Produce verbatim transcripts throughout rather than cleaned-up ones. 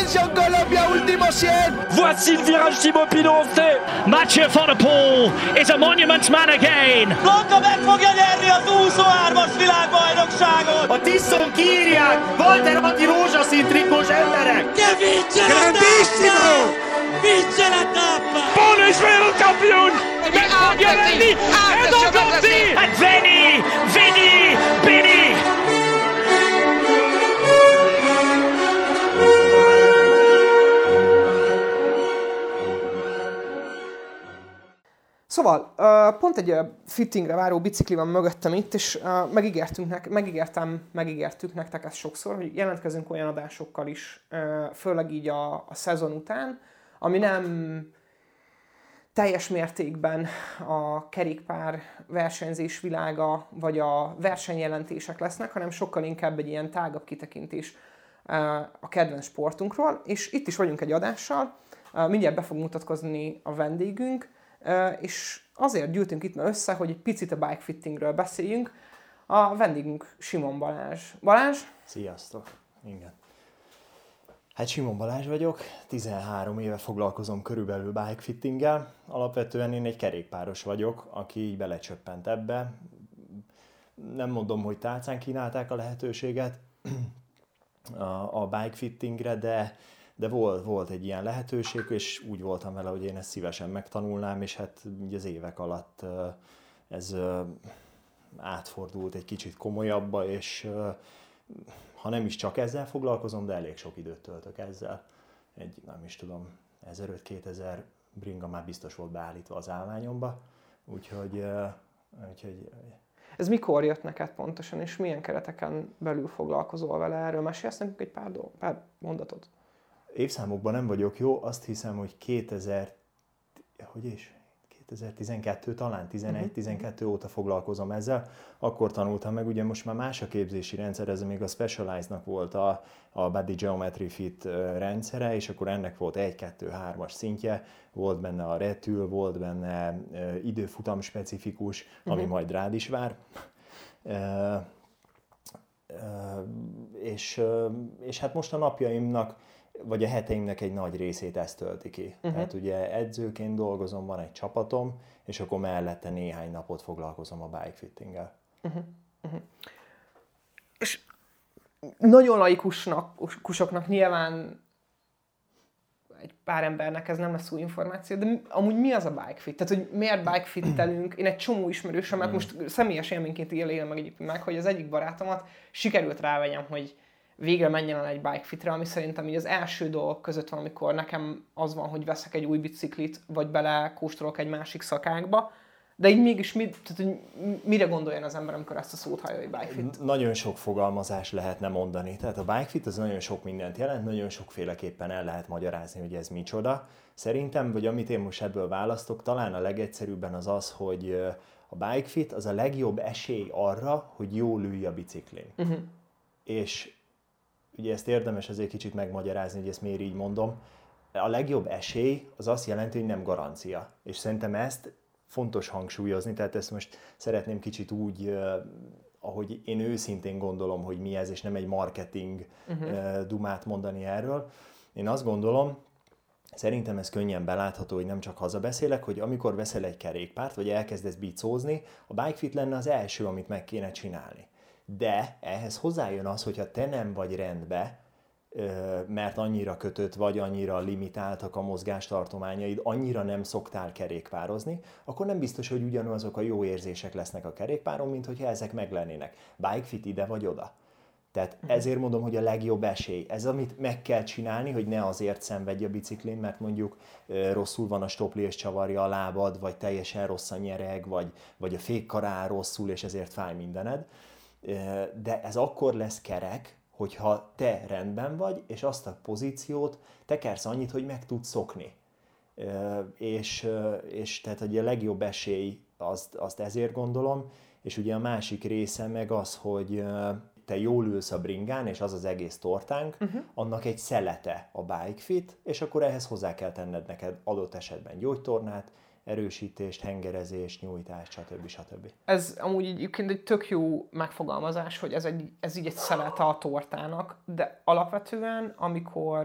Attention Colombia, último cien. Voici le virage Thibaut Pinot. Mathieu van der Poel is a monument man again. Blanka meg fogja nyerni az huszonhármas világbajnokságot. A Tiszon kírják, Walter Atti rózsaszín trikós emberek. Che vince la tappa! Vince la tappa! Paul is wereldkampioen. Met fogja venni. En dan komt hij. En Vinny, Vinny, Vinny. Szóval, pont egy fittingre váró bicikli van mögöttem itt, és megígértünk, megígértem, megígértük nektek ezt sokszor, hogy jelentkezünk olyan adásokkal is, főleg így a, a szezon után, ami nem teljes mértékben a kerékpár versenyzés világa, vagy a versenyjelentések lesznek, hanem sokkal inkább egy ilyen tágabb kitekintés a kedvenc sportunkról, és itt is vagyunk egy adással, mindjárt be fog mutatkozni a vendégünk, és azért gyűltünk itt ma össze, hogy egy picit a bike fittingről beszéljünk. A vendégünk Simon Balázs. Balázs? Sziasztok! Igen. Hát Simon Balázs vagyok, tizenhárom éve foglalkozom körülbelül bike fittinggel. Alapvetően én egy kerékpáros vagyok, aki így belecsöppent ebbe. Nem mondom, hogy tálcán kínálták a lehetőséget a, a bike fittingre, de De volt, volt egy ilyen lehetőség, és úgy voltam vele, hogy én ezt szívesen megtanulnám, és hát így az évek alatt ez átfordult egy kicsit komolyabbba, és ha nem is csak ezzel foglalkozom, de elég sok időt töltök ezzel. Egy, nem is tudom, ezeröt-kétezer bringa már biztos volt beállítva az állványomba, úgyhogy... úgyhogy ez mikor jött neked pontosan, és milyen kereteken belül foglalkozol vele? Erről mesélsz nekünk egy pár, dolg, pár mondatot? Évszámokban nem vagyok jó, azt hiszem, hogy kétezer, hogy is? kétezer-tizenkettő talán, tizenegy-tizenkettő óta foglalkozom ezzel. Akkor tanultam meg, ugye most már más a képzési rendszer, ez még a Specialized-nak volt a, a Body Geometry Fit rendszere, és akkor ennek volt egy, kettő, hármas szintje, volt benne a retül, volt benne időfutam specifikus, ami uh-huh. majd rád is vár. Uh, uh, és, uh, és hát most a napjaimnak vagy a heteimnek egy nagy részét ezt tölti ki. Uh-huh. Tehát ugye edzőként dolgozom, van egy csapatom, és akkor mellette néhány napot foglalkozom a bike fittinggel. Uh-huh. Uh-huh. És nagyon laikusnak, kusoknak nyilván egy pár embernek ez nem lesz új információ, de amúgy mi az a bike fit? Tehát, hogy miért bike fittelünk? Én egy csomó ismerősömet most személyes élményként élem meg egyébként meg, hogy az egyik barátomat sikerült rávegyem, hogy végre menjen el egy bike fitre, ami szerintem így az első dolgok között van, amikor nekem az van, hogy veszek egy új biciklit, vagy belekóstolok egy másik szakákba, de így mégis mi, tehát, hogy mire gondoljon az ember, amikor ezt a szót hallja, hogy bike fit? Nagyon sok fogalmazás lehetne mondani. Tehát a bike fit az nagyon sok mindent jelent, nagyon sokféleképpen el lehet magyarázni, hogy ez micsoda. Szerintem, vagy amit én most ebből választok, talán a legegyszerűbben az az, hogy a bike fit az a legjobb esély arra, hogy jól ülj a biciklin. Uh-huh. És ugye ezt érdemes azért kicsit megmagyarázni, hogy ezt miért így mondom. A legjobb esély az azt jelenti, hogy nem garancia. És szerintem ezt fontos hangsúlyozni, tehát ezt most szeretném kicsit úgy, ahogy én őszintén gondolom, hogy mi ez, és nem egy marketing uh-huh. dumát mondani erről. Én azt gondolom, szerintem ez könnyen belátható, hogy nem csak hazabeszélek, hogy amikor veszel egy kerékpárt, vagy elkezdesz bicózni, a bike fit lenne az első, amit meg kéne csinálni. De ehhez hozzájön az, hogyha te nem vagy rendbe, mert annyira kötött vagy, annyira limitáltak a mozgástartományaid, annyira nem szoktál kerékpározni, akkor nem biztos, hogy ugyanazok a jó érzések lesznek a kerékpáron, mint hogyha ezek meglennének. Bike fit ide vagy oda. Tehát ezért mondom, hogy a legjobb esély. Ez, amit meg kell csinálni, hogy ne azért szenvedj a biciklin, mert mondjuk rosszul van a stopli és csavarja a lábad, vagy teljesen rossz a nyereg, vagy, vagy a fékkará rosszul, és ezért fáj mindened. De ez akkor lesz kerek, hogyha te rendben vagy, és azt a pozíciót tekersz annyit, hogy meg tudsz szokni. És, és tehát ugye a legjobb esély, azt, azt ezért gondolom, és ugye a másik része meg az, hogy te jól ülsz a bringán, és az az egész tortánk, uh-huh. annak egy szelete a bike fit, és akkor ehhez hozzá kell tenned neked adott esetben gyógytornát, erősítést, hengerezést, nyújtást, stb. stb. Ez amúgy egyébként egy tök jó megfogalmazás, hogy ez, egy, ez így egy szelete a tortának, de alapvetően, amikor,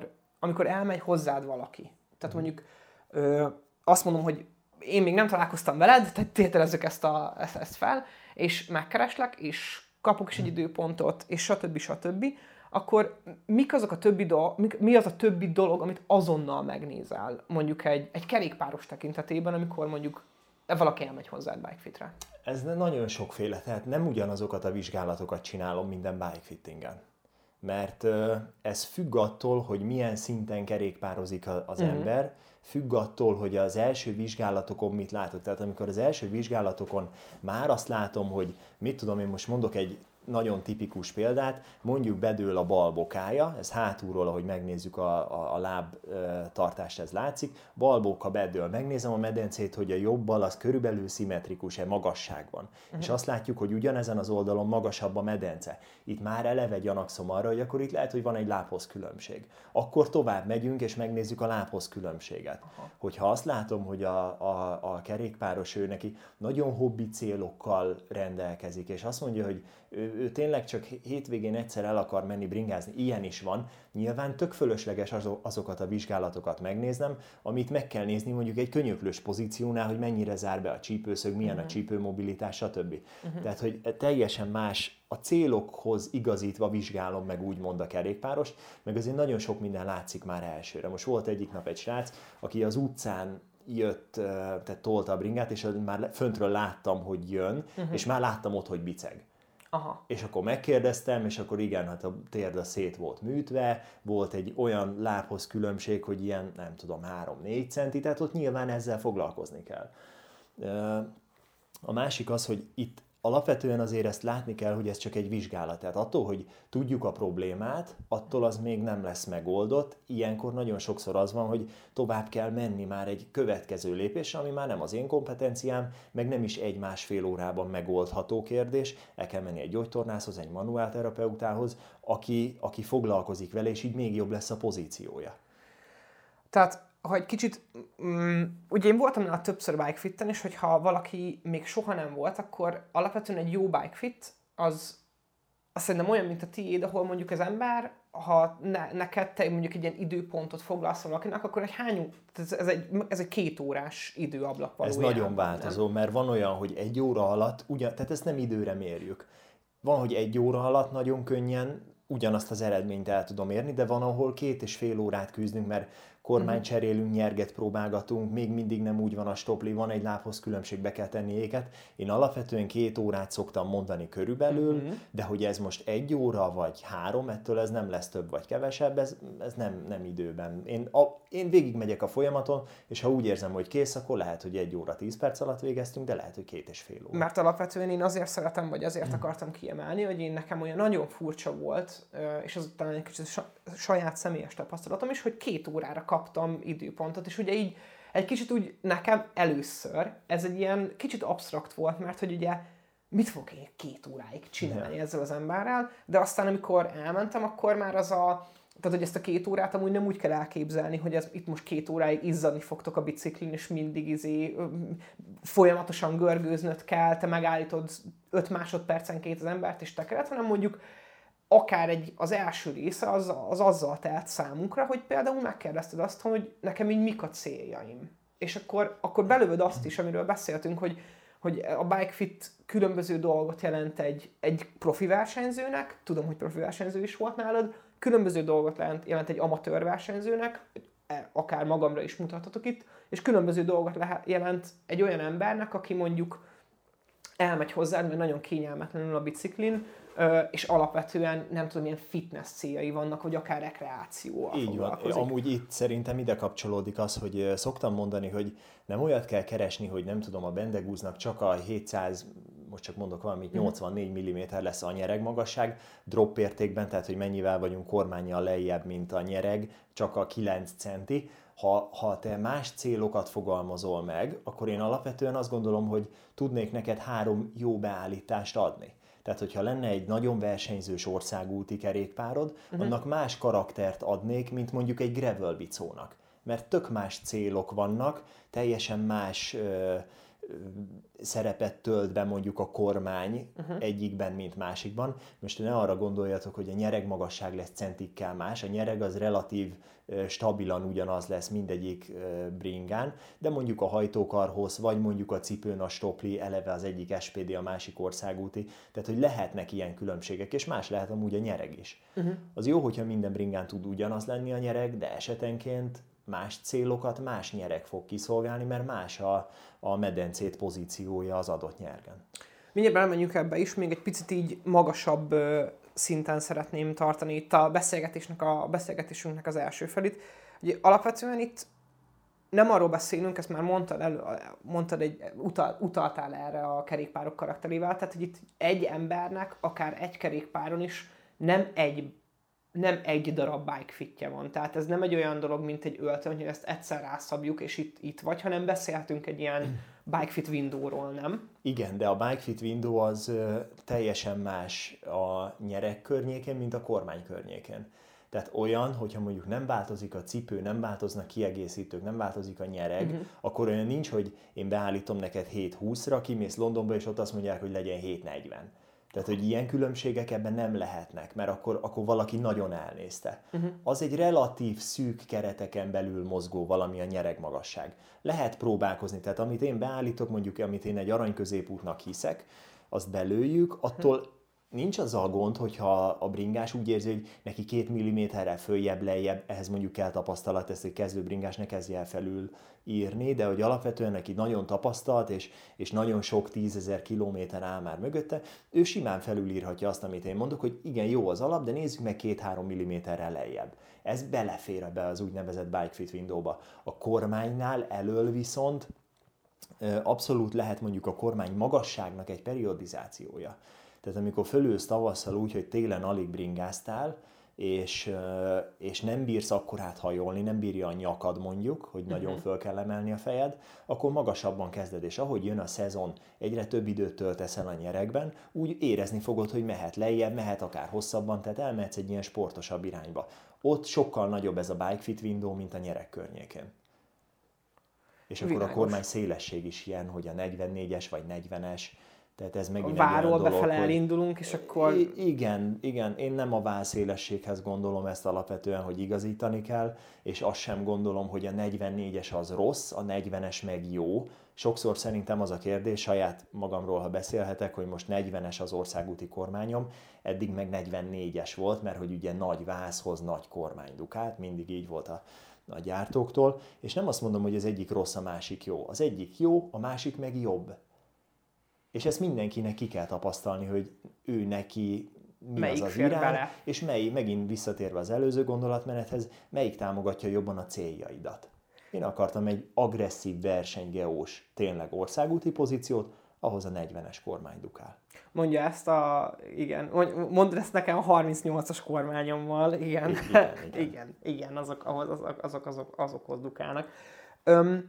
amikor elmegy hozzád valaki. Tehát mondjuk ö, azt mondom, hogy én még nem találkoztam veled, tehát tételezzük ezt, a, ezt, ezt fel, és megkereslek, és kapok is egy időpontot, és stb. stb. Akkor mik azok a többi dolog, mik, mi az a többi dolog, amit azonnal megnézel, mondjuk egy, egy kerékpáros tekintetében, amikor mondjuk valaki elmegy hozzád bikefitre? Ez nagyon sokféle, tehát nem ugyanazokat a vizsgálatokat csinálom minden bikefittingen. Mert ez függ attól, hogy milyen szinten kerékpározik az uh-huh. ember, függ attól, hogy az első vizsgálatokon mit látok. Tehát amikor az első vizsgálatokon már azt látom, hogy mit tudom, én most mondok egy nagyon tipikus példát, mondjuk bedől a bal bokája, ez hátulról, ahogy megnézzük a, a, a láb tartást, ez látszik, bal boka bedől, megnézem a medencét, hogy a jobbal az körülbelül szimmetrikus-e magasságban. Uh-huh. És azt látjuk, hogy ugyanezen az oldalon magasabb a medence. Itt már eleve gyanakszom arra, hogy akkor itt lehet, hogy van egy lábhoz különbség. Akkor tovább megyünk, és megnézzük a lábhoz különbséget. Uh-huh. Hogyha azt látom, hogy a, a, a kerékpáros ő neki nagyon hobbi célokkal rendelkezik, és azt mondja, hogy ő, ő tényleg csak hétvégén egyszer el akar menni bringázni, ilyen is van, nyilván tök fölösleges azokat a vizsgálatokat megnéznem, amit meg kell nézni mondjuk egy könyöklős pozíciónál, hogy mennyire zár be a csípőszög, milyen uh-huh. a csípőmobilitás, stb. Uh-huh. Tehát, hogy teljesen más, a célokhoz igazítva vizsgálom meg úgymond a kerékpárost, meg azért nagyon sok minden látszik már elsőre. Most volt egyik nap egy srác, aki az utcán jött, tehát tolta a bringát, és már föntről láttam, hogy jön, uh-huh. és már láttam ott, hogy biceg. Aha. És akkor megkérdeztem, és akkor igen, hát a térda szét volt műtve, volt egy olyan lábhoz különbség, hogy ilyen, nem tudom, három-négy centi, tehát ott nyilván ezzel foglalkozni kell. A másik az, hogy itt alapvetően azért ezt látni kell, hogy ez csak egy vizsgálat. Tehát attól, hogy tudjuk a problémát, attól az még nem lesz megoldott. Ilyenkor nagyon sokszor az van, hogy tovább kell menni már egy következő lépésre, ami már nem az én kompetenciám, meg nem is egy-másfél órában megoldható kérdés. El kell menni egy gyógytornászhoz, egy manuálterapeutához, aki, aki foglalkozik vele, és így még jobb lesz a pozíciója. Tehát ha egy kicsit, um, ugye én voltam nála többször bikefitten, és hogyha valaki még soha nem volt, akkor alapvetően egy jó bikefit, az, az szerintem olyan, mint a tiéd, ahol mondjuk az ember, ha ne, neked te mondjuk egy ilyen időpontot foglalsz valakinek, akkor egy hány, ez, ez, egy, ez egy két órás időablak valójában. Ez nagyon változó, nem? Mert van olyan, hogy egy óra alatt, ugyan, tehát ezt nem időre mérjük. Van, hogy egy óra alatt nagyon könnyen ugyanazt az eredményt el tudom érni, de van, ahol két és fél órát küzdünk, mert kormányt cserélünk, nyerget próbálgatunk, még mindig nem úgy van a stopli, van egy lábhoz különbség, be kell tenni éket. Én alapvetően két órát szoktam mondani körülbelül, uh-huh. de hogy ez most egy óra vagy három, ettől ez nem lesz több vagy kevesebb, ez, ez nem, nem időben. Én, a, én végigmegyek a folyamaton, és ha úgy érzem, hogy kész, akkor lehet, hogy egy óra tíz perc alatt végeztünk, de lehet, hogy két és fél óra. Mert alapvetően én azért szeretem, vagy azért uh-huh. akartam kiemelni, hogy én nekem olyan nagyon furcsa volt, és az talán egy kicsit saját személyes tapasztalatom is, hogy két órára kaptam időpontot, és ugye így egy kicsit úgy nekem először ez egy ilyen kicsit absztrakt volt, mert hogy ugye mit fogok én két óráig csinálni ezzel az emberrel, de aztán amikor elmentem, akkor már az a, tehát hogy ezt a két órát amúgy nem úgy kell elképzelni, hogy ez itt most két óráig izzadni fogtok a biciklin, és mindig izé, folyamatosan görgőznöd kell, te megállítod öt másodpercenként az embert és tekered, hanem mondjuk akár egy, az első része az, az azzal telt számunkra, hogy például megkérdezted azt, hogy nekem így mik a céljaim. És akkor, akkor belövöd azt is, amiről beszéltünk, hogy, hogy a bikefit különböző dolgot jelent egy, egy profi versenyzőnek, tudom, hogy profi versenyző is volt nálad, különböző dolgot jelent, jelent egy amatőr versenyzőnek, akár magamra is mutathatok itt, és különböző dolgot lehet, jelent egy olyan embernek, aki mondjuk elmegy hozzád, mert nagyon kényelmetlenül a biciklin, és alapvetően nem tudom, milyen fitness céljai vannak, vagy akár rekreációval Így van. Amúgy itt szerintem ide kapcsolódik az, hogy szoktam mondani, hogy nem olyat kell keresni, hogy nem tudom, a bendegúznak csak a hétszáz, most csak mondok valamit, nyolcvannégy milliméter lesz a nyereg magasság, drop értékben, tehát hogy mennyivel vagyunk kormánnyal lejjebb, mint a nyereg, csak a kilenc centi. Ha, ha te más célokat fogalmazol meg, akkor én alapvetően azt gondolom, hogy tudnék neked három jó beállítást adni. Tehát, hogyha lenne egy nagyon versenyzős országúti kerékpárod, uh-huh. annak más karaktert adnék, mint mondjuk egy gravel bicónak. Mert tök más célok vannak, teljesen más ö, szerepet tölt be mondjuk a kormány uh-huh. egyikben, mint másikban. Most ne arra gondoljatok, hogy a nyereg magasság lesz centikkel más, a nyereg az relatív stabilan ugyanaz lesz mindegyik bringán, de mondjuk a hajtókarhoz, vagy mondjuk a cipőn a stopli, eleve az egyik es pé dé, a másik országúti, tehát hogy lehetnek ilyen különbségek, és más lehet amúgy a nyereg is. Uh-huh. Az jó, hogyha minden bringán tud ugyanaz lenni a nyereg, de esetenként más célokat más nyereg fog kiszolgálni, mert más a, a medencét pozíciója az adott nyergen. Mindjárt elmenjünk ebbe is, még egy picit így magasabb szinten szeretném tartani itt a beszélgetésnek, a beszélgetésünknek az első felét. Ugye alapvetően itt nem arról beszélünk, ezt már mondtad, elő, mondtad egy, utal, utaltál erre a kerékpárok karakterével, tehát hogy itt egy embernek akár egy kerékpáron is nem egy nem egy darab bike fitje van. Tehát ez nem egy olyan dolog, mint egy öltöny, hogy ezt egyszer rászabjuk, és itt, itt vagy, hanem beszélhetünk egy ilyen bike fit windowról, nem? Igen, de a bike fit window az ö, teljesen más a nyereg környékén, mint a kormány környékén. Tehát olyan, hogyha mondjuk nem változik a cipő, nem változnak kiegészítők, nem változik a nyereg, uh-huh. akkor olyan nincs, hogy én beállítom neked hét húszra, kimész Londonba, és ott azt mondják, hogy legyen hét negyven. Tehát, hogy ilyen különbségek ebben nem lehetnek, mert akkor, akkor valaki nagyon elnézte. Uh-huh. Az egy relatív szűk kereteken belül mozgó valami a nyeregmagasság. Lehet próbálkozni, tehát amit én beállítok, mondjuk amit én egy aranyközépútnak hiszek, azt belőjük, attól uh-huh. nincs az a gond, hogyha a bringás úgy érzi, hogy neki két milliméterrel följebb, lejjebb, ehhez mondjuk kell tapasztalat, ezt egy kezdő bringás ne kezdje el felül írni, de hogy alapvetően neki nagyon tapasztalt, és, és nagyon sok tízezer kilométer áll már mögötte, ő simán felülírhatja azt, amit én mondok, hogy igen, jó az alap, de nézzük meg két-három milliméterrel lejjebb. Ez belefér ebbe az úgynevezett bike fit windowba. A kormánynál elől viszont abszolút lehet mondjuk a kormány magasságnak egy periodizációja. Tehát amikor fölülsz tavasszal úgy, hogy télen alig bringáztál, és, és nem bírsz akkorát hajolni, nem bírja a nyakad mondjuk, hogy nagyon uh-huh. föl kell emelni a fejed, akkor magasabban kezded, és ahogy jön a szezon, egyre több időt töltesz el a nyeregben, úgy érezni fogod, hogy mehet lejjebb, mehet akár hosszabban, tehát elmehetsz egy ilyen sportosabb irányba. Ott sokkal nagyobb ez a bike fit window, mint a nyereg környékén. És akkor Világos. A kormány szélesség is ilyen, hogy a negyvennégyes vagy negyvenes, tehát ez megint a váról egy olyan befele dolog, elindulunk, és akkor... Igen, igen, én nem a válszélességhez gondolom ezt alapvetően, hogy igazítani kell, és azt sem gondolom, hogy a negyvennégyes az rossz, a negyvenes meg jó. Sokszor szerintem az a kérdés, saját magamról, ha beszélhetek, hogy most negyvenes az országúti kormányom, eddig meg negyvennégyes volt, mert hogy ugye nagy vászhoz nagy kormánydukát, mindig így volt a, a gyártóktól, és nem azt mondom, hogy az egyik rossz, a másik jó. Az egyik jó, a másik meg jobb. És ezt mindenkinek ki kell tapasztalni, hogy ő neki mi melyik az az irány, bele? És mely, megint visszatérve az előző gondolatmenethez, melyik támogatja jobban a céljaidat. Én akartam egy agresszív versenygeós, tényleg országúti pozíciót, ahhoz a negyvenes kormány dukál. Mondja ezt a... igen, mondd ezt nekem a harmincnyolcas kormányommal, igen. Igen, igen. igen, igen azok, azok, azok, azok, azokhoz dukálnak. Öm,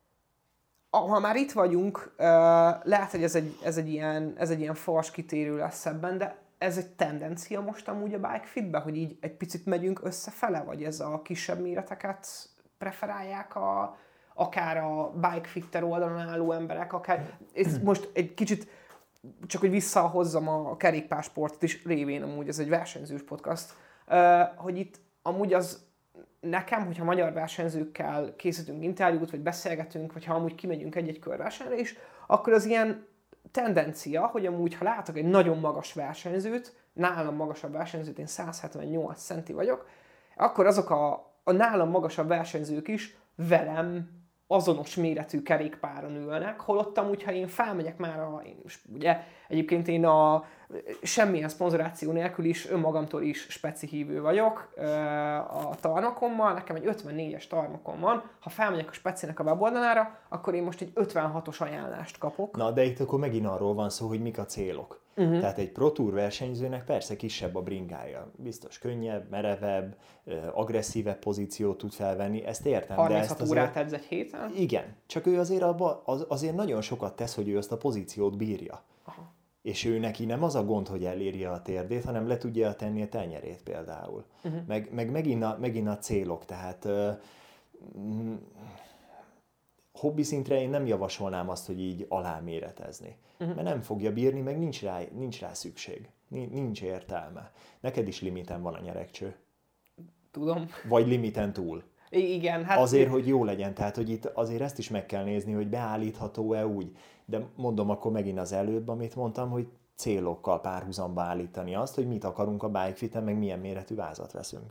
Ha már itt vagyunk, lehet, hogy ez egy, ez egy ilyen, ez egy ilyen fals kitérő lesz ebben, de ez egy tendencia most amúgy a bike fitbe, hogy így egy picit megyünk összefele, vagy ez a kisebb méreteket preferálják a, akár a bike fitter oldalon álló emberek, akár... Ez most egy kicsit, csak hogy visszahozzam a kerékpársportot is, révén amúgy ez egy versenyzős podcast, hogy itt amúgy az nekem, hogyha magyar versenyzőkkel készítünk interjút, vagy beszélgetünk, vagy ha amúgy kimegyünk egy-egy körversenyre is, akkor az ilyen tendencia, hogy amúgy, ha látok egy nagyon magas versenyzőt, nálam magasabb versenyzőt, én száz hetvennyolc centi vagyok, akkor azok a, a nálam magasabb versenyzők is velem azonos méretű kerékpáron ülnek, holott amúgy, ha én felmegyek már a, én, ugye egyébként én a semmilyen szponzoráció nélkül is önmagamtól is speci hívő vagyok a tarmakommal, nekem egy ötvennégyes tarmakom van, ha felmegyek a specinek a weboldalára, akkor én most egy ötvenhatos ajánlást kapok. Na, de itt akkor megint arról van szó, hogy mik a célok. Uh-huh. Tehát egy Pro Tour versenyzőnek persze kisebb a bringája. Biztos könnyebb, merevebb, agresszívebb pozíciót tud felvenni, ezt értem. harminchat de ezt órát edz egy héten? Igen, csak ő azért, abba, az, azért nagyon sokat tesz, hogy ő azt a pozíciót bírja. Aha. És ő neki nem az a gond, hogy elérje a térdét, hanem le tudja tenni a tenyerét például. Uh-huh. Meg, meg megint, a, megint a célok, tehát uh, hobbi szintre én nem javasolnám azt, hogy így aláméretezni. Uh-huh. Mert nem fogja bírni, meg nincs rá, nincs rá szükség. Nincs értelme. Neked is limiten van a nyeregcső. Tudom. Vagy limiten túl. I- igen. Hát azért, hogy jó legyen. Tehát, hogy itt azért ezt is meg kell nézni, hogy beállítható-e úgy. De mondom akkor megint az előbb, amit mondtam, hogy célokkal párhuzamba állítani azt, hogy mit akarunk a Bikefiten, meg milyen méretű vázat veszünk.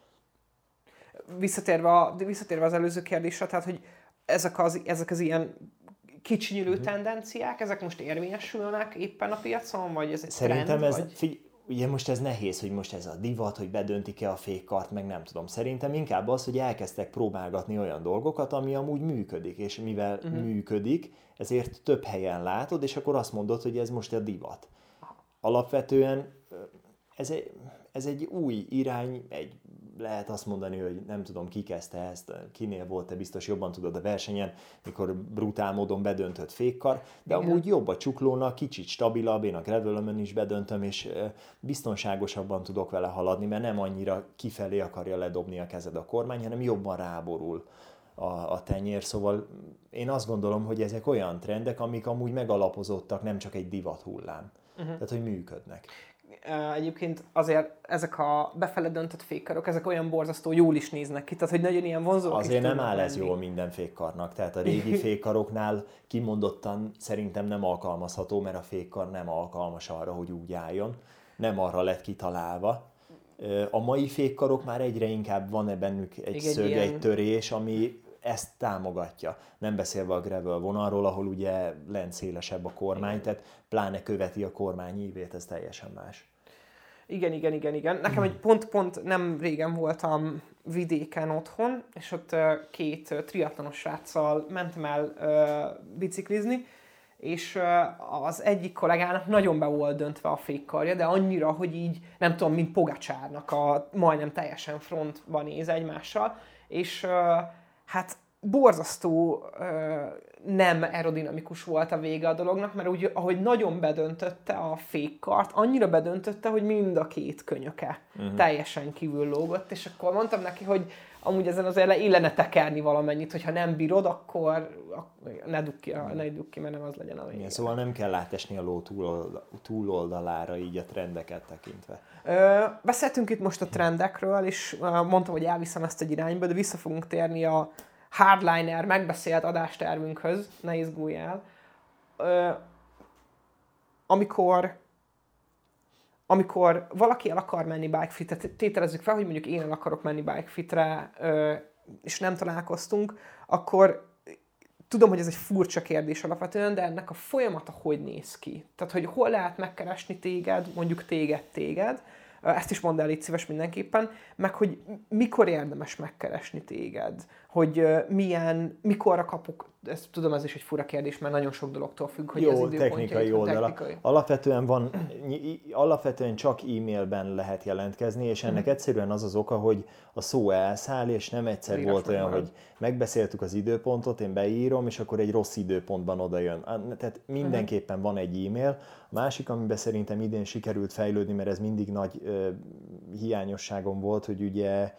Visszatérve, a, visszatérve az előző kérdésre, tehát, hogy ezek az, ezek az ilyen kicsinyülő uh-huh. tendenciák, ezek most érvényesülnek éppen a piacon, vagy ez egy Szerintem trend? ez, vagy? figy- ugye most ez nehéz, hogy most ez a divat, hogy bedöntik-e a fékkart, meg nem tudom. Szerintem inkább az, hogy elkezdtek próbálgatni olyan dolgokat, ami amúgy működik, és mivel uh-huh. működik, ezért több helyen látod, és akkor azt mondod, hogy ez most a divat. Alapvetően ez egy, ez egy új irány, egy lehet azt mondani, hogy nem tudom, ki kezdte ezt, kinél volt, te biztos jobban tudod a versenyen, mikor brutál módon bedöntött fékkar, de igen. amúgy jobb a csuklónak, kicsit stabilabb, én a gravelömön is bedöntöm, és biztonságosabban tudok vele haladni, mert nem annyira kifelé akarja ledobni a kezed a kormány, hanem jobban ráborul a, a tenyér, szóval én azt gondolom, hogy ezek olyan trendek, amik amúgy megalapozottak, nem csak egy divat hullám, uh-huh. tehát hogy működnek. Egyébként azért ezek a befele döntött fékkarok, ezek olyan borzasztó jól is néznek ki, tehát hogy nagyon ilyen vonzóak. Azért nem áll ez jól minden fékkarnak, tehát a régi fékkaroknál kimondottan szerintem nem alkalmazható, mert a fékkar nem alkalmas arra, hogy úgy álljon, nem arra lett kitalálva. A mai fékkarok már egyre inkább van-e bennük egy Igen, szög, ilyen... egy törés, ami ezt támogatja. Nem beszélve a gravel vonalról, ahol ugye lent szélesebb a kormány, tehát pláne követi a kormány ívét, ez teljesen más. Igen, igen, igen, igen. Nekem egy pont-pont nem régen voltam vidéken otthon, és ott két triatlonos sráccal mentem el biciklizni, és az egyik kollégának nagyon be volt döntve a fékkarja, de annyira, hogy így, nem tudom, mint Pogacsárnak a majdnem teljesen frontban néz egymással, és hát borzasztó nem aerodinamikus volt a vége a dolognak, mert úgy, ahogy nagyon bedöntötte a fékkart, annyira bedöntötte, hogy mind a két könyöke uh-huh. teljesen kívül lógott, és akkor mondtam neki, hogy amúgy ezen azért illene tekerni valamennyit, hogyha nem bírod, akkor ne dugd ki, ne dugd ki, mert nem az legyen a vége. Szóval nem kell átesni a ló túloldalára így a trendeket tekintve. Ö, beszéltünk itt most a trendekről, és mondtam, hogy elviszem ezt egy irányba, de vissza fogunk térni a hardliner megbeszélt adástervünkhöz, ne izgulj el. Ö, amikor, amikor valaki el akar menni bikefitre, tételezzük fel, hogy mondjuk én el akarok menni bikefitre, ö, és nem találkoztunk, akkor tudom, hogy ez egy furcsa kérdés alapvetően, de ennek a folyamata hogy néz ki? Tehát, hogy hol lehet megkeresni téged, mondjuk téged, téged, ezt is mondd el, légy szíves mindenképpen, meg hogy mikor érdemes megkeresni téged, hogy milyen, mikorra kapok, ezt tudom, ez is egy fura kérdés, mert nagyon sok dologtól függ, hogy Jó, az időpontja. technikai oldala. Technikai. Alapvetően van, alapvetően csak e-mailben lehet jelentkezni, és ennek mm. egyszerűen az az oka, hogy a szó elszáll, és nem egyszer Írás volt olyan, marad. Hogy megbeszéltük az időpontot, én beírom, és akkor egy rossz időpontban oda jön. Tehát mindenképpen mm. van egy e-mail. A másik, amiben szerintem idén sikerült fejlődni, mert ez mindig nagy ö, hiányosságom volt, hogy ugye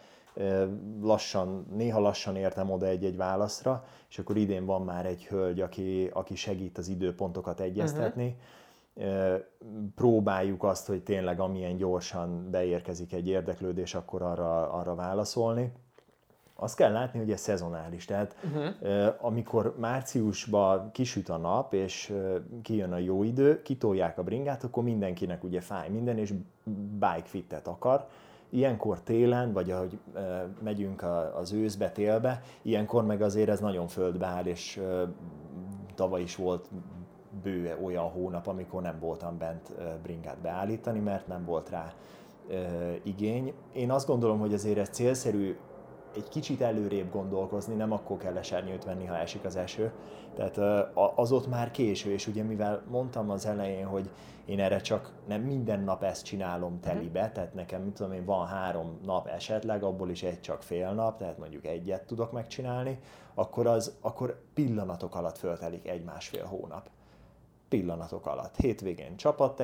lassan, néha lassan értem oda egy-egy válaszra, és akkor idén van már egy hölgy, aki, aki segít az időpontokat egyeztetni. Uh-huh. Próbáljuk azt, hogy tényleg amilyen gyorsan beérkezik egy érdeklődés, akkor arra, arra válaszolni. Azt kell látni, hogy ez szezonális, tehát uh-huh. amikor márciusban kisüt a nap, és kijön a jó idő, kitolják a bringát, akkor mindenkinek ugye fáj minden, és bike fittet akar. Ilyenkor télen, vagy ahogy e, megyünk a, az őszbe, télbe, ilyenkor meg azért ez nagyon földbe áll, és e, tavaly is volt bő olyan hónap, amikor nem voltam bent e, bringát beállítani, mert nem volt rá e, igény. Én azt gondolom, hogy azért ez célszerű egy kicsit előrébb gondolkozni, nem akkor kell esernyőt venni, ha esik az eső. Tehát az ott már késő, és ugye mivel mondtam az elején, hogy én erre csak nem minden nap ezt csinálom telibe, tehát nekem, mit tudom én, van három nap esetleg, abból is egy csak fél nap, tehát mondjuk egyet tudok megcsinálni, akkor az akkor pillanatok alatt föltelik egy-másfél hónap. Pillanatok alatt. Hétvégén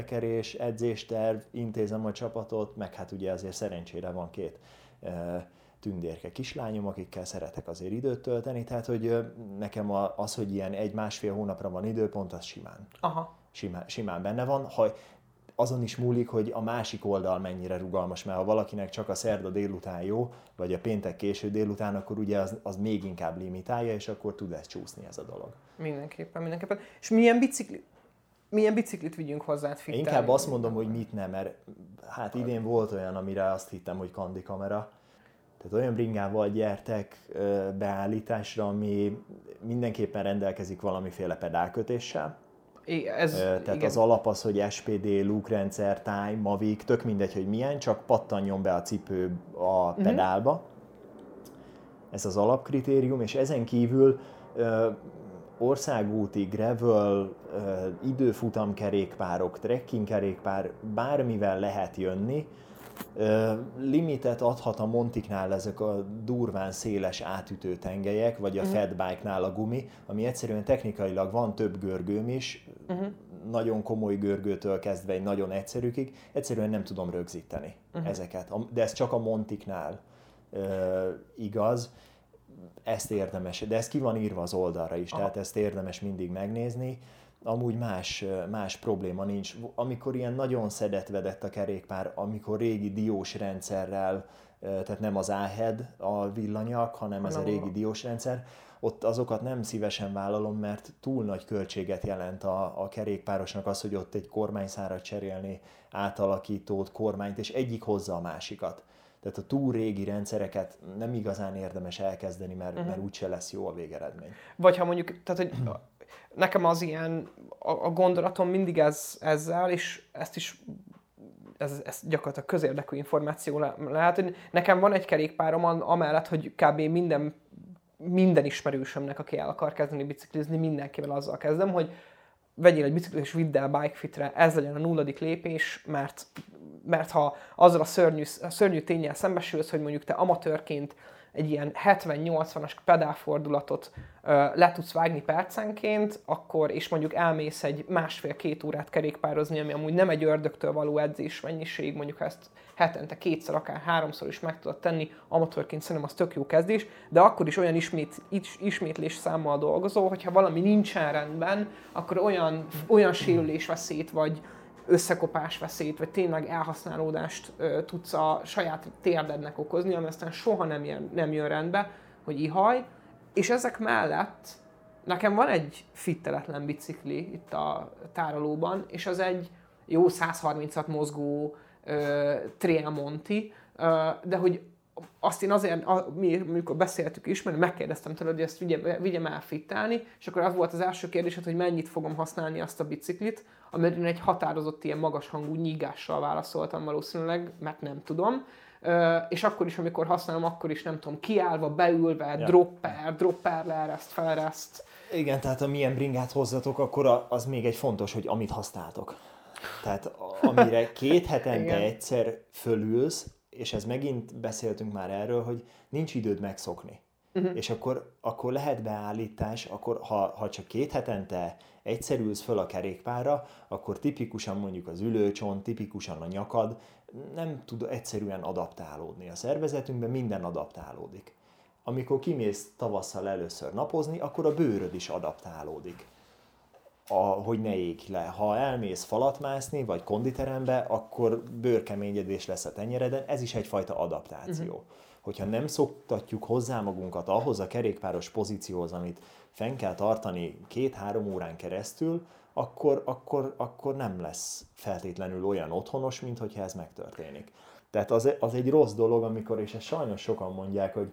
csapattekerés, edzésterv, intézem a csapatot, meg hát ugye azért szerencsére van két tündérke kislányom, akikkel szeretek azért időt tölteni, tehát hogy nekem az, hogy ilyen egy-másfél hónapra van időpont, az simán. Aha. Simán, simán benne van. Ha azon is múlik, hogy a másik oldal mennyire rugalmas, mert ha valakinek csak a szerda délután jó, vagy a péntek késő délután, akkor ugye az, az még inkább limitálja, és akkor tud ez csúszni ez a dolog. Mindenképpen, mindenképpen. És milyen bicikli, milyen biciklit vigyünk hozzád fittelni? Inkább azt mondom, hogy mit nem, mert hát idén volt olyan, amire azt hittem, hogy kandi kamera. Tehát olyan bringával gyertek beállításra, ami mindenképpen rendelkezik valamiféle pedálkötéssel. Ez, Tehát igen. az alap az, hogy es pé dé, lúkrendszer, táj, Mavic, tök mindegy, hogy milyen, csak pattanjon be a cipő a pedálba. Uh-huh. Ez az alapkritérium, és ezen kívül ö, országúti, gravel, ö, időfutamkerékpárok, trekkingkerékpár, bármivel lehet jönni. Ö, limitet adhat a Montiknál ezek a durván széles átütő tengelyek, vagy a uh-huh. Fatbike-nál a gumi, ami egyszerűen technikailag van több görgőm is, uh-huh. nagyon komoly görgőtől kezdve egy nagyon egyszerűkig, egyszerűen nem tudom rögzíteni uh-huh. ezeket. De ez csak a Montiknál ö, igaz, ezt érdemes, de ez ki van írva az oldalra is, Aha. tehát ezt érdemes mindig megnézni. Amúgy más, más probléma nincs. Amikor ilyen nagyon szedett-vedett a kerékpár, amikor régi diós rendszerrel, tehát nem az A-head a villanyak, hanem ez a régi diós rendszer, ott azokat nem szívesen vállalom, mert túl nagy költséget jelent a, a kerékpárosnak az, hogy ott egy kormányszárat cserélni, átalakítót, kormányt, és egyik hozza a másikat. Tehát a túl régi rendszereket nem igazán érdemes elkezdeni, mert, uh-huh. mert úgyse lesz jó a végeredmény. Vagy ha mondjuk, tehát hogy nekem az ilyen, a, a gondolatom mindig ez, ezzel, és ezt is, ez, ez gyakorlatilag közérdekű információ le, lehet, hogy nekem van egy kerékpárom amellett, hogy kb. minden, minden ismerősömnek, aki el akar kezdeni biciklizni, mindenkivel azzal kezdem, hogy vegyél egy biciklit és vidd el Bikefitre, ez legyen a nulladik lépés, mert, mert ha azzal a szörnyű, a szörnyű ténnyel szembesülsz, hogy mondjuk te amatőrként egy ilyen hetven-nyolcvanas pedálfordulatot ö, le tudsz vágni percenként, akkor, és mondjuk elmész egy másfél-két órát kerékpározni, ami amúgy nem egy ördögtől való edzés mennyiség, mondjuk ha ezt hetente kétszer, akár háromszor is meg tudod tenni, amatőrként szerintem az tök jó kezdés, de akkor is olyan ismét, ismétlés számmal dolgozol, hogyha valami nincsen rendben, akkor olyan, olyan sérülésveszélyt vagy összekopás veszélyt, vagy tényleg elhasználódást ö, tudsz a saját térdednek okozni, ami aztán soha nem jön, nem jön rendbe, hogy ihaj. És ezek mellett nekem van egy fitteletlen bicikli itt a tárolóban, és az egy jó száz harmincat mozgó ö, Trail Monty, ö, de hogy azt én azért, amikor beszéltük is, mert megkérdeztem tőled, hogy ezt vigyem, vigyem el fittelni, és akkor az volt az első kérdésed, hogy mennyit fogom használni azt a biciklit, amire én egy határozott ilyen magas hangú nyígással válaszoltam valószínűleg, mert nem tudom. És akkor is, amikor használom, akkor is nem tudom, kiállva, beülve, ja. dropper, dropper leereszt, felereszt. Igen, tehát ha milyen bringát hozzatok, akkor az még egy fontos, hogy amit használtok. Tehát amire két hetente egyszer fölülsz, és ez megint beszéltünk már erről, hogy nincs időd megszokni. Uh-huh. És akkor, akkor lehet beállítás, akkor ha, ha csak két hetente egyszer ülsz föl a kerékpárra, akkor tipikusan mondjuk az ülőcsont, tipikusan a nyakad nem tud egyszerűen adaptálódni. A szervezetünkben minden adaptálódik. Amikor kimész tavasszal először napozni, akkor a bőröd is adaptálódik. A, hogy ne égj le. Ha elmész falat mászni, vagy konditerembe, akkor bőrkeményedés lesz a tenyereden, ez is egyfajta adaptáció. Uh-huh. Hogyha nem szoktatjuk hozzá magunkat ahhoz a kerékpáros pozícióhoz, amit fenn kell tartani két-három órán keresztül, akkor, akkor, akkor nem lesz feltétlenül olyan otthonos, mint hogyha ez megtörténik. Tehát az, az egy rossz dolog, amikor, és ezt sajnos sokan mondják, hogy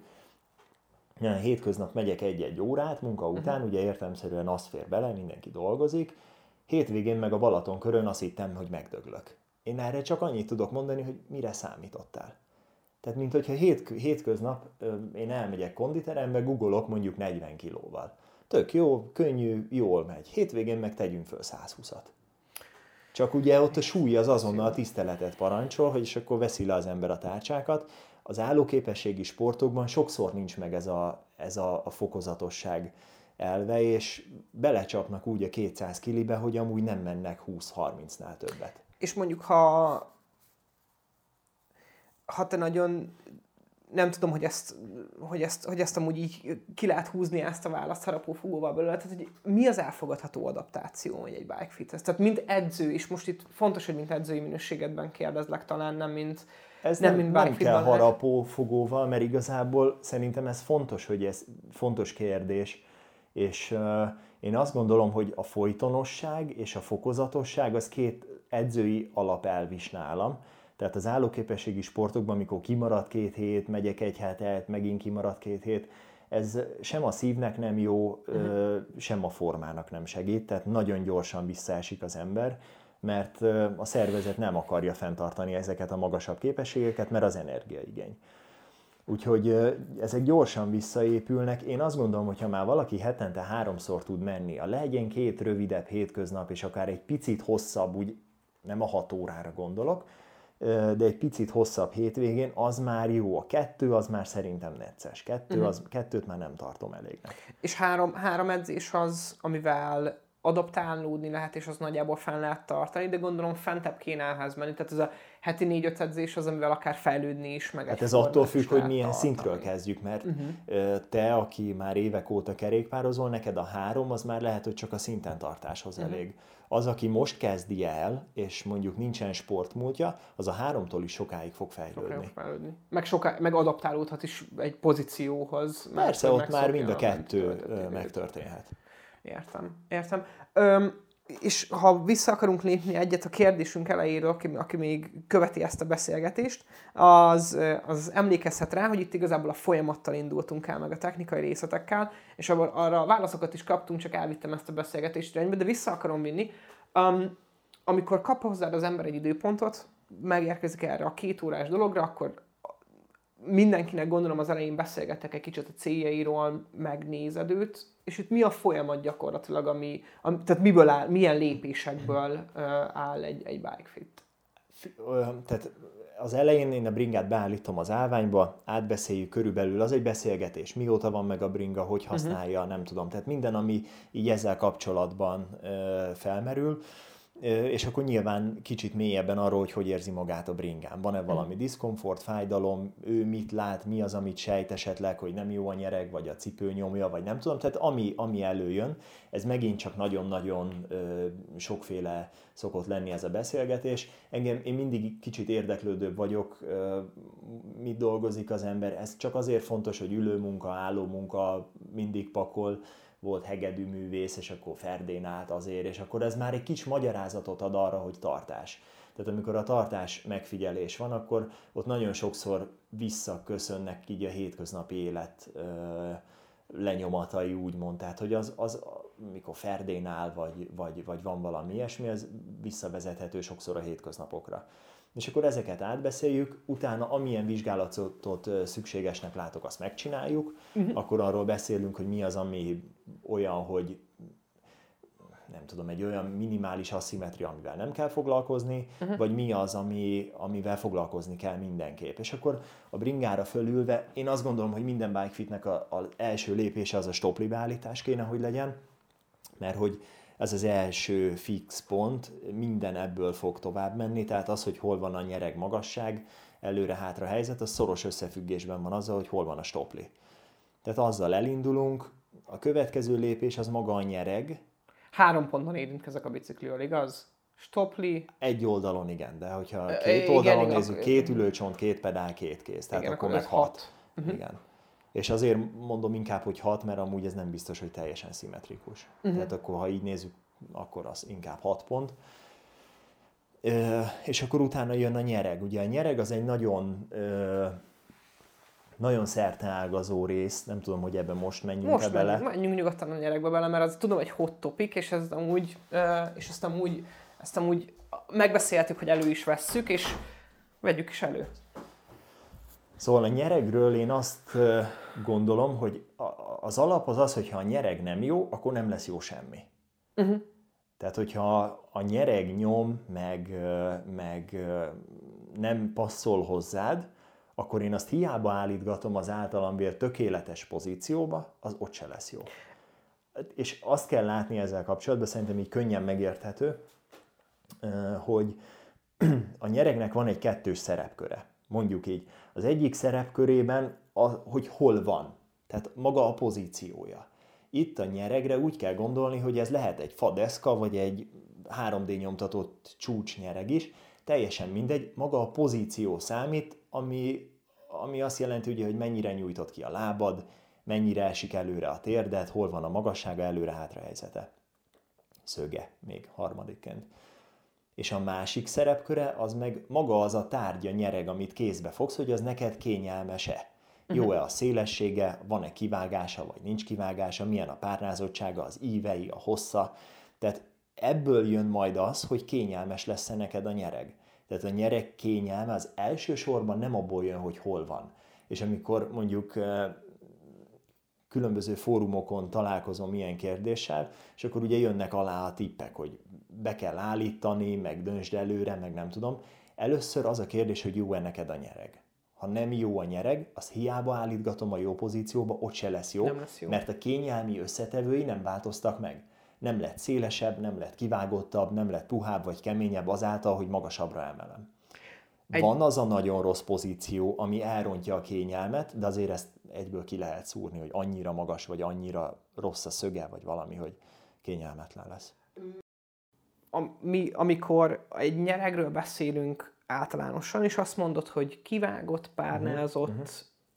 hétköznap megyek egy-egy órát munka után, uh-huh. ugye értelemszerűen az fér bele, mindenki dolgozik, hétvégén meg a Balatonkörön azt hittem, hogy megdöglök. Én erre csak annyit tudok mondani, hogy mire számítottál. Tehát, mint hogyha hét, hétköznap én elmegyek konditerembe, googolok mondjuk negyven kilóval. Tök jó, könnyű, jól megy. Hétvégén meg tegyünk föl száz húszat. Csak ugye ott a súly az azonnal tiszteletet parancsol, hogy és akkor veszi le az ember a tárcsákat. Az állóképességi sportokban sokszor nincs meg ez a, ez a, a fokozatosság elve, és belecsapnak úgy a kétszáz kilibe, hogy amúgy nem mennek húsz-harmincnál többet. És mondjuk, ha, ha te nagyon nem tudom, hogy ezt, hogy, ezt, hogy ezt amúgy így ki lehet húzni ezt a választ harapófúvóval belőle. Tehát, hogy mi az elfogadható adaptáció egy bike fithez? Tehát mint edző, és most itt fontos, hogy mint edzői minőségedben kérdezlek talán, nem mint Ez nem, nem, nem kell harapófogóval, mert igazából szerintem ez fontos, hogy ez fontos kérdés, és uh, én azt gondolom, hogy a folytonosság és a fokozatosság az két edzői alapelv is nálam. Tehát az állóképességi sportokban, amikor kimarad két hét, megyek egy hetet, megint kimarad két hét, ez sem a szívnek nem jó, uh-huh. sem a formának nem segít, tehát nagyon gyorsan visszaesik az ember, mert a szervezet nem akarja fenntartani ezeket a magasabb képességeket, mert az energiaigény. Úgyhogy ezek gyorsan visszaépülnek. Én azt gondolom, hogy ha már valaki hetente háromszor tud menni, a legyen két rövidebb hétköznap, és akár egy picit hosszabb, úgy nem a hat órára gondolok, de egy picit hosszabb hétvégén, az már jó. A kettő az már szerintem necces. Kettő, az, kettőt már nem tartom elégnek. És három, három edzés az, amivel adaptálódni lehet, és az nagyjából fenn lehet tartani, de gondolom fentebb kéne ehhez menni. Tehát ez a heti négy-öt edzés az, amivel akár fejlődni is, meg hát ez attól függ, hogy milyen tartani. Szintről kezdjük, mert uh-huh. te, aki már évek óta kerékpározol, neked a három, az már lehet, hogy csak a szinten tartáshoz uh-huh. elég. Az, aki most kezdi el, és mondjuk nincsen sportmúltja, az a háromtól is sokáig fog fejlődni. Sokáig fejlődni. Meg, soká, meg adaptálódhat is egy pozícióhoz. Persze, ott már mind a kettő megtörténhet. Értem, értem. Öm, és ha vissza akarunk lépni egyet a kérdésünk elejéről, aki, aki még követi ezt a beszélgetést, az, az emlékezhet rá, hogy itt igazából a folyamattal indultunk el, meg a technikai részletekkel, és arra válaszokat is kaptunk, csak elvittem ezt a beszélgetést irányba, de vissza akarom vinni. Um, amikor kap hozzád az ember egy időpontot, megérkezik erre a két órás dologra, akkor mindenkinek gondolom az elején beszélgetek egy kicsit a céljairól, megnézed őt, és itt mi a folyamat gyakorlatilag, ami, ami tehát miből áll, milyen lépésekből uh, áll egy, egy bike fit? Tehát az elején én a bringát beállítom az állványba, átbeszéljük körülbelül, az egy beszélgetés, mióta van meg a bringa, hogy használja, uh-huh. nem tudom. Tehát minden, ami így ezzel kapcsolatban uh, felmerül, és akkor nyilván kicsit mélyebben arról, hogy hogy érzi magát a bringán. Van-e valami diszkomfort, fájdalom, ő mit lát, mi az, amit sejt esetleg, hogy nem jó a nyereg, vagy a cipő nyomja, vagy nem tudom. Tehát ami, ami előjön, ez megint csak nagyon-nagyon ö, sokféle szokott lenni ez a beszélgetés. Engem, én mindig kicsit érdeklődőbb vagyok, ö, mit dolgozik az ember. Ez csak azért fontos, hogy ülő munka, álló munka, mindig pakol, volt hegedű művész, és akkor ferdén állt azért, és akkor ez már egy kis magyarázatot ad arra, hogy tartás. Tehát amikor a tartás megfigyelés van, akkor ott nagyon sokszor visszaköszönnek így a hétköznapi élet ö, lenyomatai, úgymond. Tehát, hogy az, az mikor ferdén áll, vagy, vagy, vagy van valami ilyesmi, az visszavezethető sokszor a hétköznapokra. És akkor ezeket átbeszéljük, utána amilyen vizsgálatot szükségesnek látok, azt megcsináljuk, uh-huh. akkor arról beszélünk, hogy mi az, ami olyan, hogy nem tudom, egy olyan minimális aszimmetria, amivel nem kell foglalkozni, uh-huh. vagy mi az, ami, amivel foglalkozni kell mindenképp. És akkor a bringára fölülve, én azt gondolom, hogy minden bikefitnek az első lépése az a stopli beállítás kéne, hogy legyen, mert hogy ez az első fix pont, minden ebből fog tovább menni, tehát az, hogy hol van a nyereg magasság, előre-hátra helyzet, az szoros összefüggésben van azzal, hogy hol van a stopli. Tehát azzal elindulunk, a következő lépés az maga a nyereg. Három ponton érintkezek a biciklivel, igaz? Stopli. Egy oldalon igen, de hogyha két igen, oldalon igen, nézzük, két ülőcsont, két pedál, két kéz, tehát igen, akkor meg hat. hat. Uh-huh. Igen. És azért mondom inkább, hogy hat, mert amúgy ez nem biztos, hogy teljesen szimmetrikus. Uh-huh. Tehát akkor, ha így nézzük, akkor az inkább hat pont. Ö, és akkor utána jön a nyereg. Ugye a nyereg az egy nagyon, ö, nagyon szerteágazó rész, nem tudom, hogy ebben most menjünk most bele. Most menjünk nyugodtan a nyeregbe bele, mert az tudom, egy hot topic, és ez amúgy, ö, és ezt amúgy, ezt amúgy megbeszéltük, hogy elő is vesszük, és vegyük is elő. Szóval a nyeregről én azt gondolom, hogy az alap az az, hogyha a nyereg nem jó, akkor nem lesz jó semmi. Uh-huh. Tehát, hogyha a nyereg nyom, meg, meg nem passzol hozzád, akkor én azt hiába állítgatom az általam vélt tökéletes pozícióba, az ott se lesz jó. És azt kell látni ezzel kapcsolatban, szerintem így könnyen megérthető, hogy a nyeregnek van egy kettős szerepköre. Mondjuk így, Az egyik szerepkörében, a, hogy hol van, tehát maga a pozíciója. Itt a nyeregre úgy kell gondolni, hogy ez lehet egy fadeszka, vagy egy három dé nyomtatott csúcsnyereg is, teljesen mindegy, maga a pozíció számít, ami, ami azt jelenti, ugye, hogy mennyire nyújtott ki a lábad, mennyire esik előre a térdet, hol van a magassága, előre-hátra helyzete. Szöge még harmadikként. És a másik szerepköre, az meg maga az a tárgy, a nyereg, amit kézbe fogsz, hogy az neked kényelmes-e. Jó-e a szélessége, van-e kivágása, vagy nincs kivágása, milyen a párnázottsága, az ívei, a hossza. Tehát ebből jön majd az, hogy kényelmes lesz-e neked a nyereg. Tehát a nyereg kényelme az elsősorban nem abból jön, hogy hol van. És amikor mondjuk különböző fórumokon találkozom ilyen kérdéssel, és akkor ugye jönnek alá a tippek, hogy be kell állítani, meg döntsd előre, meg nem tudom. Először az a kérdés, hogy jó-e neked a nyereg. Ha nem jó a nyereg, azt hiába állítgatom a jó pozícióba, ott se lesz jó, lesz jó. mert a kényelmi összetevői nem változtak meg. Nem lett szélesebb, nem lett kivágottabb, nem lett puhább vagy keményebb azáltal, hogy magasabbra emelem. Egy... Van az a nagyon rossz pozíció, ami elrontja a kényelmet, de azért ezt egyből ki lehet szúrni, hogy annyira magas, vagy annyira rossz a szöge, vagy valami, hogy kényelmetlen lesz. Mi, amikor egy nyeregről beszélünk általánosan, és azt mondod, hogy kivágott, párnázott, uh-huh.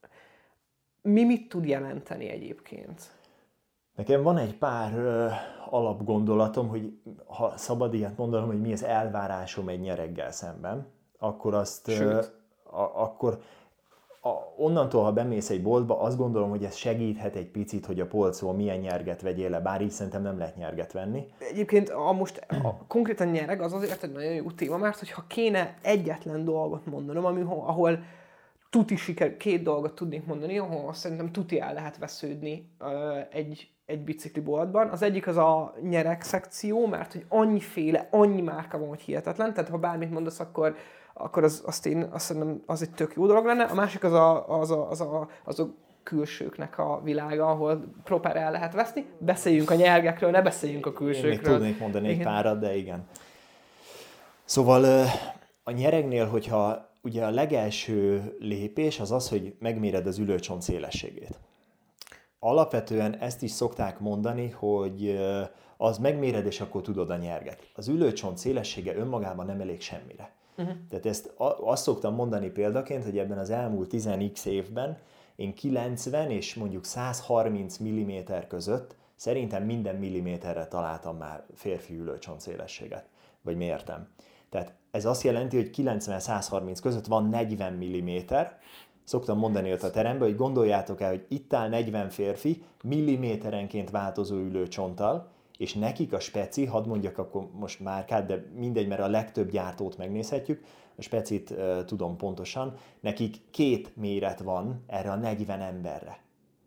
mi mit tud jelenteni egyébként? Nekem van egy pár ö, alapgondolatom, hogy ha szabad ilyet mondanom, hogy mi az elvárásom egy nyereggel szemben, akkor azt, ö, a, akkor a, onnantól, ha bemész egy boltba, azt gondolom, hogy ez segíthet egy picit, hogy a polcról milyen nyerget vegyél le, bár így szerintem nem lehet nyerget venni. Egyébként a most a konkrétan nyereg az azért egy nagyon jó téma, mert hogyha kéne egyetlen dolgot mondanom, ami, ahol tuti siker, két dolgot tudnék mondani, ahol szerintem tuti el lehet vesződni uh, egy, egy bicikliboltban. Az egyik az a nyereg szekció, mert hogy annyiféle, annyi márka van, hogy hihetetlen, tehát ha bármit mondasz, akkor akkor az, azt én azt szerintem az egy tök jó dolog lenne. A másik az a, az a, az a, az a külsőknek a világa, ahol proper el lehet veszni. Beszéljünk a nyergekről, ne beszéljünk a külsőkről. Én még tudnék mondani egy párat, de igen. Szóval a nyeregnél, hogyha ugye a legelső lépés az az, hogy megméred az ülőcsont szélességét. Alapvetően ezt is szokták mondani, hogy az megméred, és akkor tudod a nyerget. Az ülőcsont szélessége önmagában nem elég semmire. Uh-huh. Tehát ezt azt szoktam mondani példaként, hogy ebben az elmúlt tíz x évben én kilencven és mondjuk száz harminc milliméter között szerintem minden milliméterre találtam már férfi ülőcsont szélességet, vagy mértem. Tehát ez azt jelenti, hogy kilencven száz harminc között van negyven milliméter. Szoktam mondani ott a teremben, hogy gondoljátok el, hogy itt áll negyven férfi milliméterenként változó ülőcsonttal, és nekik a speci, hadd mondjak akkor most márkát, de mindegy, mert a legtöbb gyártót megnézhetjük, a specit uh, tudom pontosan, nekik két méret van erre a negyven emberre.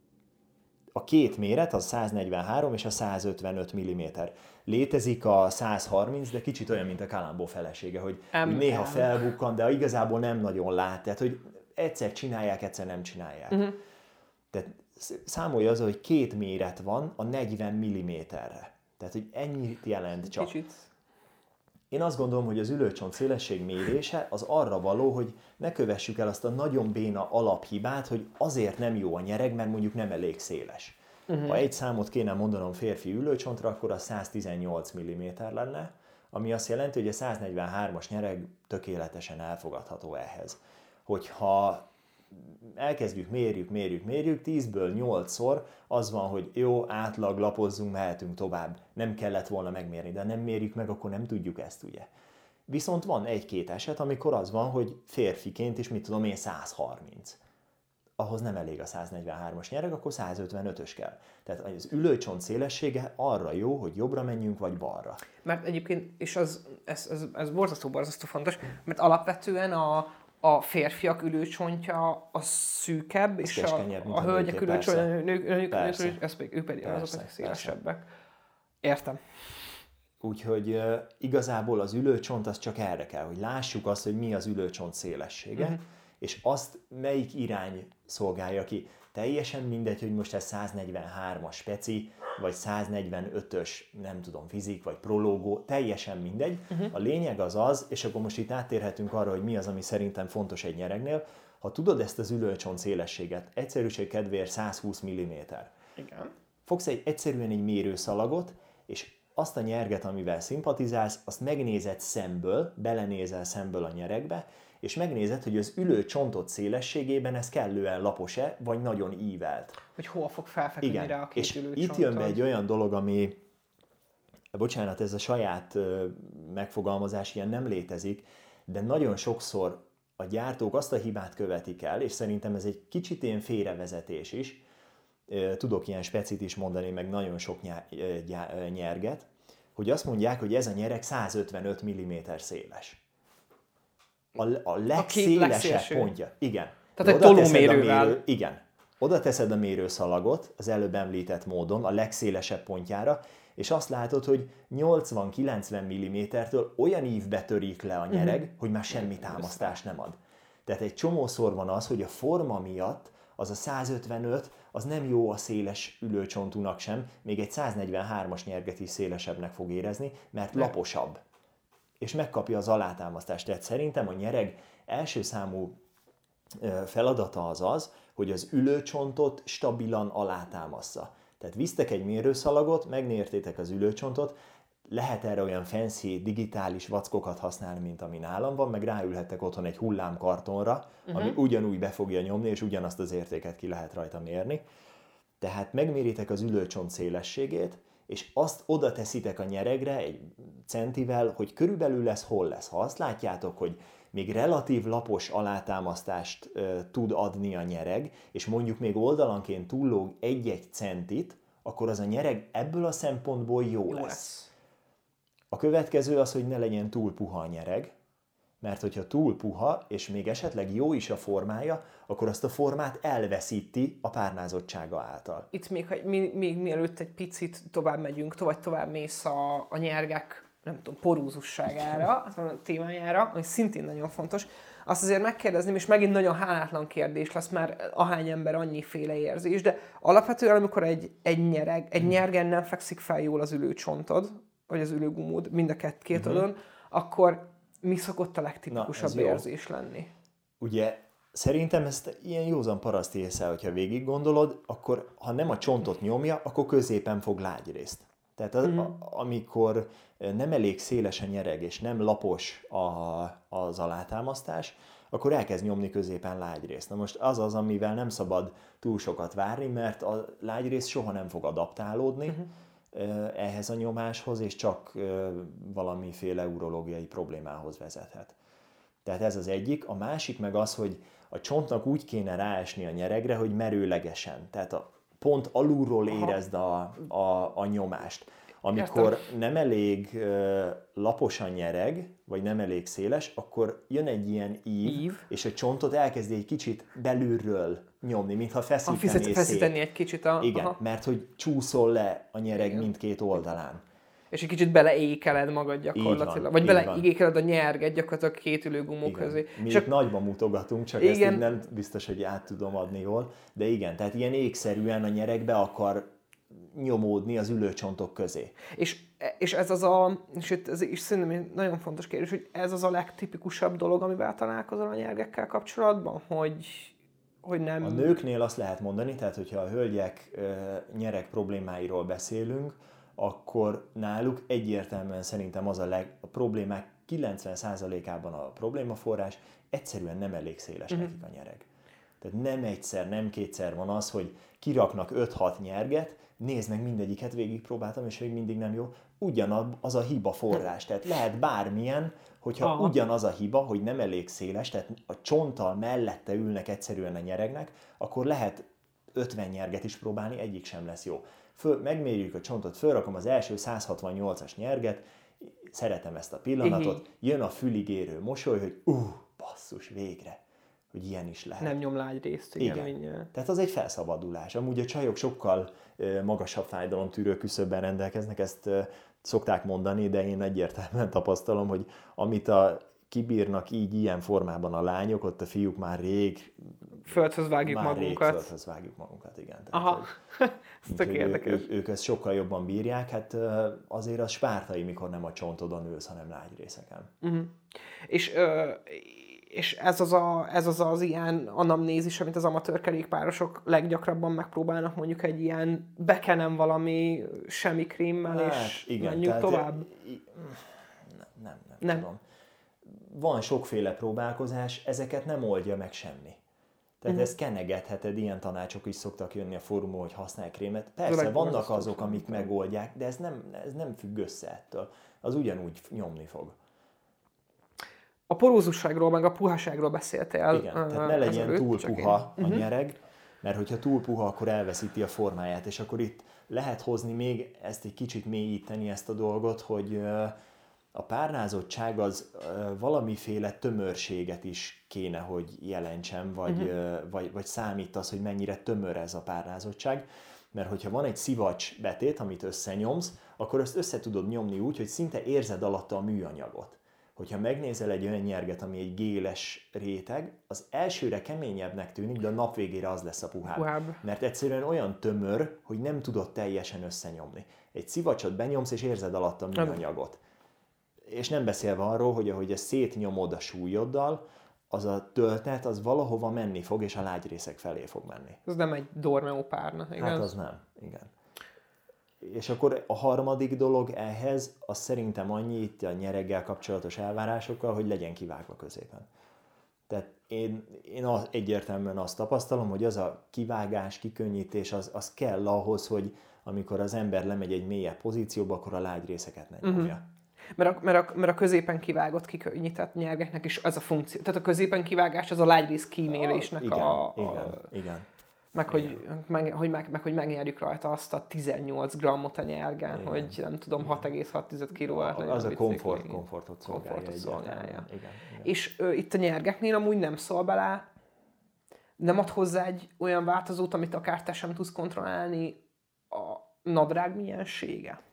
A két méret az száznegyvenhárom és a százötvenöt milliméter. Létezik a száz harminc, de kicsit olyan, mint a Kalambó felesége, hogy M- néha felbukkan, de igazából nem nagyon lát, tehát hogy egyszer csinálják, egyszer nem csinálják. Uh-huh. Tehát számolja az, hogy két méret van a negyven milliméterre. Tehát, hogy ennyit jelent csak. Kicsit. Én azt gondolom, hogy az ülőcsont szélesség mérése az arra való, hogy ne kövessük el azt a nagyon béna alaphibát, hogy azért nem jó a nyereg, mert mondjuk nem elég széles. Uh-huh. Ha egy számot kéne mondanom férfi ülőcsontra, akkor a száztizennyolc milliméter lenne, ami azt jelenti, hogy a száznegyvenhármas nyereg tökéletesen elfogadható ehhez. Hogyha elkezdjük, mérjük, mérjük, mérjük, tízből nyolcszor az van, hogy jó, átlag, lapozzunk, mehetünk tovább. Nem kellett volna megmérni, de nem mérjük meg, akkor nem tudjuk ezt, ugye. Viszont van egy-két eset, amikor az van, hogy férfiként is, mit tudom én, száz harminc. Ahhoz nem elég a száznegyvenhármas nyereg, akkor százötvenötös kell. Tehát az ülőcsont szélessége arra jó, hogy jobbra menjünk, vagy balra. Mert egyébként, és az, ez, ez, ez borzasztó, borzasztó fontos, mert alapvetően a a férfiak ülőcsontja a szűkebb, ez és a, a hölgyek ülőcsontja, a nők ülőcsontja, ez pedig, ők pedig persze, azok szélesebbek. Értem. Úgyhogy uh, igazából az ülőcsont az csak erre kell, hogy lássuk azt, hogy mi az ülőcsont szélessége, uh-huh. és azt melyik irány szolgálja ki. Teljesen mindegy, hogy most ez száznegyvenhármas speci, vagy száznegyvenötös, nem tudom, fizik, vagy prológó, teljesen mindegy. Uh-huh. A lényeg az az, és akkor most itt áttérhetünk arra, hogy mi az, ami szerintem fontos egy nyeregnél, Ha tudod ezt az ülőcsont szélességet, egyszerűség kedvéért száz húsz milliméter. Igen. Fogsz egy, egyszerűen egy mérőszalagot, és azt a nyerget, amivel szimpatizálsz, azt megnézed szemből, belenézel szemből a nyeregbe, és megnézed, hogy az ülőcsontot szélességében ez kellően lapos-e, vagy nagyon ívelt. Hogy hol fog felfeküdni igen. rá a két és ülőcsontod. itt jön be egy olyan dolog, ami, bocsánat, ez a saját uh, megfogalmazás, ilyen nem létezik, de nagyon sokszor a gyártók azt a hibát követik el, és szerintem ez egy kicsit ilyen félrevezetés is, tudok ilyen specit is mondani, meg nagyon sok nyerget, hogy azt mondják, hogy ez a nyereg száz ötvenöt milliméter széles. A, a legszélesebb pontja. Igen. Tehát egy tolómérővel. Mérő, igen. Oda teszed a mérőszalagot az előbb említett módon, a legszélesebb pontjára, és azt látod, hogy nyolcvan-kilencven millimétertől olyan ívbe törik le a nyereg, uh-huh. hogy már semmi támasztást nem ad. Tehát egy csomószor van az, hogy a forma miatt az a száz ötvenöt, az nem jó a széles ülőcsontúnak sem, még egy száznegyvenhármas nyerget is szélesebbnek fog érezni, mert laposabb. És megkapja az alátámasztást. Tehát szerintem a nyereg első számú feladata az az, hogy az ülőcsontot stabilan alátámassza. Tehát visztek egy mérőszalagot, megmértétek az ülőcsontot, lehet erre olyan fancy digitális vackokat használni, mint ami nálam van, meg ráülhettek otthon egy hullámkartonra, uh-huh. ami ugyanúgy be fogja nyomni, és ugyanazt az értéket ki lehet rajta mérni. Tehát megméritek az ülőcsont szélességét, és azt oda teszitek a nyeregre egy centivel, hogy körülbelül lesz, hol lesz. Ha azt látjátok, hogy még relatív lapos alátámasztást ö, tud adni a nyereg, és mondjuk még oldalanként túllóg egy-egy centit, akkor az a nyereg ebből a szempontból jó, jó lesz. lesz. A következő az, hogy ne legyen túl puha a nyereg, mert hogyha túl puha, és még esetleg jó is a formája, akkor azt a formát elveszíti a párnázottsága által. Itt még, még, még mielőtt egy picit tovább megyünk, vagy tovább mész a, a nyergek, nem tudom, porúzusságára, a témájára, ami szintén nagyon fontos, azt azért megkérdezném, és megint nagyon hálátlan kérdés lesz, mert ahány ember annyiféle érzés, de alapvetően amikor egy, egy, nyereg, egy nyergen nem fekszik fel jól az ülőcsontod, vagy az ülőgumód, mind a két, két uh-huh. oldalon, akkor mi szokott a legtipikusabb Na, érzés lenni? Ugye szerintem ezt ilyen józan paraszt észre, hogyha végig gondolod, akkor ha nem a csontot nyomja, akkor középen fog lágyrészt. Tehát az, uh-huh. a, amikor nem elég széles a nyereg, és nem lapos a, az alátámasztás, akkor elkezd nyomni középen lágyrészt. Na most az az, amivel nem szabad túl sokat várni, mert a lágyrész soha nem fog adaptálódni, uh-huh. ehhez a nyomáshoz, és csak valamiféle urológiai problémához vezethet. Tehát ez az egyik. A másik meg az, hogy a csontnak úgy kéne ráesni a nyeregre, hogy merőlegesen. Tehát a pont alulról érezd a, a, a nyomást. Amikor Értem. nem elég uh, lapos a nyereg, vagy nem elég széles, akkor jön egy ilyen ív, ív. és a csontot elkezdi egy kicsit belülről nyomni, mintha feszítené szét. Feszíteni egy kicsit a... Igen, aha. mert hogy csúszol le a nyereg Igen. mindkét oldalán. És egy kicsit beleékeled magad gyakorlatilag. Van, vagy beleékeled a nyerget gyakorlatilag két ülőgumó közé. Mi és itt a... nagyban mutogatunk, csak igen. ezt így nem biztos, hogy át tudom adni jól. De igen, tehát ilyen ékszerűen a nyeregbe akar nyomódni az ülőcsontok közé. És, és ez az a, és ez is szerintem egy nagyon fontos kérdés, hogy ez az a legtipikusabb dolog, amivel találkozol a nyergekkel kapcsolatban, hogy, hogy nem... A nőknél azt lehet mondani, tehát hogyha a hölgyek nyereg problémáiról beszélünk, akkor náluk egyértelműen szerintem az a, leg, a problémák kilencven százalékában a problémaforrás, egyszerűen nem elég széles uh-huh. nekik a nyereg. Tehát nem egyszer, nem kétszer van az, hogy kiraknak öt-hat nyerget, nézd meg, mindegyiket végigpróbáltam, és még mindig nem jó. Ugyanaz a hiba forrás. Tehát lehet bármilyen, hogyha Aha. ugyanaz a hiba, hogy nem elég széles, tehát a csonttal mellette ülnek egyszerűen a nyeregnek, akkor lehet ötven nyerget is próbálni, egyik sem lesz jó. Föl, megmérjük a csontot, fölrakom az első száz hatvannyolcas nyerget, szeretem ezt a pillanatot, jön a fülig érő mosoly, hogy uh, basszus, végre, hogy ilyen is lehet. Nem nyom lágyrészt, igen. igen. Mindjárt. Tehát az egy felszabadulás. Amúgy a csajok sokkal uh, magasabb fájdalomtűrő küszöbben rendelkeznek, ezt uh, szokták mondani, de én egyértelműen tapasztalom, hogy amit a kibírnak így ilyen formában a lányok, ott a fiúk már rég... Földhöz vágjuk már magunkat. Rég földhöz vágjuk magunkat, igen. Tehát, Aha, ez tök érdekes. Ők, ők ezt sokkal jobban bírják, hát azért az spártai, mikor nem a csontodon ülsz, hanem lágyrészeken. Uh-huh. És uh, és ez az, a, ez az az ilyen anamnézis, amit az amatőr kerékpárosok leggyakrabban megpróbálnak mondjuk egy ilyen bekenem valami semmi krémmel, hát, és igen, menjünk tovább. Nem, nem, nem, nem tudom. Van sokféle próbálkozás, ezeket nem oldja meg semmi. Tehát mm. ezt kenegetheted, ilyen tanácsok is szoktak jönni a fórumon, hogy használj krémet. Persze, vannak azok, amik megoldják, de ez nem, ez nem függ össze ettől. Az ugyanúgy nyomni fog. A porózusságról, meg a puhaságról beszéltél. Igen, uh, tehát ne legyen előtt, túl puha én. a nyereg, mert hogyha túl puha, akkor elveszíti a formáját, és akkor itt lehet hozni még, ezt egy kicsit mélyíteni ezt a dolgot, hogy uh, a párnázottság az uh, valamiféle tömörséget is kéne, hogy jelentsen, vagy, uh-huh. uh, vagy, vagy számít az, hogy mennyire tömör ez a párnázottság. Mert hogyha van egy szivacs betét, amit összenyomsz, akkor ezt össze tudod nyomni úgy, hogy szinte érzed alatta a műanyagot. Hogyha megnézel egy olyan nyerget, ami egy géles réteg, az elsőre keményebbnek tűnik, de a nap végére az lesz a puhább. puhább. Mert egyszerűen olyan tömör, hogy nem tudod teljesen összenyomni. Egy szivacsot benyomsz, és érzed alatta a műanyagot. És nem beszélve arról, hogy ahogy ezt szétnyomod a súlyoddal, az a töltet, az valahova menni fog, és a lágy részek felé fog menni. Ez nem egy Dormeo párna, igaz? Hát az nem, igen. És akkor a harmadik dolog ehhez, az szerintem annyi itt a nyereggel kapcsolatos elvárásokkal, hogy legyen kivágva középen. Tehát én, én az, egyértelműen azt tapasztalom, hogy az a kivágás, kikönnyítés, az, az kell ahhoz, hogy amikor az ember lemegy egy mélyebb pozícióba, akkor a lágy részeket ne nyomja. Uh-huh. Mert a, mert, a, mert a középen kivágott, kikönnyített nyergeknek is ez a funkció. Tehát a középen kivágás az a lágyrész kímélésnek igen, a, a... Igen, igen. Meg, hogy, meg, hogy, meg, meg hogy megnyerjük rajta azt a tizennyolc grammot a nyergen, igen. hogy nem tudom, hat egész hat kiló az a komfort, komfortot szolgálja. Komfortot szolgálja. Igen, igen. És ö, itt a nyergeknél amúgy nem szól bele, nem ad hozzá egy olyan változót, amit akár te sem tudsz kontrollálni, a nadrág miensége.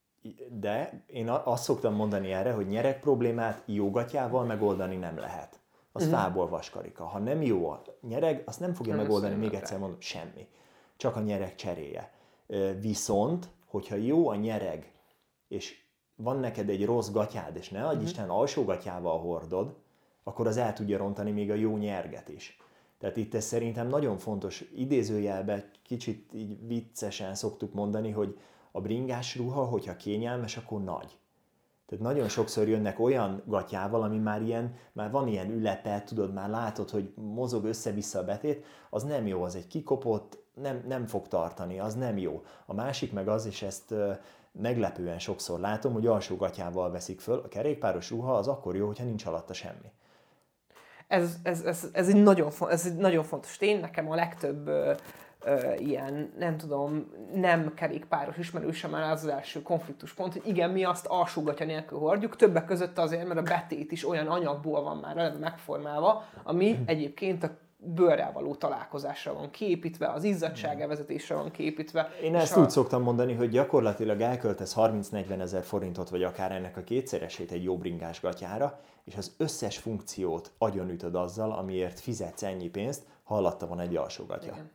De én azt szoktam mondani erre, hogy nyereg problémát jógatjával megoldani nem lehet. Az uh-huh. fából vaskarika. Ha nem jó a nyereg, azt nem fogja nem megoldani, még egyszer rá. mondom, semmi. Csak a nyereg cseréje. Viszont, hogyha jó a nyereg, és van neked egy rossz gatyád, és ne adj uh-huh. Isten alsó gatyával hordod, akkor az el tudja rontani még a jó nyerget is. Tehát itt ez szerintem nagyon fontos, idézőjelben kicsit így viccesen szoktuk mondani, hogy a bringás ruha, hogyha kényelmes, akkor nagy. Tehát nagyon sokszor jönnek olyan gatyával, ami már ilyen, már van ilyen ülepe, tudod, már látod, hogy mozog össze-vissza a betét, az nem jó, az egy kikopott, nem, nem fog tartani, az nem jó. A másik meg az, és ezt uh, meglepően sokszor látom, hogy alsó gatyával veszik föl, a kerékpáros ruha az akkor jó, hogyha nincs alatta semmi. Ez, ez, ez, ez, egy, nagyon, ez egy nagyon fontos tény, nekem a legtöbb uh, uh, ilyen, nem tudom, nem kerékpáros ismerősemmel az az első konfliktuspont, hogy igen, mi azt alsógatya nélkül hordjuk, többek között azért, mert a betét is olyan anyagból van már eleve megformálva, ami egyébként a bőrrel való találkozásra van kiépítve, az izzadságelvezetésre van kiépítve. Én ezt a... úgy szoktam mondani, hogy gyakorlatilag elköltesz harminc-negyven ezer forintot, vagy akár ennek a kétszeresét egy jó bringás gatyára, és az összes funkciót agyonütöd azzal, amiért fizetsz ennyi pénzt, ha alatta van egy alsó gatya. Igen.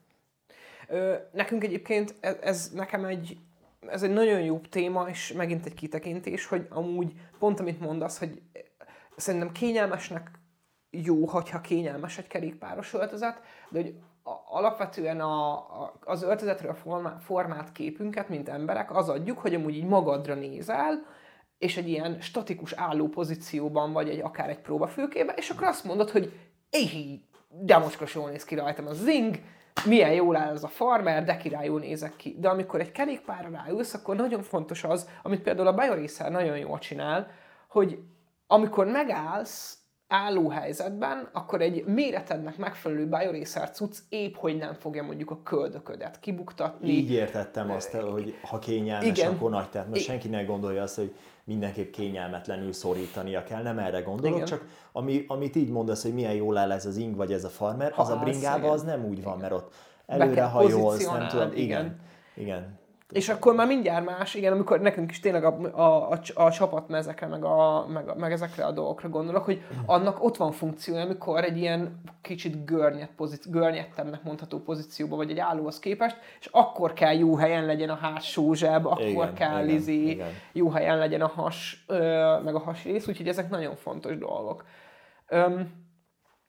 Ö, nekünk egyébként ez, ez nekem egy, ez egy nagyon jó téma, és megint egy kitekintés, hogy amúgy pont amit mondasz, hogy szerintem kényelmesnek jó, hogyha kényelmes egy kerékpáros öltözet, de hogy a, alapvetően a, a, az öltözetről formá, formált képünket, mint emberek, az adjuk, hogy amúgy így magadra nézel, és egy ilyen statikus álló pozícióban vagy egy, akár egy próbafülkében, és akkor azt mondod, hogy éhi, de mocskos jól néz ki rajtam a zing, milyen jól áll az a farmer, de király jól nézek ki. De amikor egy kerékpárra ráülsz, akkor nagyon fontos az, amit például a BioRacer nagyon jól csinál, hogy amikor megállsz álló helyzetben, akkor egy méretednek megfelelő BioRacer cucc épp, hogy nem fogja mondjuk a köldöködet kibuktatni. Így értettem azt, hogy ha kényelmes, igen. akkor nagy. Tehát most I- senki ne gondolja azt, hogy mindenképp kényelmetlenül szorítania kell, nem erre gondolok, igen. csak ami, amit így mondasz, hogy milyen jól áll ez az ing, vagy ez a farmer, ha az a bringában az nem úgy van, igen. mert ott előre hajolsz, nem tudom, igen. igen. igen. És akkor már mindjárt más, igen, amikor nekünk is tényleg a, a, a, a csapatmezekre, meg, a, meg, a, meg ezekre a dolgokra gondolok, hogy annak ott van funkciója, amikor egy ilyen kicsit görnyed pozíci- görnyedtebbnek mondható pozícióban vagy egy állóhoz képest, és akkor kell jó helyen legyen a hátsó zseb, akkor igen, kell igen, izé, igen. jó helyen legyen a has, ö, meg a hasrész, úgyhogy ezek nagyon fontos dolgok. Öm,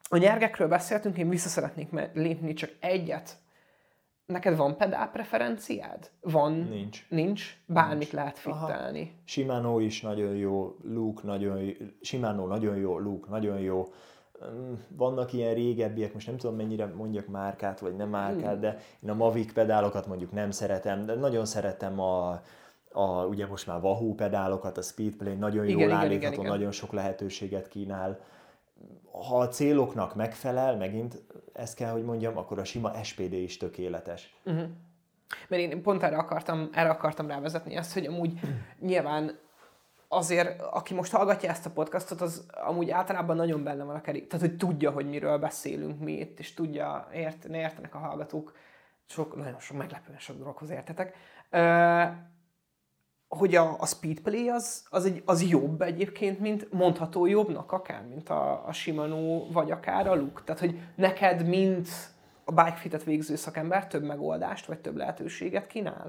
A nyergekről beszéltünk, én vissza szeretnék lépni csak egyet. Neked van pedál preferenciád? Van? Nincs. Nincs? Bármit Nincs. lehet fittelni. Aha. Shimano is nagyon jó, Luke nagyon jó, Shimano nagyon jó, Luke nagyon jó. Vannak ilyen régebbiek, most nem tudom mennyire mondjak márkát, vagy nem márkát, mm. de én a Mavic pedálokat mondjuk nem szeretem, de nagyon szeretem a, a ugye most már Wahoo pedálokat, a Speedplay nagyon igen, jól igen, állítható, igen, igen. nagyon sok lehetőséget kínál. Ha a céloknak megfelel, megint ezt kell, hogy mondjam, akkor a sima es pé dé is tökéletes. Uh-huh. Mert én pont erre akartam, erre akartam rávezetni ezt, hogy amúgy nyilván azért, aki most hallgatja ezt a podcastot, az amúgy általában nagyon benne van a kerék. Tehát, hogy tudja, hogy miről beszélünk mi itt, és tudja, ért, értenek a hallgatók. Sok, nagyon sok, meglepően sok dologhoz értetek. Uh, hogy a, a Speedplay az, az, egy, az jobb egyébként, mint mondható jobbnak akár, mint a, a Shimano, vagy akár a Luke. Tehát, hogy neked, mint a bikefitet végző szakember több megoldást, vagy több lehetőséget kínál?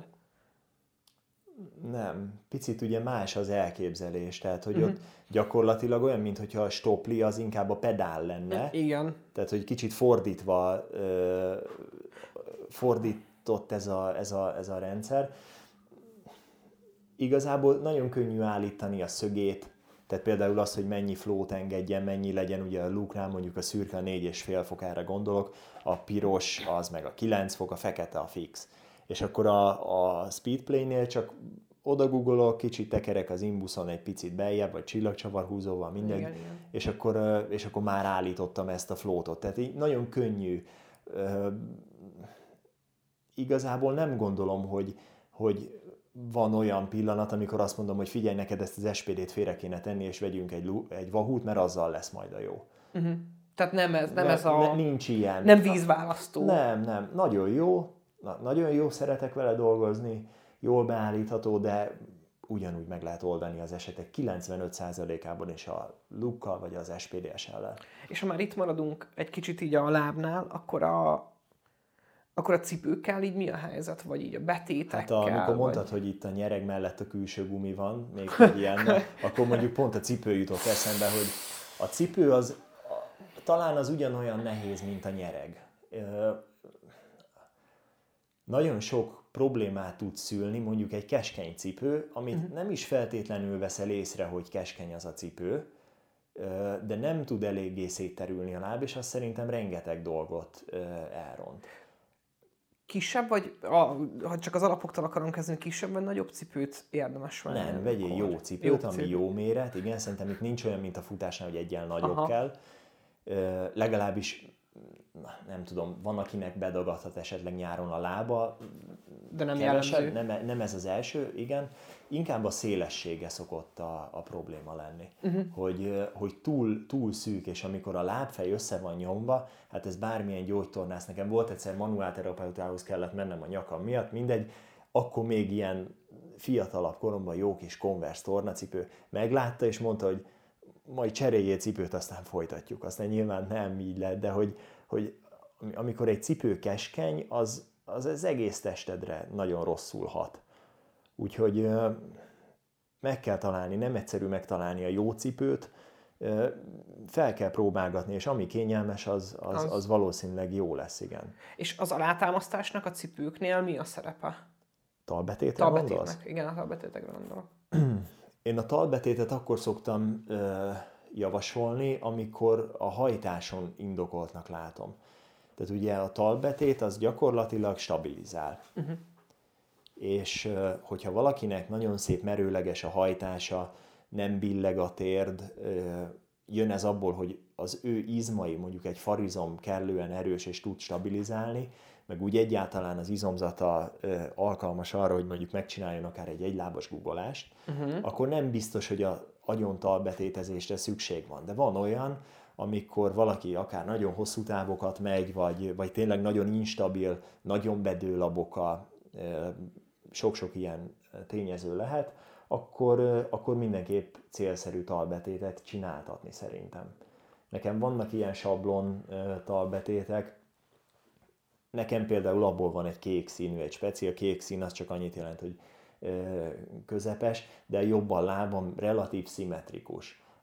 Nem. Picit ugye más az elképzelés. Tehát, hogy uh-huh. ott gyakorlatilag olyan, mintha a stopli az inkább a pedál lenne. Igen. Tehát, hogy kicsit fordítva ö, fordított ez a, ez a, ez a rendszer. Igazából nagyon könnyű állítani a szögét, tehát például az, hogy mennyi flót engedjen, mennyi legyen, ugye a Luke-nál mondjuk a szürke a négy és fél fokára gondolok, a piros az meg a kilenc fok, a fekete a fix. És akkor a, a Speedplay-nél csak oda googolok, kicsit tekerek az imbuszon egy picit beljebb, vagy csillagcsavarhúzóval, mindegy, igen, igen. És, akkor, és akkor már állítottam ezt a flótot. Tehát így nagyon könnyű. Igazából nem gondolom, hogy, hogy van olyan pillanat, amikor azt mondom, hogy figyelj, neked ezt az es pé dét félre kéne tenni, és vegyünk egy, egy Wahoo-t, mert azzal lesz majd a jó. Uh-huh. Tehát nem ez, nem ne, ez a... Ne, nincs ilyen. Nem vízválasztó. Nem, nem. Nagyon jó. Na, nagyon jó, szeretek vele dolgozni, jól beállítható, de ugyanúgy meg lehet oldani az esetek kilencvenöt százalékában is a Luke-kal, vagy az es pé dé es el-lel. És ha már itt maradunk egy kicsit így a lábnál, akkor a Akkor a cipőkkel így mi a helyzet? Vagy így a betétekkel? Hát amikor vagy... mondtad, hogy itt a nyereg mellett a külső gumi van, még egy ilyen, akkor mondjuk pont a cipő jutott eszembe, hogy a cipő az talán az ugyanolyan nehéz, mint a nyereg. Nagyon sok problémát tud szülni, mondjuk egy keskeny cipő, amit uh-huh. nem is feltétlenül veszel észre, hogy keskeny az a cipő, de nem tud eléggé szétterülni a láb, és az szerintem rengeteg dolgot elront. Kisebb, vagy a, ha csak az alapoktól akarom kezdeni, kisebb vagy nagyobb cipőt érdemes venni? Nem, vegyél akkor. jó cipőt, jó ami cipő. jó méret. Igen, szerintem itt nincs olyan, mint a futásnál, hogy egyen nagyobb Aha. kell. Ö, legalábbis, nem tudom, van, akinek bedagadhat esetleg nyáron a lába. De nem Kevesebb, jellemző. nem, nem ez az első, igen. Inkább a szélessége szokott a, a probléma lenni. Uh-huh. Hogy, hogy túl, túl szűk, és amikor a lábfej össze van nyomva, hát ez bármilyen gyógytornász. Nekem volt egyszer manuálterapeutához kellett mennem a nyakam miatt, mindegy, akkor még ilyen fiatalabb koromban jó kis Converse tornacipő meglátta, és mondta, hogy majd cseréljél cipőt, aztán folytatjuk. Aztán nyilván nem így lett, de hogy, hogy amikor egy cipő keskeny, az, az az egész testedre nagyon rosszul hat. Úgyhogy meg kell találni, nem egyszerű megtalálni a jó cipőt, fel kell próbálgatni, és ami kényelmes, az, az, az... az valószínűleg jó lesz, igen. És az alátámasztásnak a cipőknél mi a szerepe? Talbetétre gondolsz? Igen, a talbetétekre gondolok. Én a talbetétet akkor szoktam ö, javasolni, amikor a hajtáson indokoltnak látom. Tehát ugye a talbetét az gyakorlatilag stabilizál. Uh-huh. És hogyha valakinek nagyon szép merőleges a hajtása, nem billeg a térd, jön ez abból, hogy az ő izmai, mondjuk egy farizom kellően erős és tud stabilizálni, meg úgy egyáltalán az izomzata alkalmas arra, hogy mondjuk megcsináljon akár egy egylábas guggolást, uh-huh. akkor nem biztos, hogy a agyontalbetétezésre szükség van. De van olyan, amikor valaki akár nagyon hosszú távokat megy, vagy, vagy tényleg nagyon instabil, nagyon bedől a boka, sok-sok ilyen tényező lehet, akkor, akkor mindenképp célszerű talbetétet csináltatni szerintem. Nekem vannak ilyen sablon talbetétek, nekem például abból van egy kék színű, egy speciál kék szín, az csak annyit jelent, hogy közepes, de jobb a lábam, relatív szimmetrikus.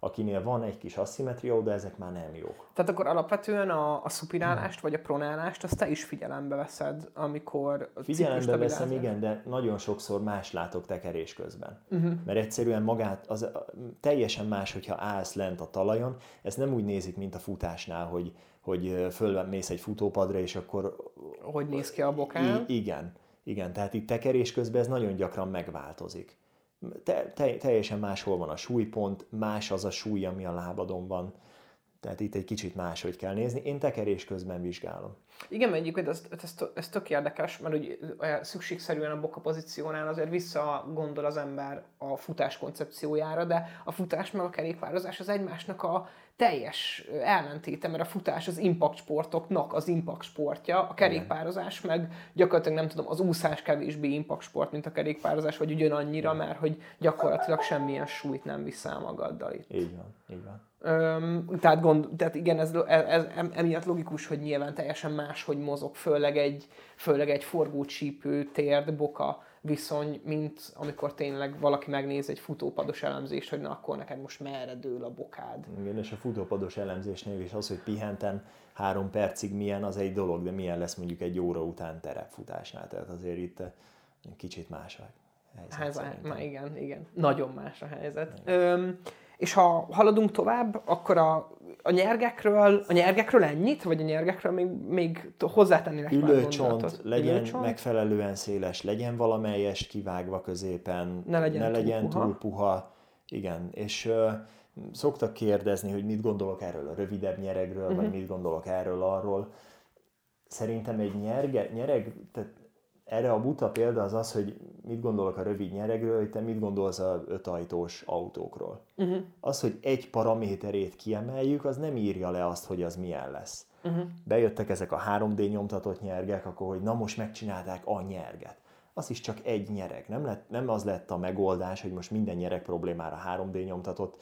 akinél van egy kis asszimetria, de ezek már nem jók. Tehát akkor alapvetően a, a szupinálást vagy a pronálást azt te is figyelembe veszed, amikor Figyelembe veszem, igen, de nagyon sokszor más látok tekerés közben. Uh-huh. Mert egyszerűen magát, az, teljesen más, hogyha állsz lent a talajon, ez nem úgy nézik, mint a futásnál, hogy, hogy fölmész egy futópadra, és akkor... Hogy néz ki a bokán? Igen, igen, tehát itt tekerés közben ez nagyon gyakran megváltozik. Te, te, teljesen máshol van a súlypont, más az a súly, ami a lábadon van. Tehát itt egy kicsit máshogy kell nézni. Én tekerés közben vizsgálom. Igen, egyébként ez, ez, ez tök érdekes, mert úgy szükségszerűen a boka pozíciónál azért visszagondol az ember a futás koncepciójára, de a futás meg a kerékpározás az egymásnak a teljes ellentéte, mert a futás az impact sportoknak az impact sportja, a kerékpározás meg gyakorlatilag nem tudom, az úszás kevésbé impact sport, mint a kerékpározás, vagy ugyanannyira, mert hogy gyakorlatilag semmilyen súlyt nem viszel magaddal itt. Így van, így van. Öm, tehát, gond, tehát igen, ez, ez, emiatt logikus, hogy nyilván teljesen máshogy mozog, főleg egy, főleg egy forgócsípő, térd, boka viszony, mint amikor tényleg valaki megnéz egy futópados elemzést, hogy na akkor neked most merre dől a bokád. Igen, és a futópados elemzésnél is az, hogy pihenten három percig milyen, az egy dolog, de milyen lesz mondjuk egy óra után terepfutásnál. Tehát azért itt kicsit más a helyzet. Hát, ma igen, igen. Nagyon más a helyzet. Öm, és ha haladunk tovább, akkor a, a nyergekről, a nyergekről ennyit? Vagy a nyergekről még, még hozzátennél egy Ülőcsont, legyen Ülőcsont. Megfelelően széles, legyen valamelyest kivágva középen, ne legyen, ne túl, legyen puha. túl puha. Igen, és uh, szoktak kérdezni, hogy mit gondolok erről a rövidebb nyeregről, uh-huh. vagy mit gondolok erről arról. Szerintem egy nyerge, nyereg, tehát erre a buta példa az az, hogy mit gondolok a rövid nyeregről, hogy te mit gondolsz az ötajtós autókról. Uh-huh. Az, hogy egy paraméterét kiemeljük, az nem írja le azt, hogy az milyen lesz. Uh-huh. Bejöttek ezek a három dé nyomtatott nyergek, akkor hogy na most megcsinálták a nyerget. Az is csak egy nyereg. Nem, lett, nem az lett a megoldás, hogy most minden nyereg problémára három dé nyomtatott.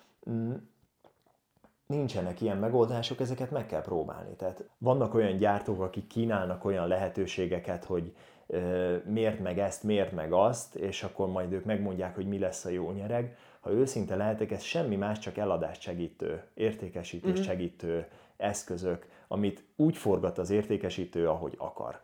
Nincsenek ilyen megoldások, ezeket meg kell próbálni. Tehát vannak olyan gyártók, akik kínálnak olyan lehetőségeket, hogy euh, miért meg ezt, miért meg azt, és akkor majd ők megmondják, hogy mi lesz a jó nyereg. Ha őszinte lehetek, ez semmi más, csak eladást segítő, értékesítés mm-hmm. segítő eszközök, amit úgy forgat az értékesítő, ahogy akar.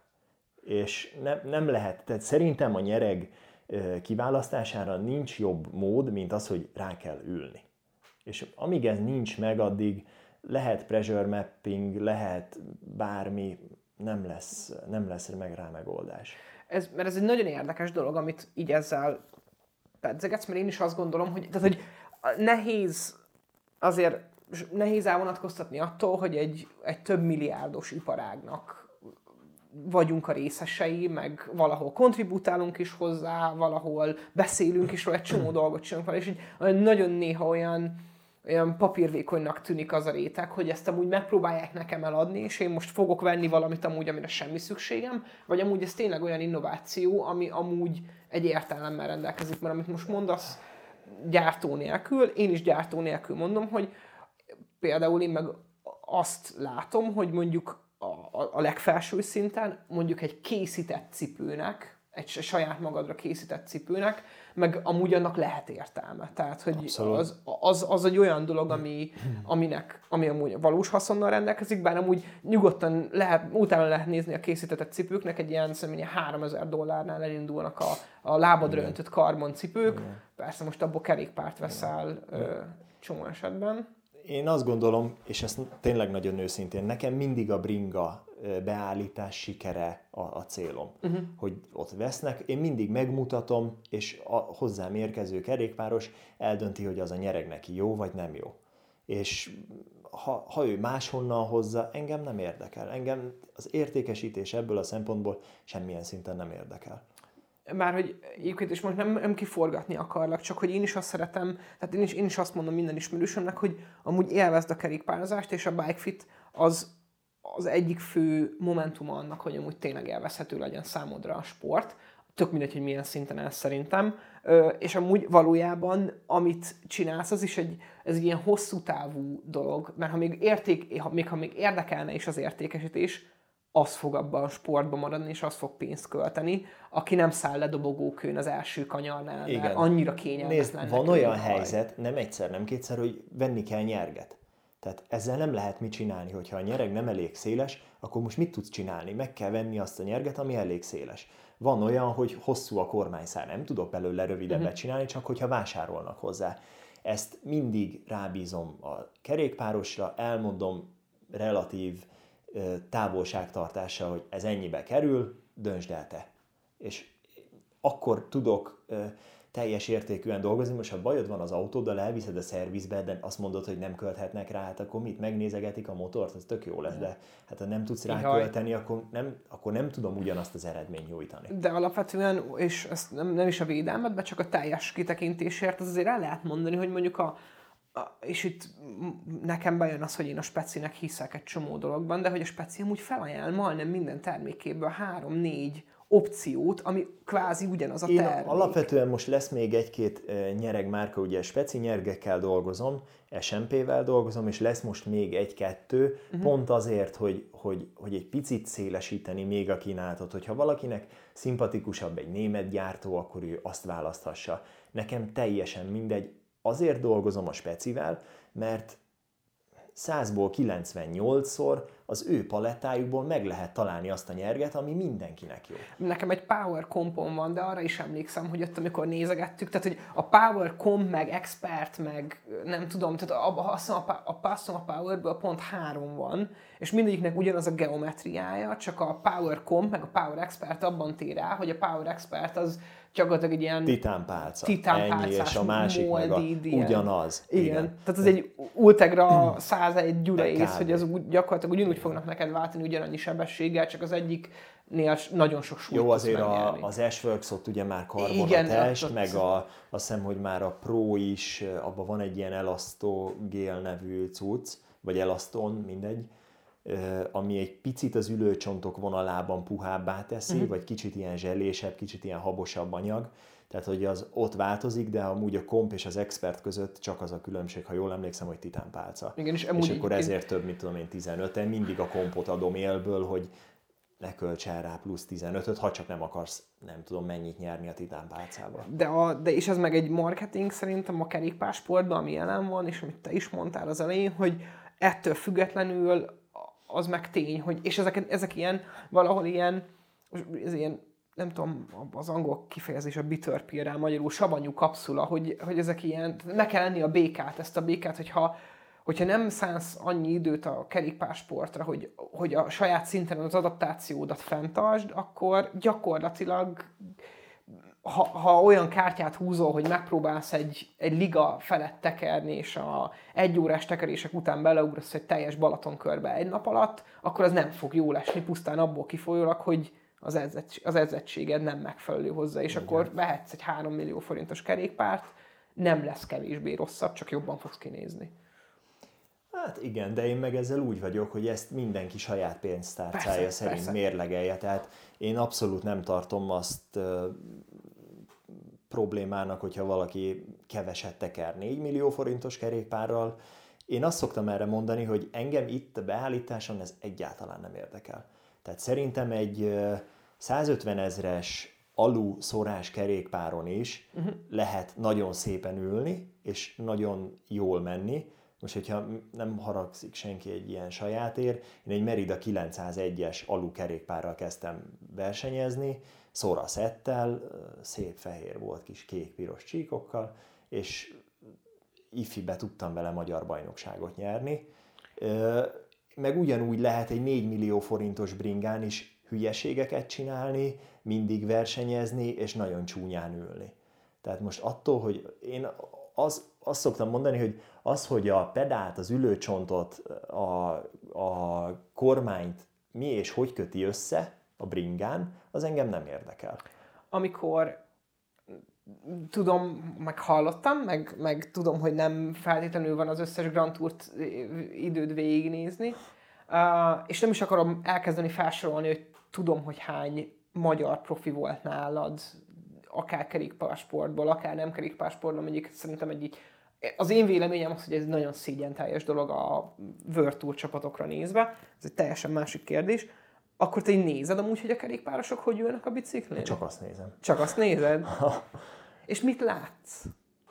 És nem, nem lehet, tehát szerintem a nyereg kiválasztására nincs jobb mód, mint az, hogy rá kell ülni. És amíg ez nincs meg, addig lehet pressure mapping, lehet bármi, nem lesz, nem lesz meg rá megoldás. Ez, mert ez egy nagyon érdekes dolog, amit így ezzel pedzegetsz, mert én is azt gondolom, hogy, tehát, hogy nehéz, azért nehéz elvonatkoztatni attól, hogy egy, egy több milliárdos iparágnak vagyunk a részesei, meg valahol kontribútálunk is hozzá, valahol beszélünk is róla, egy csomó dolgot csinálunk vele, és így nagyon néha olyan, olyan papírvékonynak tűnik az a réteg, hogy ezt amúgy megpróbálják nekem eladni, és én most fogok venni valamit amúgy, amire semmi szükségem, vagy amúgy ez tényleg olyan innováció, ami amúgy egy értelemmel rendelkezik, mert amit most mondasz gyártó nélkül, én is gyártó nélkül mondom, hogy például én meg azt látom, hogy mondjuk A, a legfelső szinten mondjuk egy készített cipőnek, egy saját magadra készített cipőnek, meg amúgy annak lehet értelme. Tehát, hogy az, az, az egy olyan dolog, ami, aminek, ami amúgy valós haszonnal rendelkezik, bár amúgy nyugodtan lehet, utána lehet nézni a készített cipőknek, egy ilyen személyen háromezer dollárnál elindulnak a, a lábadra öntött karbon cipők. Igen. Persze most abból kerékpárt veszel ö, csomó esetben. Én azt gondolom, és ezt tényleg nagyon őszintén, nekem mindig a bringa beállítás sikere a, a célom. Uh-huh. Hogy ott vesznek, én mindig megmutatom, és a hozzám érkező kerékpáros eldönti, hogy az a nyereg neki jó, vagy nem jó. És ha, ha ő máshonnan hozza, engem nem érdekel. Engem az értékesítés ebből a szempontból semmilyen szinten nem érdekel. Már hogy egyébként is most nem, nem kiforgatni akarlak, csak hogy én is azt szeretem, tehát én is, én is azt mondom minden ismerősömnek, hogy amúgy élvezd a kerékpározást, és a BikeFit az, az egyik fő momentuma annak, hogy amúgy tényleg élvezhető legyen számodra a sport. Tök mindegy, hogy milyen szinten ez szerintem. És amúgy valójában, amit csinálsz, az is egy, ez egy ilyen hosszú távú dolog, mert ha még, érték, még ha még érdekelne is az értékesítés, az fog abban a sportban maradni, és az fog pénzt költeni, aki nem száll le dobogókőn az első kanyarnál, Igen. mert annyira kényelmetlen. Nézd, van olyan helyzet, nem egyszer, nem kétszer, hogy venni kell nyerget. Tehát ezzel nem lehet mit csinálni, hogyha a nyereg nem elég széles, akkor most mit tudsz csinálni? Meg kell venni azt a nyerget, ami elég széles. Van olyan, hogy hosszú a kormányszár, nem tudok belőle rövidebbet uh-huh. csinálni, csak hogyha vásárolnak hozzá. Ezt mindig rábízom a kerékpárosra, elmondom relatív távolságtartással, hogy ez ennyibe kerül, döntsd el te. És akkor tudok teljes értékűen dolgozni. Most ha bajod van az autóddal, elviszed a szervizbe, de azt mondod, hogy nem költhetnek rá, hát akkor mit, megnézegetik a motort, az tök jó lesz, de hát ha nem tudsz rá Ihaj. költeni, akkor nem, akkor nem tudom ugyanazt az eredményt nyújtani. De alapvetően, és ezt nem, nem is a védelmetben, csak a teljes kitekintésért, az azért el lehet mondani, hogy mondjuk a, a és itt nekem bejön az, hogy én a Specinek hiszek egy csomó dologban, de hogy a Speci amúgy felajánl majdnem minden termékéből három-négy opciót, ami kvázi ugyanaz a termék. Én alapvetően most lesz még egy-két nyereg márka, ugye Speci nyergekkel dolgozom, es em pé-vel dolgozom, és lesz most még egy-kettő, uh-huh. pont azért, hogy, hogy, hogy egy picit szélesíteni még a kínálatot, hogyha valakinek szimpatikusabb egy német gyártó, akkor ő azt választhassa. Nekem teljesen mindegy, azért dolgozom a Specivel, mert százból kilencvennyolcszor az ő palettájukból meg lehet találni azt a nyerget, ami mindenkinek jó. Nekem egy Power kompom van, de arra is emlékszem, hogy ott amikor nézegettük, tehát hogy a Power Comp, meg Expert, meg nem tudom, tehát a, azt hiszem a, a, azt hiszem a Powerből pont három van, és mindegyiknek ugyanaz a geometriája, csak a Power Comp, meg a Power Expert abban tér rá, hogy a Power Expert az gyakorlatilag egy ilyen titánpálca, titánpálcás, ennyi, és a másik meg a, ugyanaz. Igen. igen. Tehát ez egy Ultegra százegy Gyura ész, hogy az úgy, gyakorlatilag ugyanúgy fognak neked váltani ugyanannyi sebességgel, csak az egyiknél nagyon sok súlyt. Jó, azért a, az S-Works ott ugye már karbon a test, meg a, azt hiszem, hogy már a Pro is, abban van egy ilyen Elastogel nevű cucc, vagy Elaston, mindegy, ami egy picit az ülőcsontok vonalában puhábbá teszi, uh-huh. vagy kicsit ilyen zselésebb, kicsit ilyen habosabb anyag. Tehát, hogy az ott változik, de amúgy a Comp és az Expert között csak az a különbség, ha jól emlékszem, hogy titánpálca. Igen, és, és akkor ezért több, mint tudom én, tizenöten. Mindig a Compot adom élből, hogy ne költs el rá plusz tizenötöt, ha csak nem akarsz, nem tudom mennyit nyerni a titánpálcával. De, a, de és ez meg egy marketing szerintem a kerékpársportban, ami jelen van, és amit te is mondtál az elején, hogy ettől függetlenül az meg tény, hogy, és ezek, ezek ilyen, valahol ilyen, ez ilyen, nem tudom, az angol kifejezés a bitter pill, magyarul savanyú kapszula, hogy, hogy ezek ilyen, meg kell lenni a békát, ezt a békát, hogyha, hogyha nem szánsz annyi időt a kerékpársportra, hogy, hogy a saját szinten az adaptációdat fenntartsd, akkor gyakorlatilag Ha, ha olyan kártyát húzol, hogy megpróbálsz egy, egy liga felett tekerni, és a egy órás tekerések után beleugrasz egy teljes Balatonkörbe egy nap alatt, akkor az nem fog jól esni, pusztán abból kifolyólag, hogy az, edzett, az edzettséged nem megfelelő hozzá, és igen. akkor vehetsz egy három millió forintos kerékpárt, nem lesz kevésbé rosszabb, csak jobban fogsz kinézni. Hát igen, de én meg ezzel úgy vagyok, hogy ezt mindenki saját pénztárcája persze, szerint persze. mérlegelje. Tehát én abszolút nem tartom azt uh, problémának, hogyha valaki keveset teker négy millió forintos kerékpárral. Én azt szoktam erre mondani, hogy engem itt a beállításon ez egyáltalán nem érdekel. Tehát szerintem egy uh, százötven ezres alu szórás kerékpáron is uh-huh. lehet nagyon szépen ülni, és nagyon jól menni. Most, hogyha nem haragszik senki egy ilyen sajátért, én egy Merida kilencszázegyes alu kerékpárral kezdtem versenyezni, szóra szettel, szép fehér volt kis kék-piros csíkokkal, és ifibe tudtam vele magyar bajnokságot nyerni. Meg ugyanúgy lehet egy négy millió forintos bringán is hülyeségeket csinálni, mindig versenyezni, és nagyon csúnyán ülni. Tehát most attól, hogy én az, azt szoktam mondani, hogy az, hogy a pedált, az ülőcsontot, a, a kormányt mi és hogy köti össze a bringán, az engem nem érdekel. Amikor tudom, meg hallottam, meg, meg tudom, hogy nem feltétlenül van az összes Grand Tourt időd végignézni, uh, és nem is akarom elkezdeni felsorolni, hogy tudom, hogy hány magyar profi volt nálad, akár kerékpársportból, akár nem kerékpársportból, mondjuk szerintem egy, az én véleményem az, hogy ez nagyon szégyenteljes dolog a World Tour csapatokra nézve, ez egy teljesen másik kérdés. akkor te így nézed amúgy, hogy a kerékpárosok hogy ülnek a biciklén? Csak azt nézem. Csak azt nézed? És mit látsz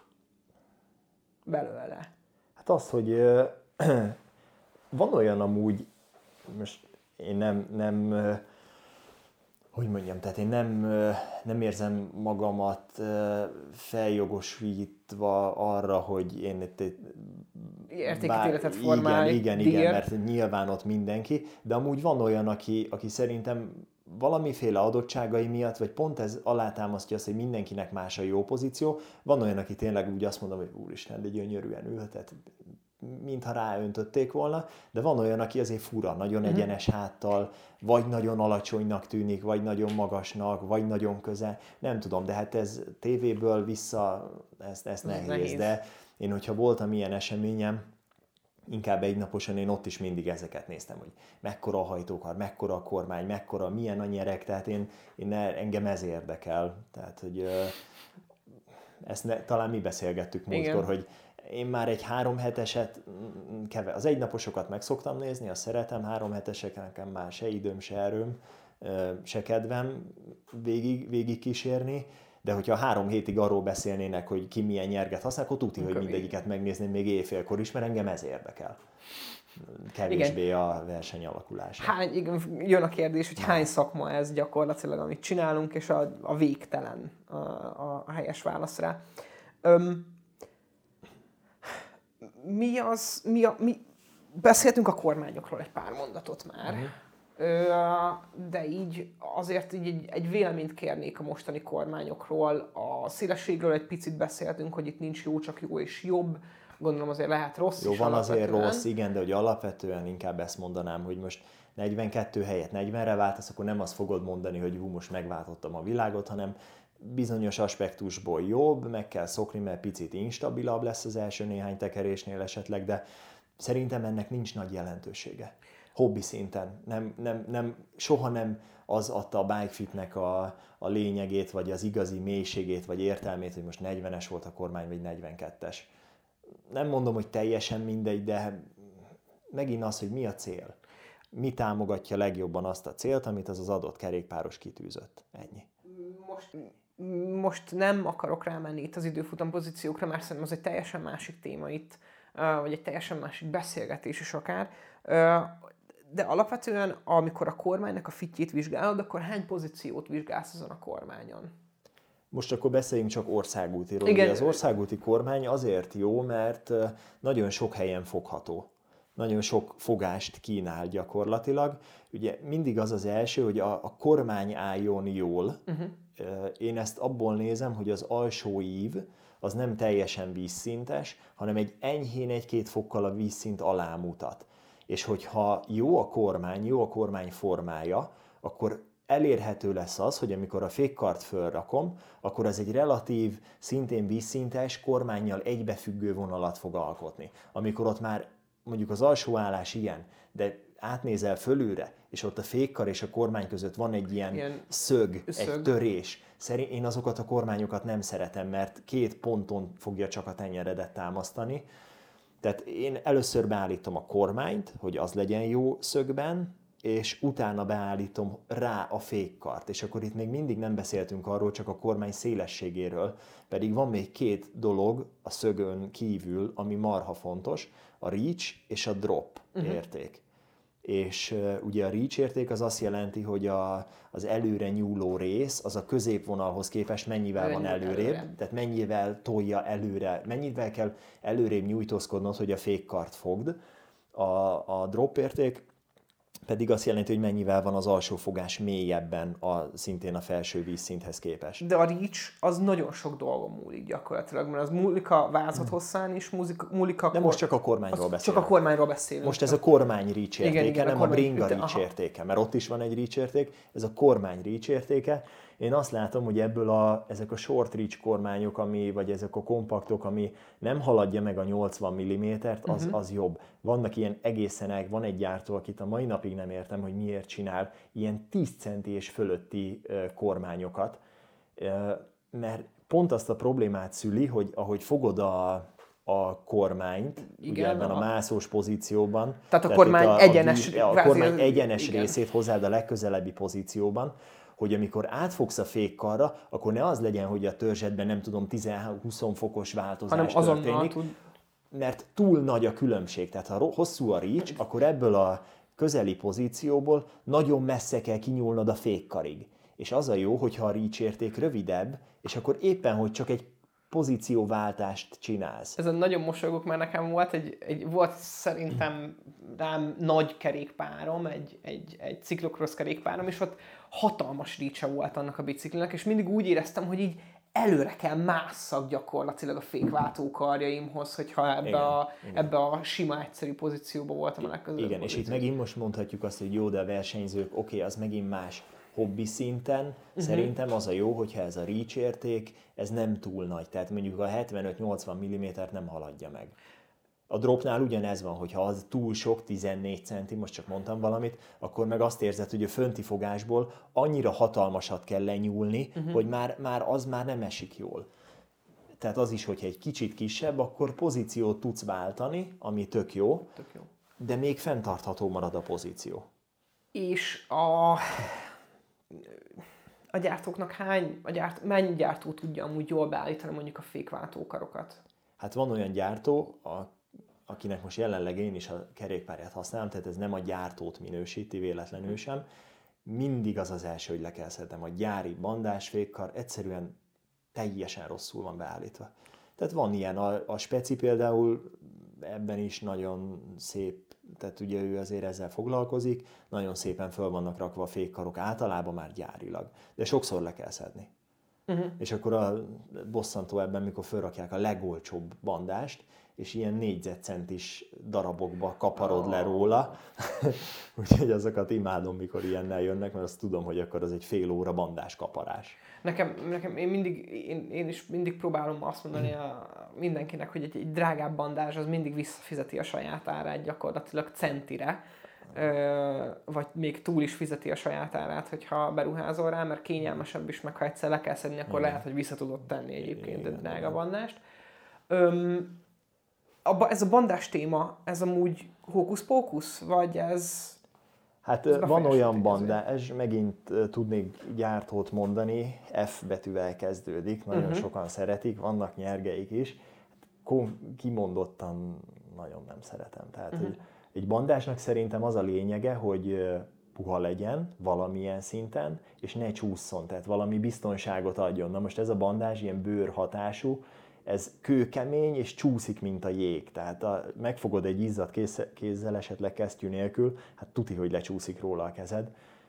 belőle? Hát az, hogy ö, van olyan amúgy, most én nem, nem ö, hogy mondjam, tehát én nem, ö, nem érzem magamat ö, feljogosítva arra, hogy én itt értékítéletet formálj. Igen, igen, igen, mert nyilván ott mindenki, de amúgy van olyan, aki, aki szerintem valamiféle adottságai miatt, vagy pont ez alátámasztja azt, hogy mindenkinek más a jó pozíció. Van olyan, aki tényleg úgy azt mondom, hogy úristen, de gyönyörűen ülhetett, mintha ráöntötték volna, de van olyan, aki azért fura, nagyon egyenes háttal, vagy nagyon alacsonynak tűnik, vagy nagyon magasnak, vagy nagyon közel, nem tudom, de hát ez tévéből vissza, ez, ez nehéz. nehéz, de én, hogyha voltam ilyen eseményem, inkább egynaposan én ott is mindig ezeket néztem, hogy mekkora a hajtókar, mekkora a kormány, mekkora, milyen a nyereg, tehát én, én engem ez érdekel, tehát hogy ezt ne, talán mi beszélgettük múltkor, hogy én már egy három heteset, keve, az egynaposokat meg szoktam nézni, azt szeretem, három heteseken már se időm, se erőm, se kedvem végig, végig kísérni, de hogyha három hétig arról beszélnének, hogy ki milyen nyerget használ, akkor tuti, hogy mindegyiket megnézném még éjfélkor is, mert engem ez érdekel. Kevésbé igen. A verseny alakulása. Hány, igen, jön a kérdés, hogy hány szakma ez gyakorlatilag, amit csinálunk, és a, a végtelen a, a, a helyes válasz rá. Öm, mi az, mi a, mi, beszéltünk a kormányokról egy pár mondatot már, uh-huh. Ö, de így azért így egy, egy véleményt kérnék a mostani kormányokról. A szélességről egy picit beszéltünk, hogy itt nincs jó, csak jó és jobb. Gondolom azért lehet rossz jó, is. Jó, van azért rossz, igen, de hogy alapvetően inkább ezt mondanám, hogy most negyvenkettő helyett negyvenre váltasz, akkor nem azt fogod mondani, hogy hú, most megváltottam a világot, hanem bizonyos aspektusból jobb, meg kell szokni, mert picit instabilabb lesz az első néhány tekerésnél esetleg, de szerintem ennek nincs nagy jelentősége. Hobbi szinten. Nem, nem, nem, soha nem az adta a bikefitnek a, a lényegét, vagy az igazi mélységét, vagy értelmét, hogy most negyvenes volt a kormány, vagy negyvenkettes. Nem mondom, hogy teljesen mindegy, de megint az, hogy mi a cél. Mi támogatja legjobban azt a célt, amit az az adott kerékpáros kitűzött. Ennyi. Most, most nem akarok rámenni itt az időfutam pozíciókra, mert szerintem az egy teljesen másik téma itt, vagy egy teljesen másik beszélgetés is akár. De alapvetően, amikor a kormánynak a fitjét vizsgálod, akkor hány pozíciót vizsgálsz azon a kormányon? Most akkor beszéljünk csak országútiról. Ugye az országúti kormány azért jó, mert nagyon sok helyen fogható. Nagyon sok fogást kínál gyakorlatilag. Ugye mindig az az első, hogy a, a kormány álljon jól. Uh-huh. Én ezt abból nézem, hogy az alsó ív az nem teljesen vízszintes, hanem egy enyhén egy-két fokkal a vízszint alá mutat. És hogyha jó a kormány, jó a kormány formája, akkor elérhető lesz az, hogy amikor a fékkart fölrakom, akkor az egy relatív, szintén vízszintes kormánnyal egybefüggő vonalat fog alkotni. Amikor ott már mondjuk az alsó állás ilyen, de átnézel fölülre, és ott a fékkar és a kormány között van egy ilyen, ilyen szög, szög, egy törés. Szerint én azokat a kormányokat nem szeretem, mert két ponton fogja csak a tenyeredet támasztani. Tehát én először beállítom a kormányt, hogy az legyen jó szögben, és utána beállítom rá a fékkart. És akkor itt még mindig nem beszéltünk arról, csak a kormány szélességéről, pedig van még két dolog a szögön kívül, ami marha fontos, a reach és a drop uh-huh. érték. És uh, ugye a reach érték az azt jelenti, hogy a, az előre nyúló rész, az a középvonalhoz képest mennyivel Ön, van előrébb, előre. Tehát mennyivel tolja előre, mennyivel kell előrébb nyújtózkodnod, hogy a fékkart fogd. A, a drop érték pedig azt jelenti, hogy mennyivel van az alsó fogás mélyebben a, szintén a felső vízszinthez képest. De a reach az nagyon sok dolgon múlik gyakorlatilag, mert az múlik a vázat hosszán is, múlik a... De most csak a kormányról beszélünk. Csak a kormányról beszélünk. Most ez a kormány reach értéke, igen, igen, nem a, kormány... a bringa reach értéke, mert ott is van egy reach érték, ez a kormány reach értéke. Én azt látom, hogy ebből a, ezek a short reach kormányok, ami, vagy ezek a kompaktok, ami nem haladja meg a nyolcvan millimétert, az, uh-huh. az jobb. Vannak ilyen egészen, van egy gyártó, akit a mai napig nem értem, hogy miért csinál ilyen tíz centi és fölötti uh, kormányokat, uh, mert pont azt a problémát szüli, hogy ahogy fogod a, a kormányt, igen, ugye ebben a, a mászós pozícióban. Tehát a Tehát kormány a, egyenes, a, a kormány egyenes részét hozzád a legközelebbi pozícióban, hogy amikor átfogsz a fékkarra, akkor ne az legyen, hogy a törzsedben nem tudom tíz-húsz fokos változás hanem történik, tud... mert túl nagy a különbség. Tehát ha hosszú a reach, akkor ebből a közeli pozícióból nagyon messze kell kinyúlnod a fékkarig. És az a jó, hogyha a reach érték rövidebb, és akkor éppen, hogy csak egy pozícióváltást csinálsz. Ezen nagyon mosolygok, mert nekem volt egy, egy volt szerintem rám nagy kerékpárom, egy, egy, egy ciklokrosz kerékpárom, és ott hatalmas reach-e volt annak a biciklinek, és mindig úgy éreztem, hogy így előre kell másszak gyakorlatilag a fékváltó karjaimhoz, hogyha ebbe, igen, a, igen. ebbe a sima, egyszerű pozícióba voltam a legközelebb. Igen, pozíció. És itt megint most mondhatjuk azt, hogy jó, de a versenyzők, oké, okay, az megint más hobbi szinten. Uh-huh. Szerintem az a jó, hogyha ez a reach érték, ez nem túl nagy, tehát mondjuk a hetvenöt-nyolcvan millimétert nem haladja meg. A dropnál ugyanez van, hogyha az túl sok, tizennégy centi, most csak mondtam valamit, akkor meg azt érzed, hogy a fönti fogásból annyira hatalmasat kell lenyúlni, uh-huh. hogy már, már az már nem esik jól. Tehát az is, hogyha egy kicsit kisebb, akkor pozíciót tudsz váltani, ami tök jó, tök jó. De még fenntartható marad a pozíció. És a... a gyártóknak hány, a gyárt, mennyi gyártó tudja amúgy jól beállítani mondjuk a fékváltókarokat? Hát van olyan gyártó, a, akinek most jelenleg én is a kerékpárját használom, tehát ez nem a gyártót minősíti véletlenül sem. Mindig az az első, hogy le kell szednem. A gyári bandás fékkar egyszerűen teljesen rosszul van beállítva. Tehát van ilyen, a, a Speci például ebben is nagyon szép, tehát ugye ő azért ezzel foglalkozik, nagyon szépen föl vannak rakva a fékkarok, általában már gyárilag, de sokszor le kell szedni. Uh-huh. És akkor a bosszantó ebben, mikor fölrakják a legolcsóbb bandást, és ilyen négyzetcentis darabokba kaparod oh. le róla. Úgyhogy azokat imádom, mikor ilyennel jönnek, mert azt tudom, hogy akkor az egy fél óra bandás kaparás. Nekem, nekem én, mindig, én, én is mindig próbálom azt mondani a mindenkinek, hogy egy, egy drágább bandás az mindig visszafizeti a saját árát gyakorlatilag centire, ö, vagy még túl is fizeti a saját árát, hogyha beruházol rá, mert kényelmesebb is, meg ha egyszer le kell szedni, akkor igen. lehet, hogy vissza tudod tenni egyébként igen, egy drága igen. bandást. Öm, a, ez a bandás téma, ez amúgy hókusz-pókusz, vagy ez... Hát ez van olyan bandás, megint uh, tudnék gyártót mondani, F betűvel kezdődik, nagyon uh-huh. sokan szeretik, vannak nyergeik is, kimondottan nagyon nem szeretem. Tehát uh-huh. hogy egy bandásnak szerintem az a lényege, hogy uh, puha legyen valamilyen szinten, és ne csúszson, tehát valami biztonságot adjon. Na most ez a bandás ilyen bőr hatású, ez kőkemény és csúszik, mint a jég. Tehát a, megfogod egy izzadt kéz, kézzel, esetleg kesztyű nélkül, hát tuti, hogy lecsúszik róla a kezed.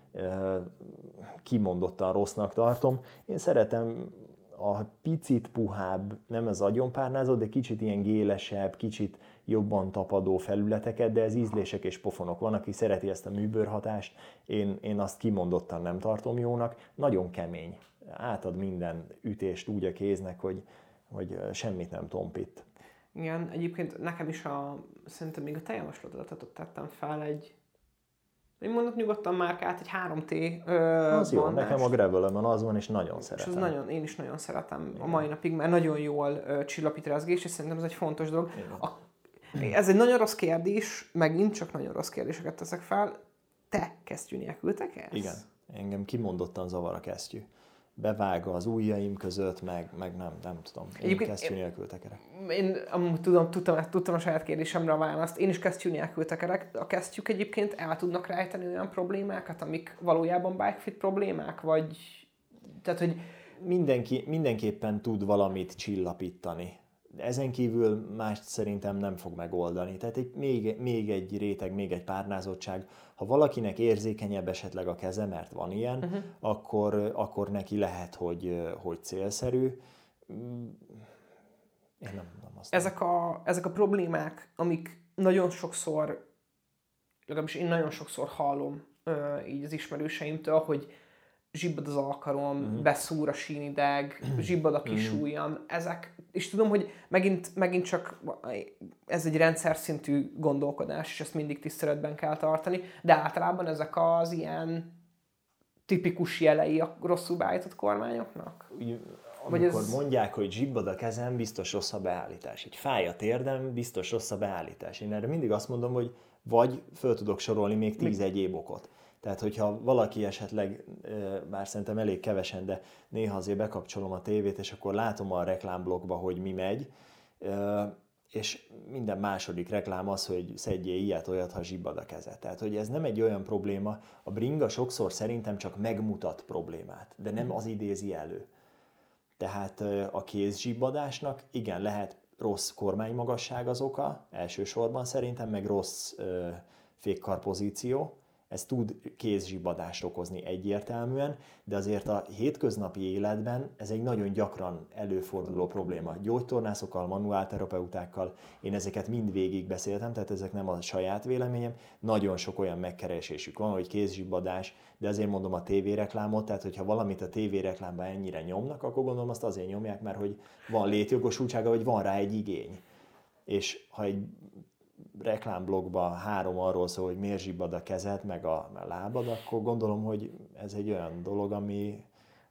Kimondottan rossznak tartom. Én szeretem a picit puhább, nem az agyonpárnázott, de kicsit ilyen gélesebb, kicsit jobban tapadó felületeket, de ez ízlések és pofonok. Van, aki szereti ezt a műbőrhatást, én, én azt kimondottan nem tartom jónak. Nagyon kemény. Átad minden ütést úgy a kéznek, hogy hogy semmit nem tompít. Igen, egyébként nekem is a, szerintem még a te javaslatodat tettem fel egy, én mondok nyugodtan márkát, egy három té ö, az jó, bandást. Nekem a Gravelömön az van, és nagyon szeretem. És az nagyon, én is nagyon szeretem igen. a mai napig, mert nagyon jól ö, csillapít rezgés, és szerintem ez egy fontos dolog. A, ez egy nagyon rossz kérdés, megint csak nagyon rossz kérdéseket teszek fel. Te kesztyű nélkül tekersz? Igen, engem kimondottan zavar a kesztyű. Bevág az ujjaim között, meg, meg nem, nem tudom. Én Egyébként kesztyű nélkül tekerek. Én amúgy tudom, tudtam, tudtam a saját kérdésemre a választ. Én is kesztyű nélkül tekerek. A kesztyűk egyébként el tudnak rejteni olyan problémákat, amik valójában bikefit problémák? Vagy... Tehát, hogy... Mindenki, mindenképpen tud valamit csillapítani. Ezen kívül mást szerintem nem fog megoldani. Tehát egy, még, még egy réteg, még egy párnázottság. Ha valakinek érzékenyebb esetleg a keze, mert van ilyen, uh-huh. akkor, akkor neki lehet, hogy, hogy célszerű. Én nem mondom azt. Ezek a, ezek a problémák, amik nagyon sokszor, legalábbis én nagyon sokszor hallom így az ismerőseimtől, hogy zsibbad az alkarom, uh-huh. beszúr a sínideg, zsibbad a kis uh-huh. ujjam, ezek, és tudom, hogy megint, megint csak ez egy rendszer szintű gondolkodás, és ezt mindig tiszteletben kell tartani, de általában ezek az ilyen tipikus jelei a rosszul beállított kormányoknak? Amikor ez... mondják, hogy zsibbad a kezem, biztos rossz a beállítás. Így fáj a térdem, biztos rossz a beállítás. Én erre mindig azt mondom, hogy vagy föl tudok sorolni még tíz egyéb okot. Tehát, hogyha valaki esetleg, bár szerintem elég kevesen, de néha azért bekapcsolom a tévét, és akkor látom a reklámblogba, hogy mi megy, és minden második reklám az, hogy szedjél ilyet, olyat, ha zsibbad a kezed. Tehát, hogy ez nem egy olyan probléma, a bringa sokszor szerintem csak megmutat problémát, de nem az idézi elő. Tehát a kézzsibbadásnak igen, lehet rossz kormánymagasság az oka, elsősorban szerintem, meg rossz ö, fékkarpozíció. Ez tud kézzsibbadást okozni egyértelműen, de azért a hétköznapi életben ez egy nagyon gyakran előforduló probléma. Gyógytornászokkal, manuálterapeutákkal, én ezeket mind végig beszéltem, tehát ezek nem a saját véleményem. Nagyon sok olyan megkeresésük van, hogy kézzsibbadás, de azért mondom a tévéreklámot, tehát hogyha valamit a tévéreklámban ennyire nyomnak, akkor gondolom azt azért nyomják, mert hogy van létjogosultsága, vagy van rá egy igény. És ha egy reklámblogban három arról szól, hogy miért zsibbad a kezed, meg a, a lábad, akkor gondolom, hogy ez egy olyan dolog, ami,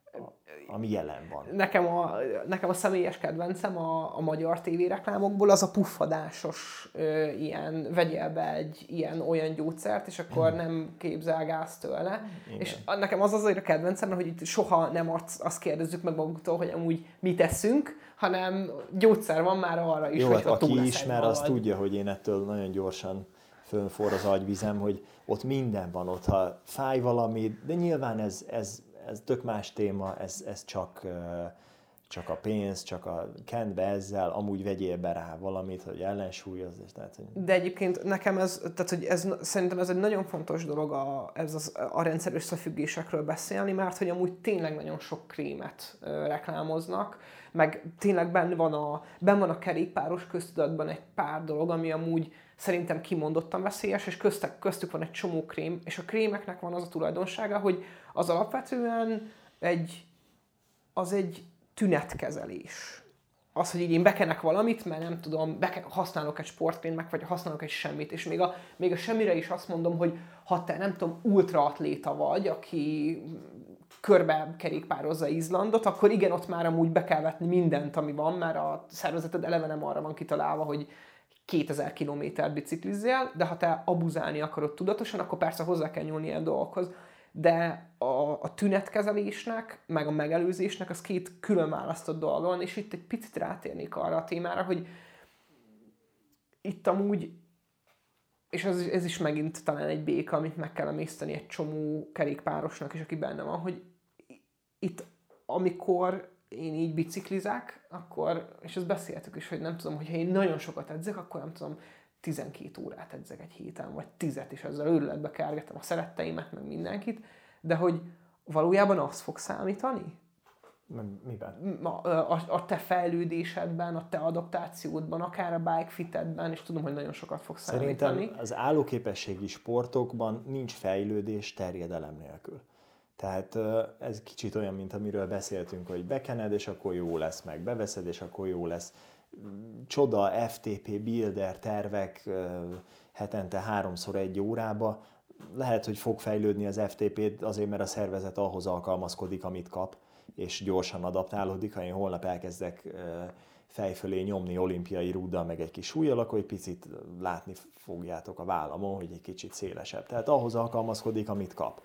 ami jelen van. Nekem a, nekem a személyes kedvencem a, a magyar tévéreklámokból az a puffadásos ö, ilyen, vegyél be egy ilyen-olyan gyógyszert, és akkor hmm. nem képzel gáz tőle. Igen. És nekem az azért a kedvencem, hogy itt soha nem azt, azt kérdezzük meg magunktól, hogy amúgy mit teszünk, hanem gyógyszer van már arra is, jó, hogy hát aki ismer, az tudja, hogy én ettől nagyon gyorsan fölforr az agyvizem, hogy ott minden van, ott ha fáj valami, de nyilván ez, ez, ez tök más téma, ez, ez csak, csak a pénz, csak a kend be ezzel, amúgy vegyél be rá valamit, hogy ellensúlyoz. Tehát, hogy... De egyébként nekem ez, tehát hogy ez, szerintem ez egy nagyon fontos dolog a, ez az, a rendszer összefüggésekről beszélni, mert hogy amúgy tényleg nagyon sok krémet ö, reklámoznak, meg tényleg benne van a, benne van a kerékpáros köztudatban egy pár dolog, ami amúgy szerintem kimondottan veszélyes, és köztek, köztük van egy csomó krém, és a krémeknek van az a tulajdonsága, hogy az alapvetően egy, az egy tünetkezelés. Az, hogy így én bekenek valamit, mert nem tudom, beke, használok egy sportkrémet, vagy használok egy semmit, és még a, még a semmire is azt mondom, hogy ha te nem tudom, ultraatléta vagy, aki körbe kerékpározza Izlandot, akkor igen, ott már amúgy be kell vetni mindent, ami van, mert a szervezeted eleve nem arra van kitalálva, hogy kétezer kilométert biciklizzél, de ha te abuzálni akarod tudatosan, akkor persze hozzá kell nyúlni ilyen dolgokhoz. De a, a tünetkezelésnek, meg a megelőzésnek az két külön választott dolga van, és itt egy picit rátérnék arra a témára, hogy itt amúgy, és ez, ez is megint talán egy béka, amit meg kell emészteni egy csomó kerékpárosnak is, aki benne van, hogy itt amikor én így biciklizek, akkor, és ezt beszéltük is, hogy nem tudom, hogyha én nagyon sokat edzek, akkor nem tudom, tizenkét órát edzek egy héten, vagy tízet, és ezzel őrületbe kergetem a szeretteimet, meg mindenkit, de hogy valójában az fog számítani? Miben? A, a, a te fejlődésedben, a te adaptációdban, akár a bike fitedben, és tudom, hogy nagyon sokat fog számítani. Szerintem az állóképességi sportokban nincs fejlődés terjedelem nélkül. Tehát ez kicsit olyan, mint amiről beszéltünk, hogy bekened, és akkor jó lesz, meg beveszed, és akkor jó lesz. Csoda ef té pé builder tervek hetente háromszor egy órába. Lehet, hogy fog fejlődni az ef té pé azért, mert a szervezet ahhoz alkalmazkodik, amit kap, és gyorsan adaptálódik. Ha én holnap elkezdek fejfölé nyomni olimpiai rúddal, meg egy kis súllyal, akkor egy picit látni fogjátok a vállamon, hogy egy kicsit szélesebb. Tehát ahhoz alkalmazkodik, amit kap.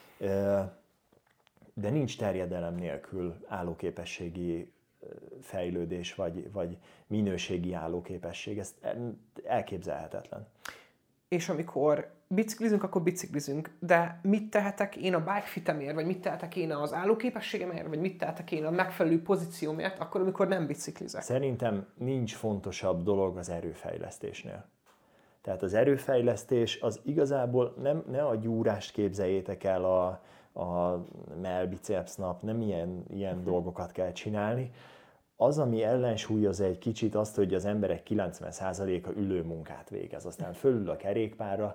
De nincs terjedelem nélkül állóképességi fejlődés, vagy, vagy minőségi állóképesség. Ez elképzelhetetlen. És amikor biciklizünk, akkor biciklizünk, de mit tehetek én a bike fitemért, vagy mit tehetek én az állóképességemért, vagy mit tehetek én a megfelelő pozíciómért, akkor, amikor nem biciklizek? Szerintem nincs fontosabb dolog az erőfejlesztésnél. Tehát az erőfejlesztés az igazából nem, ne a gyúrást képzeljétek el a, a melbiceps nap, nem ilyen, ilyen uh-huh. dolgokat kell csinálni. Az, ami ellensúlyoz egy kicsit azt, hogy az emberek kilencven százaléka ülő munkát végez, aztán fölül a kerékpárra.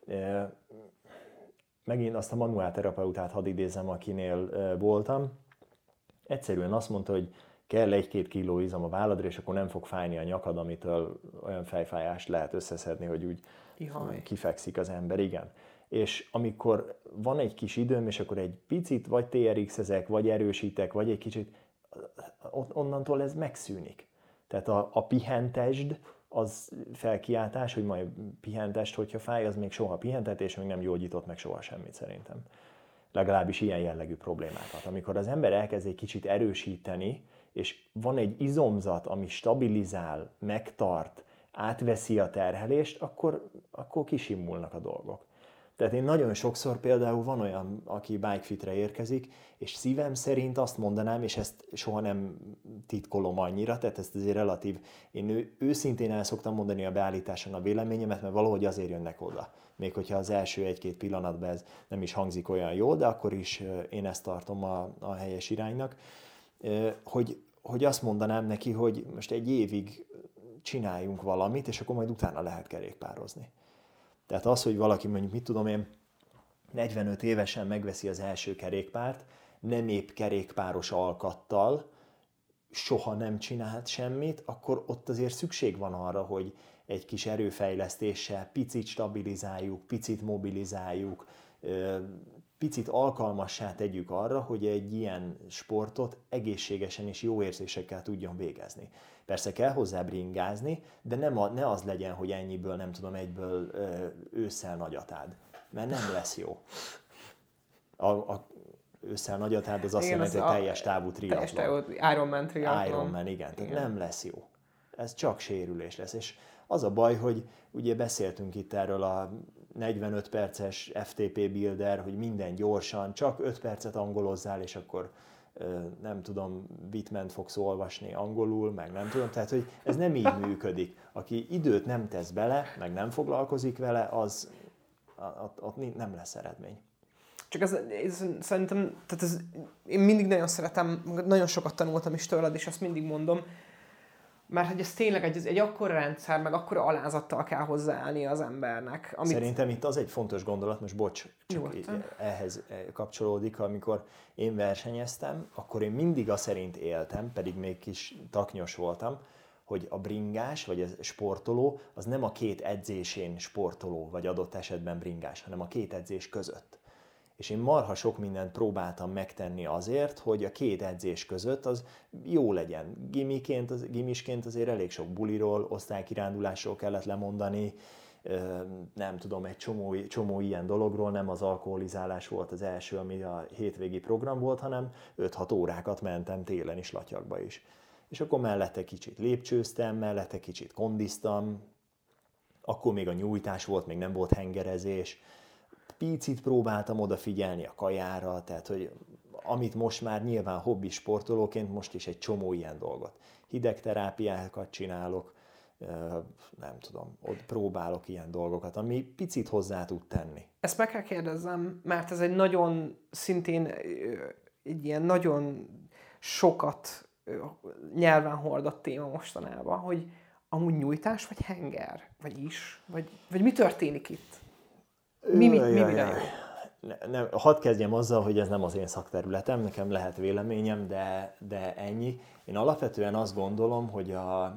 Megint azt a manuálterapeutát hadd idézem, akinél voltam. Egyszerűen azt mondta, hogy kell egy-két kiló izom a válladra, és akkor nem fog fájni a nyakad, amitől olyan fejfájást lehet összeszedni, hogy úgy Ihaj. kifekszik az ember. Igen. és amikor van egy kis időm, és akkor egy picit vagy té er iksz-ezek, vagy erősítek, vagy egy kicsit, onnantól ez megszűnik. Tehát a, a pihentesd, az felkiáltás, hogy majd pihentest, hogyha fáj, az még soha pihentetés, még nem gyógyított meg soha semmit szerintem. Legalábbis ilyen jellegű problémákat. Amikor az ember elkezd egy kicsit erősíteni, és van egy izomzat, ami stabilizál, megtart, átveszi a terhelést, akkor, akkor kisimulnak a dolgok. Tehát én nagyon sokszor például van olyan, aki BikeFitre érkezik, és szívem szerint azt mondanám, és ezt soha nem titkolom annyira, tehát ezt azért relatív, én őszintén el szoktam mondani a beállításon a véleményemet, mert valahogy azért jönnek oda. Még hogyha az első egy-két pillanatban ez nem is hangzik olyan jól, de akkor is én ezt tartom a, a helyes iránynak, hogy, hogy azt mondanám neki, hogy most egy évig csináljunk valamit, és akkor majd utána lehet kerékpározni. Tehát az, hogy valaki mondjuk, mit tudom én, negyvenöt évesen megveszi az első kerékpárt, nem épp kerékpáros alkattal, soha nem csinált semmit, akkor ott azért szükség van arra, hogy egy kis erőfejlesztéssel picit stabilizáljuk, picit mobilizáljuk, picit alkalmassá tegyük arra, hogy egy ilyen sportot egészségesen és jó érzésekkel tudjon végezni. Persze kell hozzá bringázni, de nem a, ne az legyen, hogy ennyiből, nem tudom, egyből ö, ősszel nagyatád, mert nem lesz jó. A, a ősszel nagyatád az azt igen, jelenti, az hogy a, teljes távú triatlon. Teljes távú, Ironman triatlon. Ironman, igen, tehát igen. nem lesz jó. Ez csak sérülés lesz. És az a baj, hogy ugye beszéltünk itt erről a negyvenöt perces ef té pé builder, hogy minden gyorsan, csak öt percet angolozzál, és akkor nem tudom, Whitman fogsz olvasni angolul, meg nem tudom, tehát hogy ez nem így működik. Aki időt nem tesz bele, meg nem foglalkozik vele, az ott, ott nem lesz eredmény. Csak ez, ez szerintem, tehát ez, én mindig nagyon szeretem, nagyon sokat tanultam is tőled, és ezt mindig mondom, mert hogy ez tényleg egy, egy akkora rendszer, meg akkora alázattal kell hozzáállni az embernek. Amit... Szerintem itt az egy fontos gondolat, most bocs, csak ehhez kapcsolódik, amikor én versenyeztem, akkor én mindig azt szerint éltem, pedig még kis taknyos voltam, hogy a bringás, vagy a sportoló, az nem a két edzésén sportoló, vagy adott esetben bringás, hanem a két edzés között. És én marha sok mindent próbáltam megtenni azért, hogy a két edzés között az jó legyen. Gimiként, az, gimisként azért elég sok buliról, osztálykirándulásról kellett lemondani, nem tudom, egy csomó, csomó ilyen dologról, nem az alkoholizálás volt az első, ami a hétvégi program volt, hanem öt-hat órákat mentem télen is latyagba is. És akkor mellette kicsit lépcsőztem, mellette kicsit kondiztam, akkor még a nyújtás volt, még nem volt hengerezés, picit próbáltam odafigyelni a kajára, tehát hogy amit most már nyilván hobbi sportolóként, most is egy csomó ilyen dolgot. Hidegterápiákat csinálok, nem tudom, ott próbálok ilyen dolgokat, ami picit hozzá tud tenni. Ezt meg kell kérdezzem, mert ez egy nagyon, szintén egy ilyen nagyon sokat nyelven hordott téma mostanában, hogy amúgy nyújtás, vagy henger, vagy is, vagy, vagy mi történik itt? Mi, mi, mi, mi jó? Ne, ne, hadd kezdjem azzal, hogy ez nem az én szakterületem, nekem lehet véleményem, de, de ennyi. Én alapvetően azt gondolom, hogy a,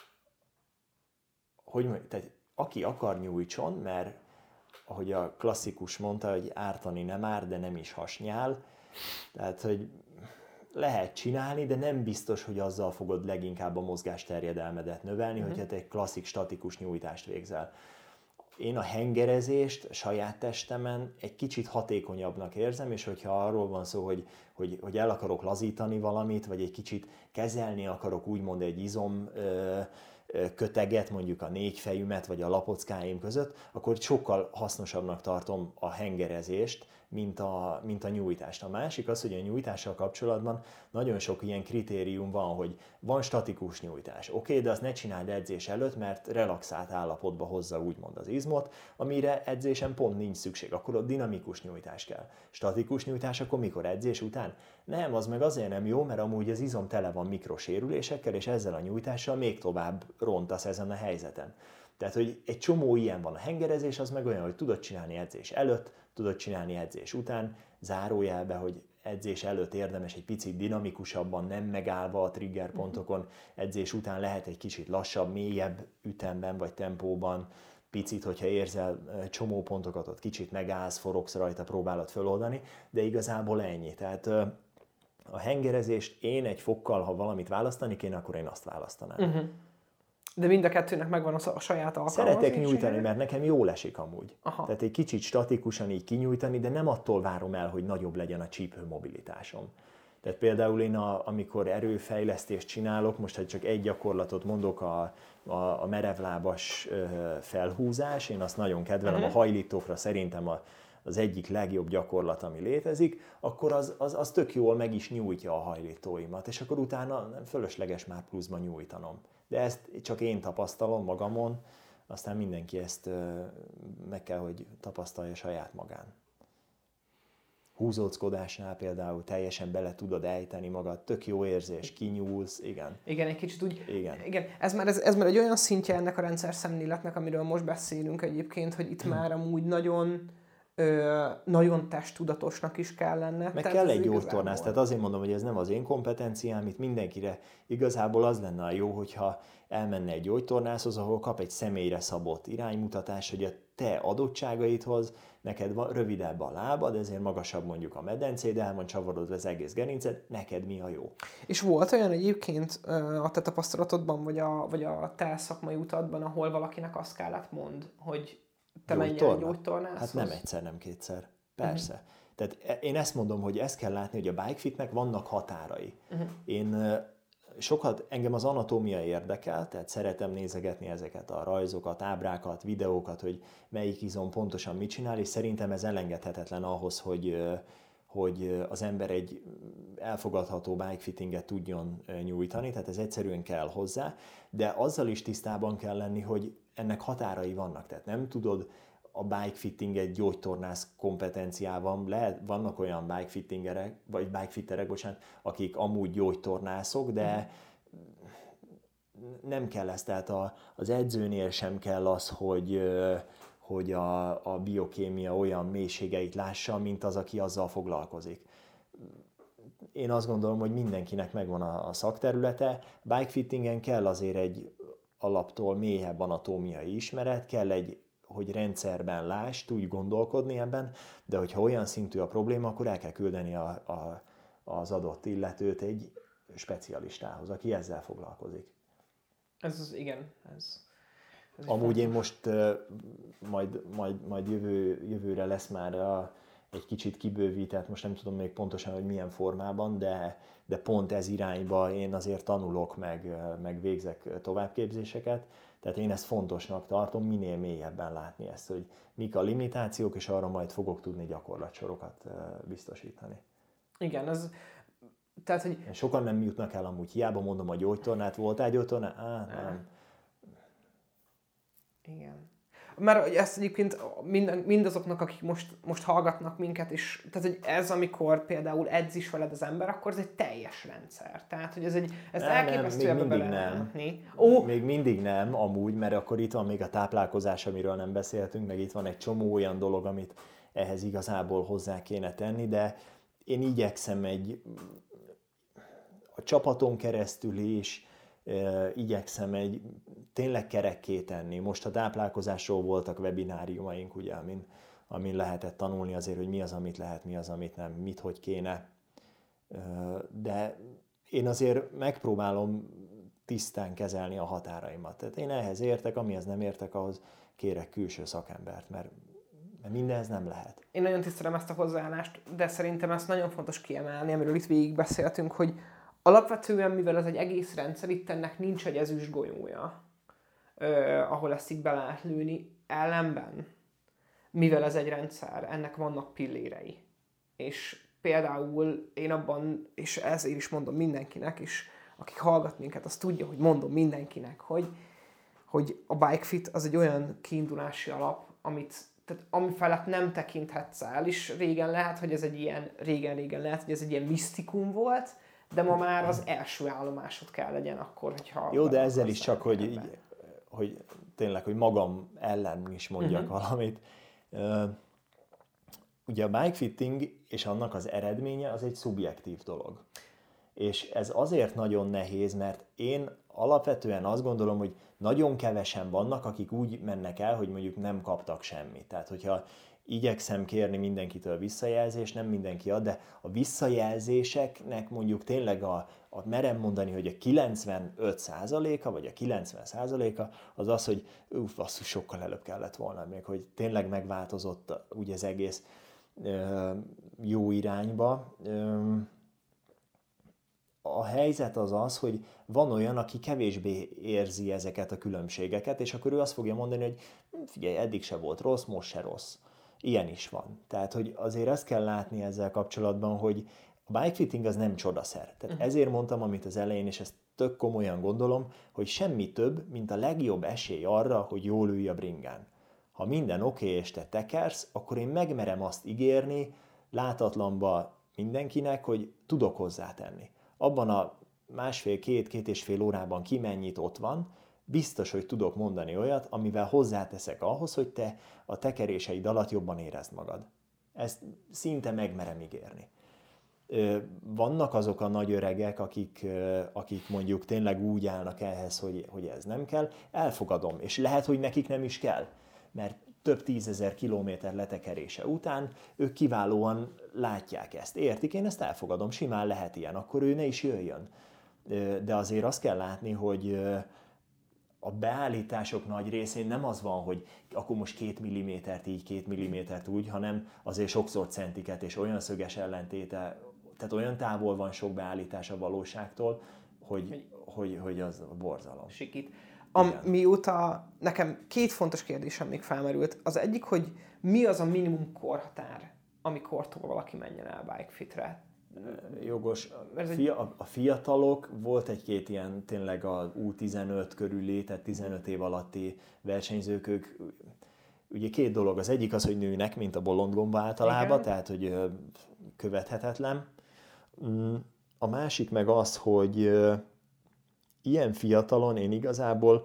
hogy, tehát aki akar nyújtson, mert ahogy a klasszikus mondta, hogy ártani nem árt, de nem is hasnyál. Tehát, hogy lehet csinálni, de nem biztos, hogy azzal fogod leginkább a mozgásterjedelmedet növelni, mm-hmm. hogyha te egy klasszik statikus nyújtást végzel. Én a hengerezést saját testemen egy kicsit hatékonyabbnak érzem, és hogyha arról van szó, hogy, hogy, hogy el akarok lazítani valamit, vagy egy kicsit kezelni akarok úgymond egy izom ö, ö, köteget, mondjuk a négyfejümet, vagy a lapockáim között, akkor sokkal hasznosabbnak tartom a hengerezést, mint a, mint a nyújtást. A másik az, hogy a nyújtással kapcsolatban nagyon sok ilyen kritérium van, hogy van statikus nyújtás. Oké, okay, de azt ne csináld edzés előtt, mert relaxált állapotba hozza úgymond az izmot, amire edzésen pont nincs szükség. Akkor ott dinamikus nyújtás kell. Statikus nyújtás akkor mikor? Edzés után? Nem, az meg azért nem jó, mert amúgy az izom tele van mikrosérülésekkel, és ezzel a nyújtással még tovább rontasz ezen a helyzeten. Tehát, hogy egy csomó ilyen van. A hengerezés az meg olyan, hogy tudod csinálni edzés előtt, tudod csinálni edzés után, zárójelbe, hogy edzés előtt érdemes egy picit dinamikusabban, nem megállva a triggerpontokon, edzés után lehet egy kicsit lassabb, mélyebb ütemben vagy tempóban picit, hogyha érzel csomópontokat, ott kicsit megállsz, forogsz rajta, próbálod föloldani, de igazából ennyi. Tehát a hengerezést én egy fokkal, ha valamit választani kéne, akkor én azt választanám. Uh-huh. De mind a kettőnek megvan a, a saját alkalmazás. Szeretek nyújtani, mert nekem jól esik amúgy. Aha. Tehát egy kicsit statikusan így kinyújtani, de nem attól várom el, hogy nagyobb legyen a csípő mobilitásom. Tehát például én, a, amikor erőfejlesztést csinálok, most ha csak egy gyakorlatot mondok, a, a, a merevlábas ö, felhúzás, én azt nagyon kedvelem, uh-huh. a hajlítókra szerintem a, az egyik legjobb gyakorlat, ami létezik, akkor az, az, az tök jól meg is nyújtja a hajlítóimat, és akkor utána nem fölösleges már pluszban nyújtanom. De ezt csak én tapasztalom magamon, aztán mindenki ezt ö, meg kell, hogy tapasztalja saját magán. Húzóckodásnál például teljesen bele tudod ejteni magad, tök jó érzés, kinyúlsz, igen. Igen, egy kicsit úgy, igen. igen. Ez, már, ez, ez már egy olyan szintje ennek a rendszer szemléletnek, amiről most beszélünk egyébként, hogy itt már amúgy nagyon, ö, nagyon testtudatosnak is kell lenne. Meg kell egy gyógytornász, tehát azért mondom, hogy ez nem az én kompetenciám, itt mindenkire igazából az lenne a jó, hogyha elmenne egy gyógytornászhoz, ahol kap egy személyre szabott iránymutatás, hogy a te adottságaidhoz neked van, rövidebb a lábad, ezért magasabb mondjuk a medencéd, el van csavarodva az egész gerinced, neked mi a jó. És volt olyan egyébként a te tapasztalatodban, vagy a, vagy a te szakmai utadban, ahol valakinek azt kellett mond, hogy te menj el gyógytornászhoz? Hát nem egyszer, nem kétszer. Persze. Uh-huh. Tehát én ezt mondom, hogy ezt kell látni, hogy a bikefitnek vannak határai. Uh-huh. Én sokat, engem az anatómia érdekel, tehát szeretem nézegetni ezeket a rajzokat, ábrákat, videókat, hogy melyik izom pontosan mit csinál, és szerintem ez elengedhetetlen ahhoz, hogy, hogy az ember egy elfogadható bikefittinget tudjon nyújtani, tehát ez egyszerűen kell hozzá, de azzal is tisztában kell lenni, hogy ennek határai vannak, tehát nem tudod a bikefitting egy gyógytornász kompetenciában, lehet, vannak olyan bikefittingerek, vagy bikefitterek, bocsánat, akik amúgy gyógytornászok, de nem kell ez, tehát a, az edzőnél sem kell az, hogy, hogy a, a biokémia olyan mélységeit lássa, mint az, aki azzal foglalkozik. Én azt gondolom, hogy mindenkinek megvan a, a szakterülete, bikefittingen kell azért egy alaptól mélyebb anatómiai ismeret, kell egy hogy rendszerben láss, tudj gondolkodni ebben, de hogyha olyan szintű a probléma, akkor el kell küldeni a, a, az adott illetőt egy specialistához, aki ezzel foglalkozik. Ez az, igen. Ez, ez Amúgy én most uh, majd, majd, majd jövő, jövőre lesz már a, egy kicsit kibővített, most nem tudom még pontosan, hogy milyen formában, de, de pont ez irányba én azért tanulok, meg, meg végzek továbbképzéseket. Tehát én ezt fontosnak tartom, minél mélyebben látni ezt, hogy mik a limitációk, és arra majd fogok tudni gyakorlatsorokat biztosítani. Igen, ez... Tehát, hogy... Sokan nem jutnak el amúgy, hiába mondom a gyógytornát, voltál gyógytornát? Á, nem. Igen. Mert ezt egyébként mind, mindazoknak, akik most, most hallgatnak minket, és tehát, hogy ez, amikor például edz is veled az ember, akkor ez egy teljes rendszer. Tehát, hogy ez egy, ezt nem, elképesztő nem, még mindig nem. Ó. Még mindig nem, amúgy, mert akkor itt van még a táplálkozás, amiről nem beszéltünk, meg itt van egy csomó olyan dolog, amit ehhez igazából hozzá kéne tenni, de én igyekszem egy a csapaton keresztül is, igyekszem egy tényleg kerekké tenni. Most a táplálkozásról voltak webináriumaink, ugye, amin, amin lehetett tanulni azért, hogy mi az, amit lehet, mi az, amit nem, mit, hogy kéne. De én azért megpróbálom tisztán kezelni a határaimat. Tehát én ehhez értek, amihez nem értek, ahhoz kérek külső szakembert, mert, mert mindenhez nem lehet. Én nagyon tisztelem ezt a hozzáállást, de szerintem ezt nagyon fontos kiemelni, amiről itt végig beszéltünk, hogy alapvetően, mivel ez egy egész rendszer, itt ennek nincs egy ezüst golyója, eh, ahol ezt így be lehet lőni. Ellenben, mivel ez egy rendszer, ennek vannak pillérei. És például én abban, és ezért is mondom mindenkinek, és aki hallgat minket, az tudja, hogy mondom mindenkinek, hogy, hogy a BikeFit az egy olyan kiindulási alap, amit, tehát ami felett nem tekinthetsz el, és régen lehet, hogy ez egy ilyen, régen-régen lehet, hogy ez egy ilyen misztikum volt, de ma már az első állomásod kell legyen akkor, hogyha... Jó, de ezzel is csak, hogy, így, hogy tényleg, hogy magam ellen is mondjak uh-huh. valamit. Uh, ugye a bikefitting és annak az eredménye az egy szubjektív dolog. És ez azért nagyon nehéz, mert én alapvetően azt gondolom, hogy nagyon kevesen vannak, akik úgy mennek el, hogy mondjuk nem kaptak semmit. Tehát, hogyha igyekszem kérni mindenkitől visszajelzést, nem mindenki ad, de a visszajelzéseknek mondjuk tényleg a, a merem mondani, hogy a kilencvenöt százaléka, vagy a kilencven százaléka az az, hogy uff, basszus, sokkal előbb kellett volna, még hogy tényleg megváltozott úgy az egész ö, jó irányba. Ö, A helyzet az az, hogy van olyan, aki kevésbé érzi ezeket a különbségeket, és akkor ő azt fogja mondani, hogy figyelj, eddig se volt rossz, most se rossz. Ilyen is van. Tehát, hogy azért azt kell látni ezzel kapcsolatban, hogy a bikefitting az nem csodaszer. Tehát uh-huh. ezért mondtam, amit az elején, és ezt tök komolyan gondolom, hogy semmi több, mint a legjobb esély arra, hogy jól ülj a bringán. Ha minden oké, okay, és te tekersz, akkor én megmerem azt ígérni látatlanba mindenkinek, hogy tudok hozzátenni. Abban a másfél-két-két és fél órában ki mennyit ott van, biztos, hogy tudok mondani olyat, amivel hozzáteszek ahhoz, hogy te a tekeréseid alatt jobban érezd magad. Ezt szinte megmerem ígérni. Vannak azok a nagy öregek, akik, akik mondjuk tényleg úgy állnak ehhez, hogy, hogy ez nem kell, elfogadom, és lehet, hogy nekik nem is kell, mert több tízezer kilométer letekerése után ők kiválóan látják ezt, értik, én ezt elfogadom, simán lehet ilyen, akkor ő ne is jöjjön. De azért azt kell látni, hogy a beállítások nagy részén nem az van, hogy akkor most két millimétert így, két millimétert úgy, hanem azért sokszor centiket és olyan szöges ellentéte, tehát olyan távol van sok beállítás a valóságtól, hogy, hogy, hogy az borzalom. Sikít. Amióta nekem két fontos kérdésem még felmerült. Az egyik, hogy mi az a minimum korhatár, amikortól valaki menjen el bikefitre? Jogos. A fiatalok, volt egy-két ilyen tényleg a U tizenöt körüli, tehát tizenöt év alatti versenyzők, ők, ugye két dolog. Az egyik az, hogy nőnek, mint a bolondgomba általában, igen. Tehát hogy követhetetlen. A másik meg az, hogy ilyen fiatalon én igazából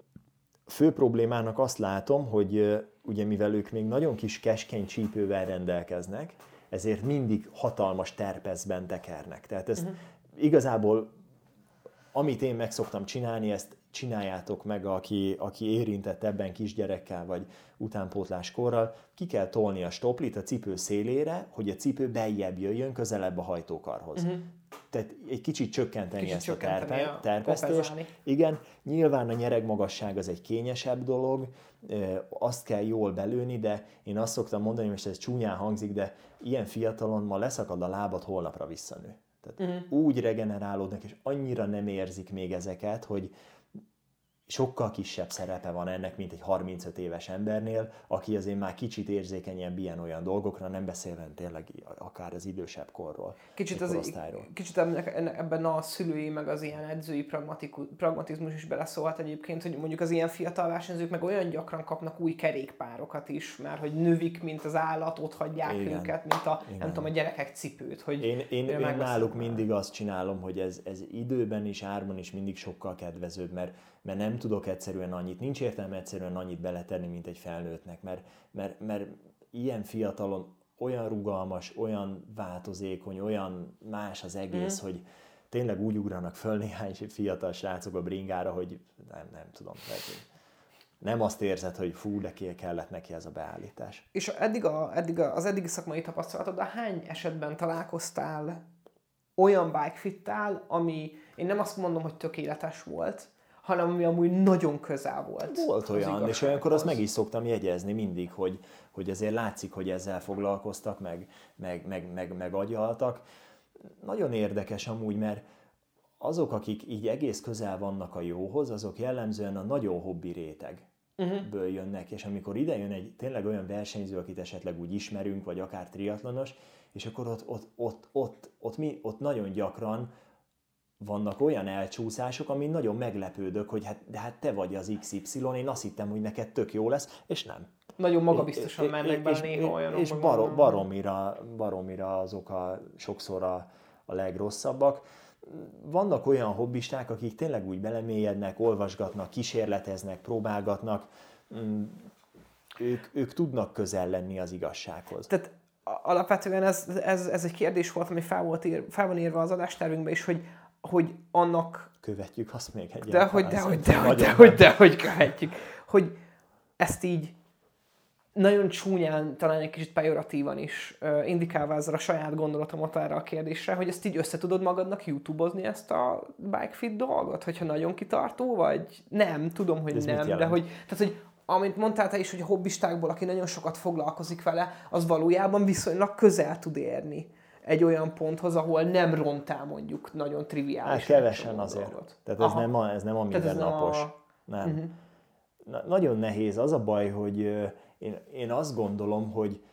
fő problémának azt látom, hogy ugye mivel ők még nagyon kis keskeny csípővel rendelkeznek, ezért mindig hatalmas terpeszben tekernek. Tehát ezt uh-huh. igazából, amit én meg szoktam csinálni, ezt csináljátok meg, aki, aki érintett ebben kisgyerekkel, vagy utánpótláskorral, ki kell tolni a stoplit a cipő szélére, hogy a cipő beljebb jöjjön, közelebb a hajtókarhoz. Uh-huh. Tehát egy kicsit csökkenteni kicsit ezt csökkenteni a, terpe, a terpesztést. Igen, nyilván a nyeregmagasság az egy kényesebb dolog, azt kell jól belőni, de én azt szoktam mondani, most ez csúnyán hangzik, de ilyen fiatalon ma leszakad a lábad, holnapra visszanő. Tehát uh-huh. úgy regenerálódnak, és annyira nem érzik még ezeket, hogy sokkal kisebb szerepe van ennek, mint egy harmincöt éves embernél, aki azért már kicsit érzékenyebb ilyen-olyan dolgokra, nem beszélve tényleg akár az idősebb korról. Kicsit, az, kicsit ebben a szülői, meg az ilyen edzői pragmatizmus is beleszólhat egyébként, hogy mondjuk az ilyen fiatal versenyzők meg olyan gyakran kapnak új kerékpárokat is, mert hogy növik, mint az állat, ott hagyják igen, őket, mint a, nem tudom, a gyerekek cipőt. Hogy én én, én náluk mindig azt csinálom, hogy ez, ez időben is, árban is mindig sokkal kedvezőbb, mert mert nem tudok egyszerűen annyit, nincs értelme egyszerűen annyit beletenni, mint egy felnőttnek, mert, mert, mert ilyen fiatalon olyan rugalmas, olyan változékony, olyan más az egész, mm. hogy tényleg úgy ugranak föl néhány fiatal srácok a bringára, hogy nem, nem tudom, nem azt érzed, hogy fú, de ki kellett neki ez a beállítás. És eddig a, eddig a, az eddigi szakmai tapasztalatod, de hány esetben találkoztál olyan bikefittel, ami, én nem azt mondom, hogy tökéletes volt, hanem ami amúgy nagyon közel volt. Volt olyan, és olyankor azt meg is szoktam jegyezni mindig, hogy, hogy azért látszik, hogy ezzel foglalkoztak, meg, meg, meg, meg, meg agyaltak. Nagyon érdekes amúgy, mert azok, akik így egész közel vannak a jóhoz, azok jellemzően a nagyon hobbi rétegből uh-huh. jönnek, és amikor ide jön egy tényleg olyan versenyző, akit esetleg úgy ismerünk, vagy akár triatlonos, és akkor ott, ott, ott, ott, ott, mi, ott nagyon gyakran vannak olyan elcsúszások, amin nagyon meglepődök, hogy hát, de hát te vagy az iksz ipszilon, én azt hittem, hogy neked tök jó lesz, és nem. Nagyon magabiztosan mennek bele néha olyanok. És bar- baromira, baromira azok a, sokszor a, a legrosszabbak. Vannak olyan hobbisták, akik tényleg úgy belemélyednek, olvasgatnak, kísérleteznek, próbálgatnak, ők, ők tudnak közel lenni az igazsághoz. Tehát alapvetően ez, ez, ez egy kérdés volt, ami fel, volt ír, fel van írva az adástervünkbe is, hogy hogy annak... Követjük azt még egyáltalán. Dehogy, dehogy, dehogy, dehogy, dehogy követjük. Hogy ezt így nagyon csúnyán, talán egy kicsit pejoratívan is uh, indikálva ezzel a saját gondolatomat erre a kérdésre, hogy ezt így össze tudod magadnak YouTube-ozni ezt a BikeFit dolgot, hogyha nagyon kitartó vagy? Nem, tudom, hogy ez nem, de hogy, tehát, hogy amit mondtál te is, hogy a hobbistákból, aki nagyon sokat foglalkozik vele, az valójában viszonylag közel tud érni egy olyan ponthoz, ahol nem rontál mondjuk nagyon triviális. Hát kevesen azért. Dolgot. Tehát ez nem, a, ez nem a mindennapos. A... Nem. Uh-huh. Na, nagyon nehéz. Az a baj, hogy én, én azt gondolom, hogy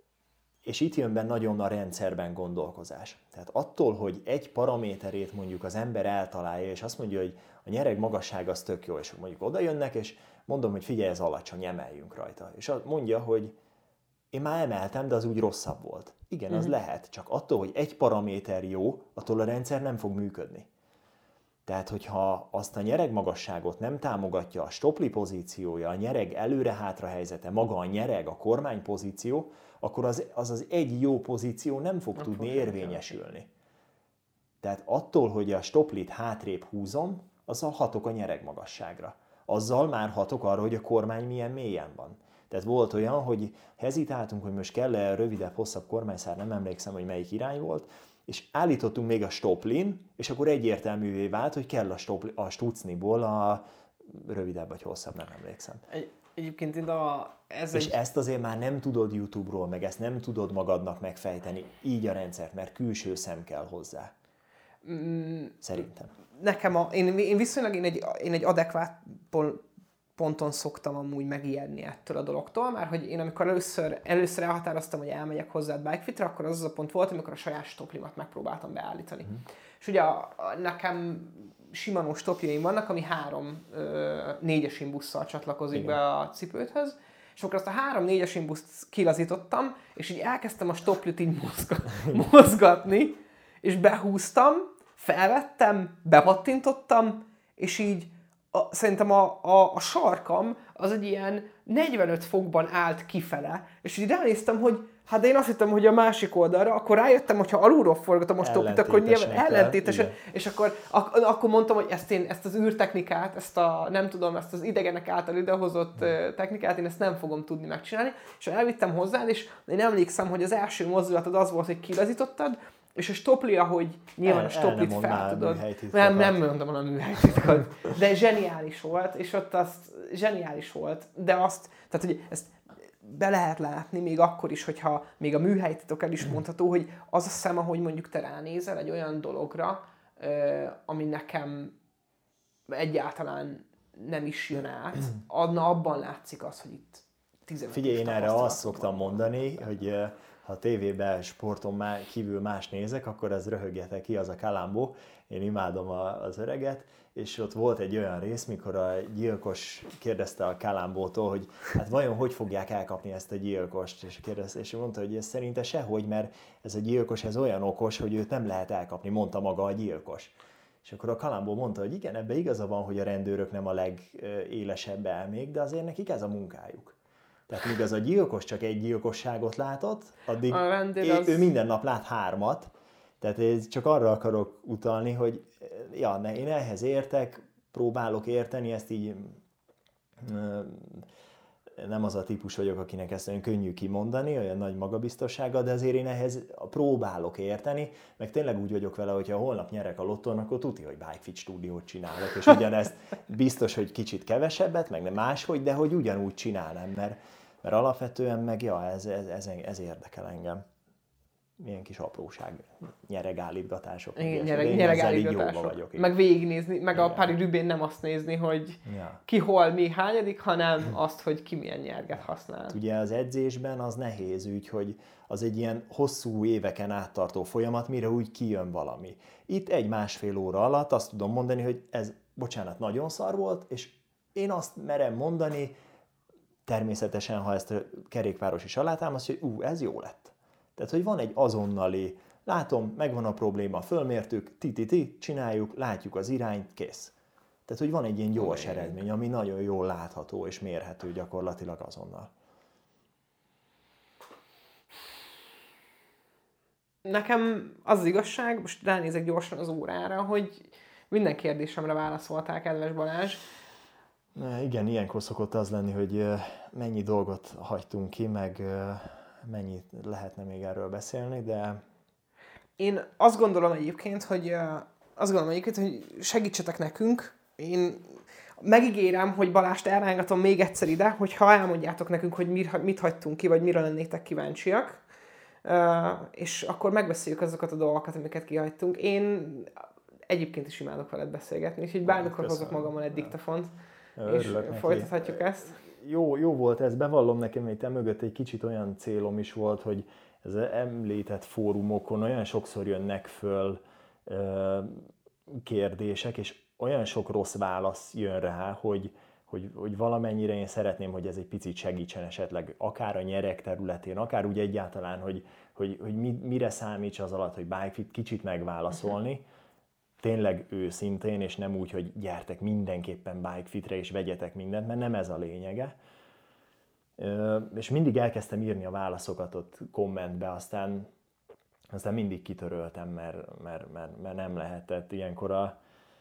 és itt jön be nagyon a rendszerben gondolkozás. Tehát attól, hogy egy paraméterét mondjuk az ember eltalálja, és azt mondja, hogy a nyereg magasság az tök jó, és mondjuk oda jönnek, és mondom, hogy figyelj, ez alacsony, emeljünk rajta. És mondja, hogy én már emeltem, de az úgy rosszabb volt. Igen, az uh-huh. lehet, csak attól, hogy egy paraméter jó, attól a rendszer nem fog működni. Tehát, hogyha azt a nyereg magasságot nem támogatja a stopli pozíciója, a nyereg előre-hátra helyzete, maga a nyereg, a kormány pozíció, akkor az az, az egy jó pozíció nem fog nem tudni fog érvényesülni. Tehát attól, hogy a stoplit hátrébb húzom, azzal hatok a nyereg magasságra. Azzal már hatok arra, hogy a kormány milyen mélyen van. Tehát volt olyan, hogy hezitáltunk, hogy most kell-e rövidebb, hosszabb kormányszár, nem emlékszem, hogy melyik irány volt, és állítottunk még a stoplin, és akkor egyértelművé vált, hogy kell a, stopli, a stucniból a rövidebb vagy hosszabb, nem emlékszem. Egy, egyébként én a, ez és egy... ezt azért már nem tudod YouTube-ról, meg ezt nem tudod magadnak megfejteni, így a rendszert, mert külső szem kell hozzá. Mm, Szerintem. Nekem a, én, én viszonylag én egy, én egy adekvát ponton szoktam amúgy megijedni ettől a dologtól, mert hogy én amikor először, először elhatároztam, hogy elmegyek hozzád BikeFitre, akkor az az a pont volt, amikor a saját stoplimat megpróbáltam beállítani. Mm. És ugye a, a, nekem Shimano stopjaim vannak, ami három ö, négyes imbusszal csatlakozik Igen. be a cipődhöz, és akkor azt a három négyes imbuszt kilazítottam, és így elkezdtem a stoplit így mozga, mozgatni, és behúztam, felvettem, bepattintottam, és így A, szerintem a, a, a sarkam az egy ilyen negyvenöt fokban állt kifele, és így ránéztem, hogy hát de én azt hittem, hogy a másik oldalra, akkor rájöttem, hogy ha alulról forgatom a stopit, akkor nyilván ellentétesen, és akkor, ak- akkor mondtam, hogy ezt, én, ezt az űrtechnikát, ezt a nem tudom, ezt az idegenek által idehozott uh, technikát, én ezt nem fogom tudni megcsinálni, és elvittem hozzád, és én emlékszem, hogy az első mozdulatod az volt, hogy kilazítottad, és a stopli, ahogy nyilván el, a stoplit fel tudod. Nem, nem mondom a műhelytitkot. De zseniális volt, és ott azt zseniális volt. De azt, tehát hogy ezt be lehet látni még akkor is, hogyha még a műhelytitok el is mondható, hogy az a szem, ahogy mondjuk te ránézel egy olyan dologra, ami nekem egyáltalán nem is jön át, adna abban látszik az, hogy itt tizenöt Figyelj, én erre azt szoktam mondani, hogy ha a tévében sporton má, kívül más nézek, akkor ez röhögjetek ki, az a Kalambó. Én imádom a, az öreget, és ott volt egy olyan rész, mikor a gyilkos kérdezte a Kalambótól, hogy hát vajon hogy fogják elkapni ezt a gyilkost, és, kérdezte, és mondta, hogy ez szerinte sehogy, mert ez a gyilkos ez olyan okos, hogy őt nem lehet elkapni, mondta maga a gyilkos. És akkor a Kalambó mondta, hogy igen, ebben igaza van, hogy a rendőrök nem a legélesebb elmék, de azért nekik ez a munkájuk. Tehát míg az a gyilkos csak egy gyilkosságot látott, addig az... ő minden nap lát hármat. Tehát én csak arra akarok utalni, hogy ja, ne, én ehhez értek, próbálok érteni, ezt így nem az a típus vagyok, akinek ezt olyan könnyű kimondani, olyan nagy magabiztossággal, de azért én ehhez próbálok érteni, meg tényleg úgy vagyok vele, hogyha holnap nyerek a lottón, akkor tuti, hogy BikeFit stúdiót csinálok, és ugyanezt biztos, hogy kicsit kevesebbet, meg nem máshogy, de hogy ugyanúgy csinálnám, mert, mert alapvetően meg ja, ez, ez, ez, ez érdekel engem. Milyen kis apróság, nyeregállítgatások. Igen, nyereg, nyeregállítgatások. Meg végignézni, meg igen. A Paris-Roubaix nem azt nézni, hogy ja. ki hol mi hányadik, hanem azt, hogy ki milyen nyerget használ. Ugye az edzésben az nehéz ügy, hogy az egy ilyen hosszú éveken áttartó folyamat, mire úgy kijön valami. Itt egy-másfél óra alatt azt tudom mondani, hogy ez, bocsánat, nagyon szar volt, és én azt merem mondani, természetesen, ha ezt a kerékpáros is alátámaszt, hogy ú, ez jó lett. Tehát, hogy van egy azonnali, látom, megvan a probléma, fölmértük, ti-ti-ti, csináljuk, látjuk az irányt, kész. Tehát, hogy van egy ilyen gyors eredmény, ami nagyon jól látható és mérhető gyakorlatilag azonnal. nekem az az igazság, most ránézek gyorsan az órára, hogy minden kérdésemre válaszoltál, kedves Balázs. Igen, ilyenkor szokott az lenni, hogy mennyi dolgot hagytunk ki, meg mennyit lehetne még erről beszélni, de... Én azt gondolom egyébként, hogy azt gondolom egyébként, hogy segítsetek nekünk. Én megígérem, hogy Balást elrángatom még egyszer ide, hogyha elmondjátok nekünk, hogy mit, mit hagytunk ki, vagy mire lennétek kíváncsiak. És akkor megbeszéljük azokat a dolgokat, amiket kihagytunk. Én egyébként is imádok veled beszélgetni, úgyhogy bármikor hozok magammal egy diktafont, és folytathatjuk ezt. Jó, jó volt ez, bevallom nekem, hogy te mögött egy kicsit olyan célom is volt, hogy ez említett fórumokon olyan sokszor jönnek föl ö, kérdések, és olyan sok rossz válasz jön rá, hogy, hogy, hogy valamennyire én szeretném, hogy ez egy picit segítsen esetleg, akár a nyereg területén, akár úgy egyáltalán, hogy, hogy, hogy mi, mire számíts az alatt, hogy Bikefit, kicsit megválaszolni, tényleg őszintén, és nem úgy, hogy gyertek mindenképpen Bikefitre és vegyetek mindent, mert nem ez a lényege. És mindig elkezdtem írni a válaszokat ott kommentbe, aztán, aztán mindig kitöröltem, mert, mert, mert, mert nem lehetett. Ilyenkor a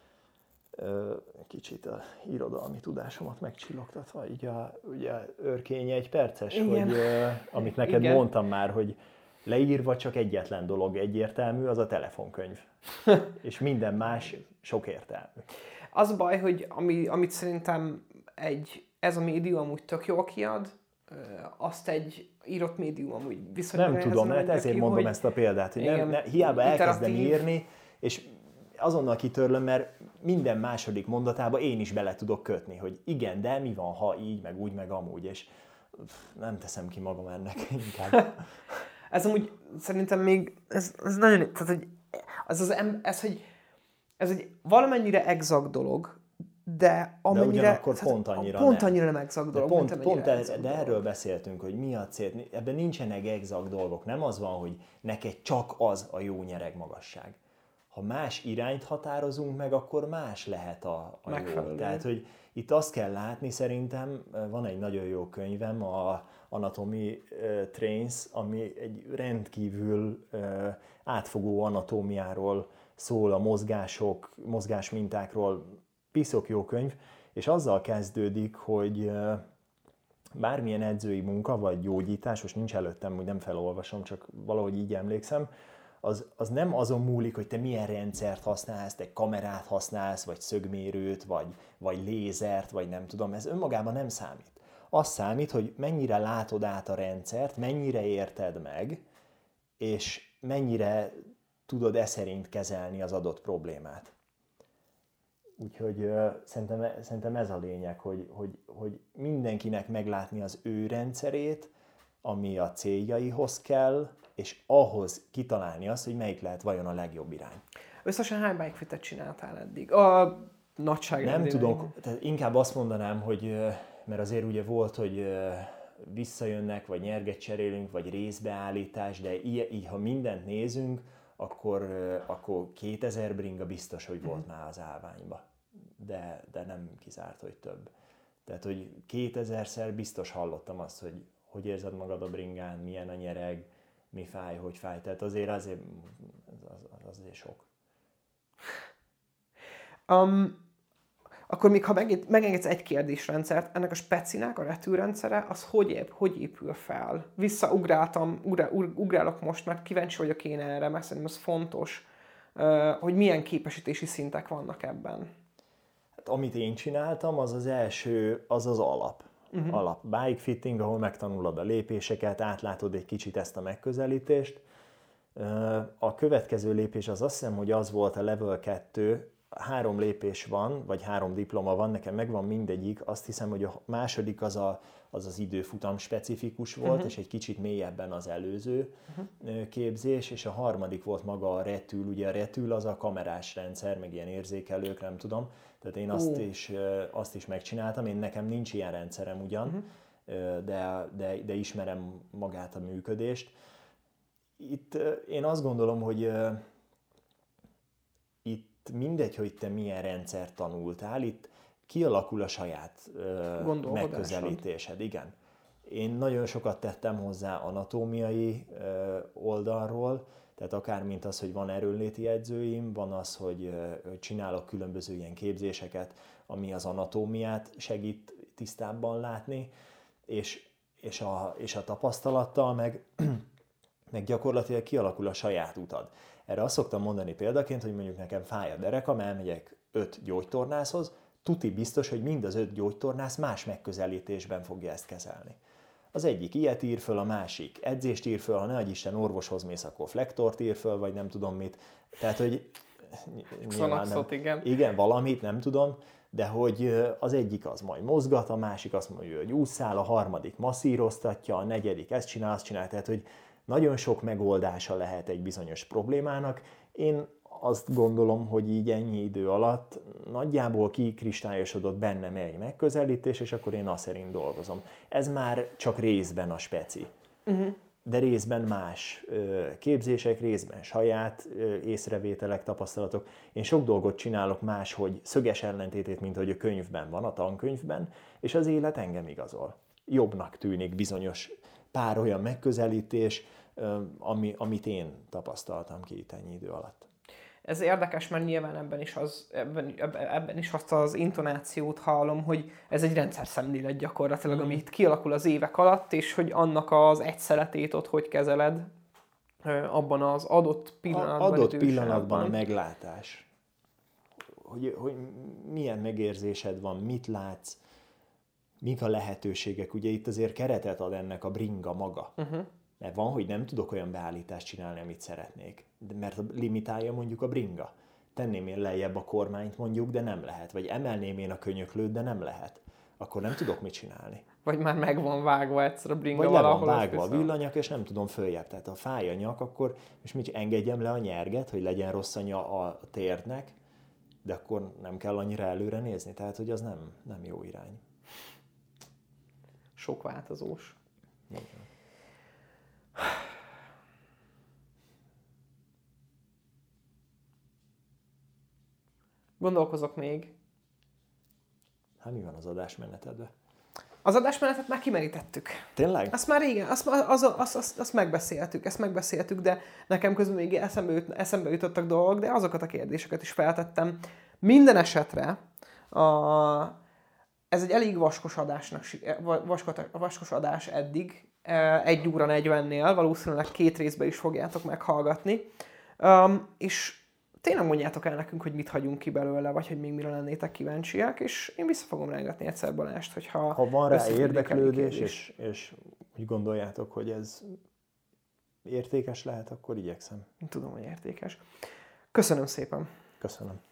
kicsit a irodalmi tudásomat megcsillogtatva, így a ugye, őrkény egy perces, hogy, amit neked Igen. mondtam már, hogy leírva csak egyetlen dolog egyértelmű, az a telefonkönyv. És minden más sok értelmű. Az baj, hogy ami, amit szerintem egy, ez a médium amúgy tök jól kiad, azt egy írott médium amúgy viszonylag... Nem tudom, mert ezért ki, mondom hogy... ezt a példát, hogy nem, ne, hiába elkezdem írni, és azonnal kitörlöm, mert minden második mondatába én is bele tudok kötni, hogy igen, de mi van, ha így, meg úgy, meg amúgy, és nem teszem ki magam ennek inkább. Ez amúgy szerintem még, ez, ez nagyon, tehát hogy ez, az, ez, hogy ez egy valamennyire exakt dolog, de amennyire... De ugyanakkor pont annyira Pont nem. annyira nem exakt dolog. De, pont, pont ez, de erről beszéltünk, hogy mi a cél. Ebben nincsenek exakt dolgok. Nem az van, hogy neked csak az a jó nyeregmagasság. Ha más irányt határozunk meg, akkor más lehet a, a jó. Tehát, hogy itt azt kell látni, szerintem van egy nagyon jó könyvem, a Anatomy Trains, ami egy rendkívül átfogó anatómiáról szól, a mozgások, mozgásmintákról, piszok jó könyv, és azzal kezdődik, hogy bármilyen edzői munka, vagy gyógyítás, most nincs előttem, úgy nem felolvasom, csak valahogy így emlékszem, az, az nem azon múlik, hogy te milyen rendszert használsz, te kamerát használsz, vagy szögmérőt, vagy, vagy lézert, vagy nem tudom, ez önmagában nem számít. Az számít, hogy mennyire látod át a rendszert, mennyire érted meg, és mennyire tudod e szerint kezelni az adott problémát. Úgyhogy uh, szerintem, szerintem ez a lényeg, hogy, hogy, hogy mindenkinek meglátni az ő rendszerét, ami a céljaihoz kell, és ahhoz kitalálni azt, hogy melyik lehet vajon a legjobb irány. Összesen hány Bikefitet csináltál eddig? A nagyságrendben. Nem tudok, tehát inkább azt mondanám, hogy mert azért ugye volt, hogy visszajönnek, vagy nyerget cserélünk, vagy részbeállítás, de így, így ha mindent nézünk, akkor, akkor kétezer bringa biztos, hogy volt már az állványba. De, de nem kizárt, hogy több. Tehát, hogy kétezerszer biztos hallottam azt, hogy hogy érzed magad a bringán, milyen a nyereg, mi fáj, hogy fáj. Tehát azért azért, az, az azért sok. Um, akkor még ha megengedsz egy kérdésrendszert, ennek a specinek a retűrrendszere, az hogy, épp, hogy épül fel? Visszaugráltam, ugrál, ugrálok most, mert kíváncsi vagyok én erre, mert szerintem ez fontos, hogy milyen képesítési szintek vannak ebben. Hát, amit én csináltam, az az első, az az alap. Uh-huh. Alap bike fitting, ahol megtanulod a lépéseket, átlátod egy kicsit ezt a megközelítést. A következő lépés az azt hiszem, hogy az volt a level kettő, három lépés van, vagy három diploma van, nekem megvan mindegyik, azt hiszem, hogy a második az a, az, az időfutam specifikus volt, uh-huh. és egy kicsit mélyebben az előző uh-huh. képzés, és a harmadik volt maga a retül, ugye a retül az a kamerás rendszer, meg ilyen érzékelők, nem tudom, tehát én azt, uh. is, azt is megcsináltam, én nekem nincs ilyen rendszerem ugyan, uh-huh. de, de, de ismerem magát a működést. Itt én azt gondolom, hogy itt mindegy, hogy te milyen rendszert tanultál, itt kialakul a saját uh, megközelítésed. Igen. Én nagyon sokat tettem hozzá anatómiai uh, oldalról, Tehát akár mint az, hogy van erőnléti edzőim, van az, hogy csinálok különböző ilyen képzéseket, ami az anatómiát segít tisztábban látni, és, és, a, és a tapasztalattal meg, meg gyakorlatilag kialakul a saját utad. Erre azt szoktam mondani példaként, hogy mondjuk nekem fáj a derekam, elmegyek öt gyógytornászhoz, tuti biztos, hogy mind az öt gyógytornász más megközelítésben fogja ezt kezelni. Az egyik ilyet ír föl, a másik edzést ír föl, ha ne adj Isten orvoshoz mész, akkor flektort ír föl, vagy nem tudom mit. Tehát, hogy nyilván nem, igen. igen, valamit, nem tudom, de hogy az egyik az majd mozgat, a másik azt mondja, hogy ússzál, a harmadik masszíroztatja, a negyedik ezt csinál, azt csinál. Tehát, hogy nagyon sok megoldása lehet egy bizonyos problémának. Én azt gondolom, hogy így ennyi idő alatt nagyjából kikristályosodott bennem egy megközelítés, és akkor én azt szerint dolgozom. Ez már csak részben a speci. Uh-huh. De részben más képzések, részben saját észrevételek, tapasztalatok. Én sok dolgot csinálok máshogy, szöges ellentétét, mint hogy a könyvben van, a tankönyvben, és az élet engem igazol. Jobbnak tűnik bizonyos pár olyan megközelítés, ami, amit én tapasztaltam ki itt ennyi idő alatt. Ez érdekes, mert nyilván ebben is, az, ebben, ebben is azt az intonációt hallom, hogy ez egy rendszer szemlélet gyakorlatilag, mm. ami itt kialakul az évek alatt, és hogy annak az egyszeletét ott hogy kezeled abban az adott pillanatban. Adott pillanatban a meglátás. Hogy, hogy milyen megérzésed van, mit látsz, mik a lehetőségek. Ugye itt azért keretet ad ennek a bringa maga. Uh-huh. Mert van, hogy nem tudok olyan beállítást csinálni, amit szeretnék. De mert limitálja mondjuk a bringa. Tenném én lejjebb a kormányt mondjuk, de nem lehet. Vagy emelném én a könyöklőt, de nem lehet. Akkor nem tudok mit csinálni. Vagy már meg van vágva egyszer a bringa Vagy valahol. Vagy le van vágva a villanyak, és nem tudom följebb. Tehát ha fáj a nyak, akkor és mit engedjem le a nyerget, hogy legyen rossz a, a térdnek, de akkor nem kell annyira előre nézni. Tehát, hogy az nem, nem jó irány. Sok változós. Igen. Gondolkozok még. Hát mi van az adásmenetedben? Az adásmenetet már kimerítettük. Tényleg? Azt már igen, azt, az, az, az, azt megbeszéltük, ezt megbeszéltük, de nekem közben még eszembe, jut, eszembe jutottak dolgok, de azokat a kérdéseket is feltettem. Minden esetre a, ez egy elég vaskos adásnak, vaskos, vaskos adás eddig, egy óra negyvennél, valószínűleg két részben is fogjátok meghallgatni, um, és tényleg mondjátok el nekünk, hogy mit hagyunk ki belőle, vagy hogy még mire lennétek kíváncsiak, és én vissza fogom rángatni egyszer Balást, hogyha... Ha van rá érdeklődés, és, és úgy gondoljátok, hogy ez értékes lehet, akkor igyekszem. Tudom, hogy értékes. Köszönöm szépen. Köszönöm.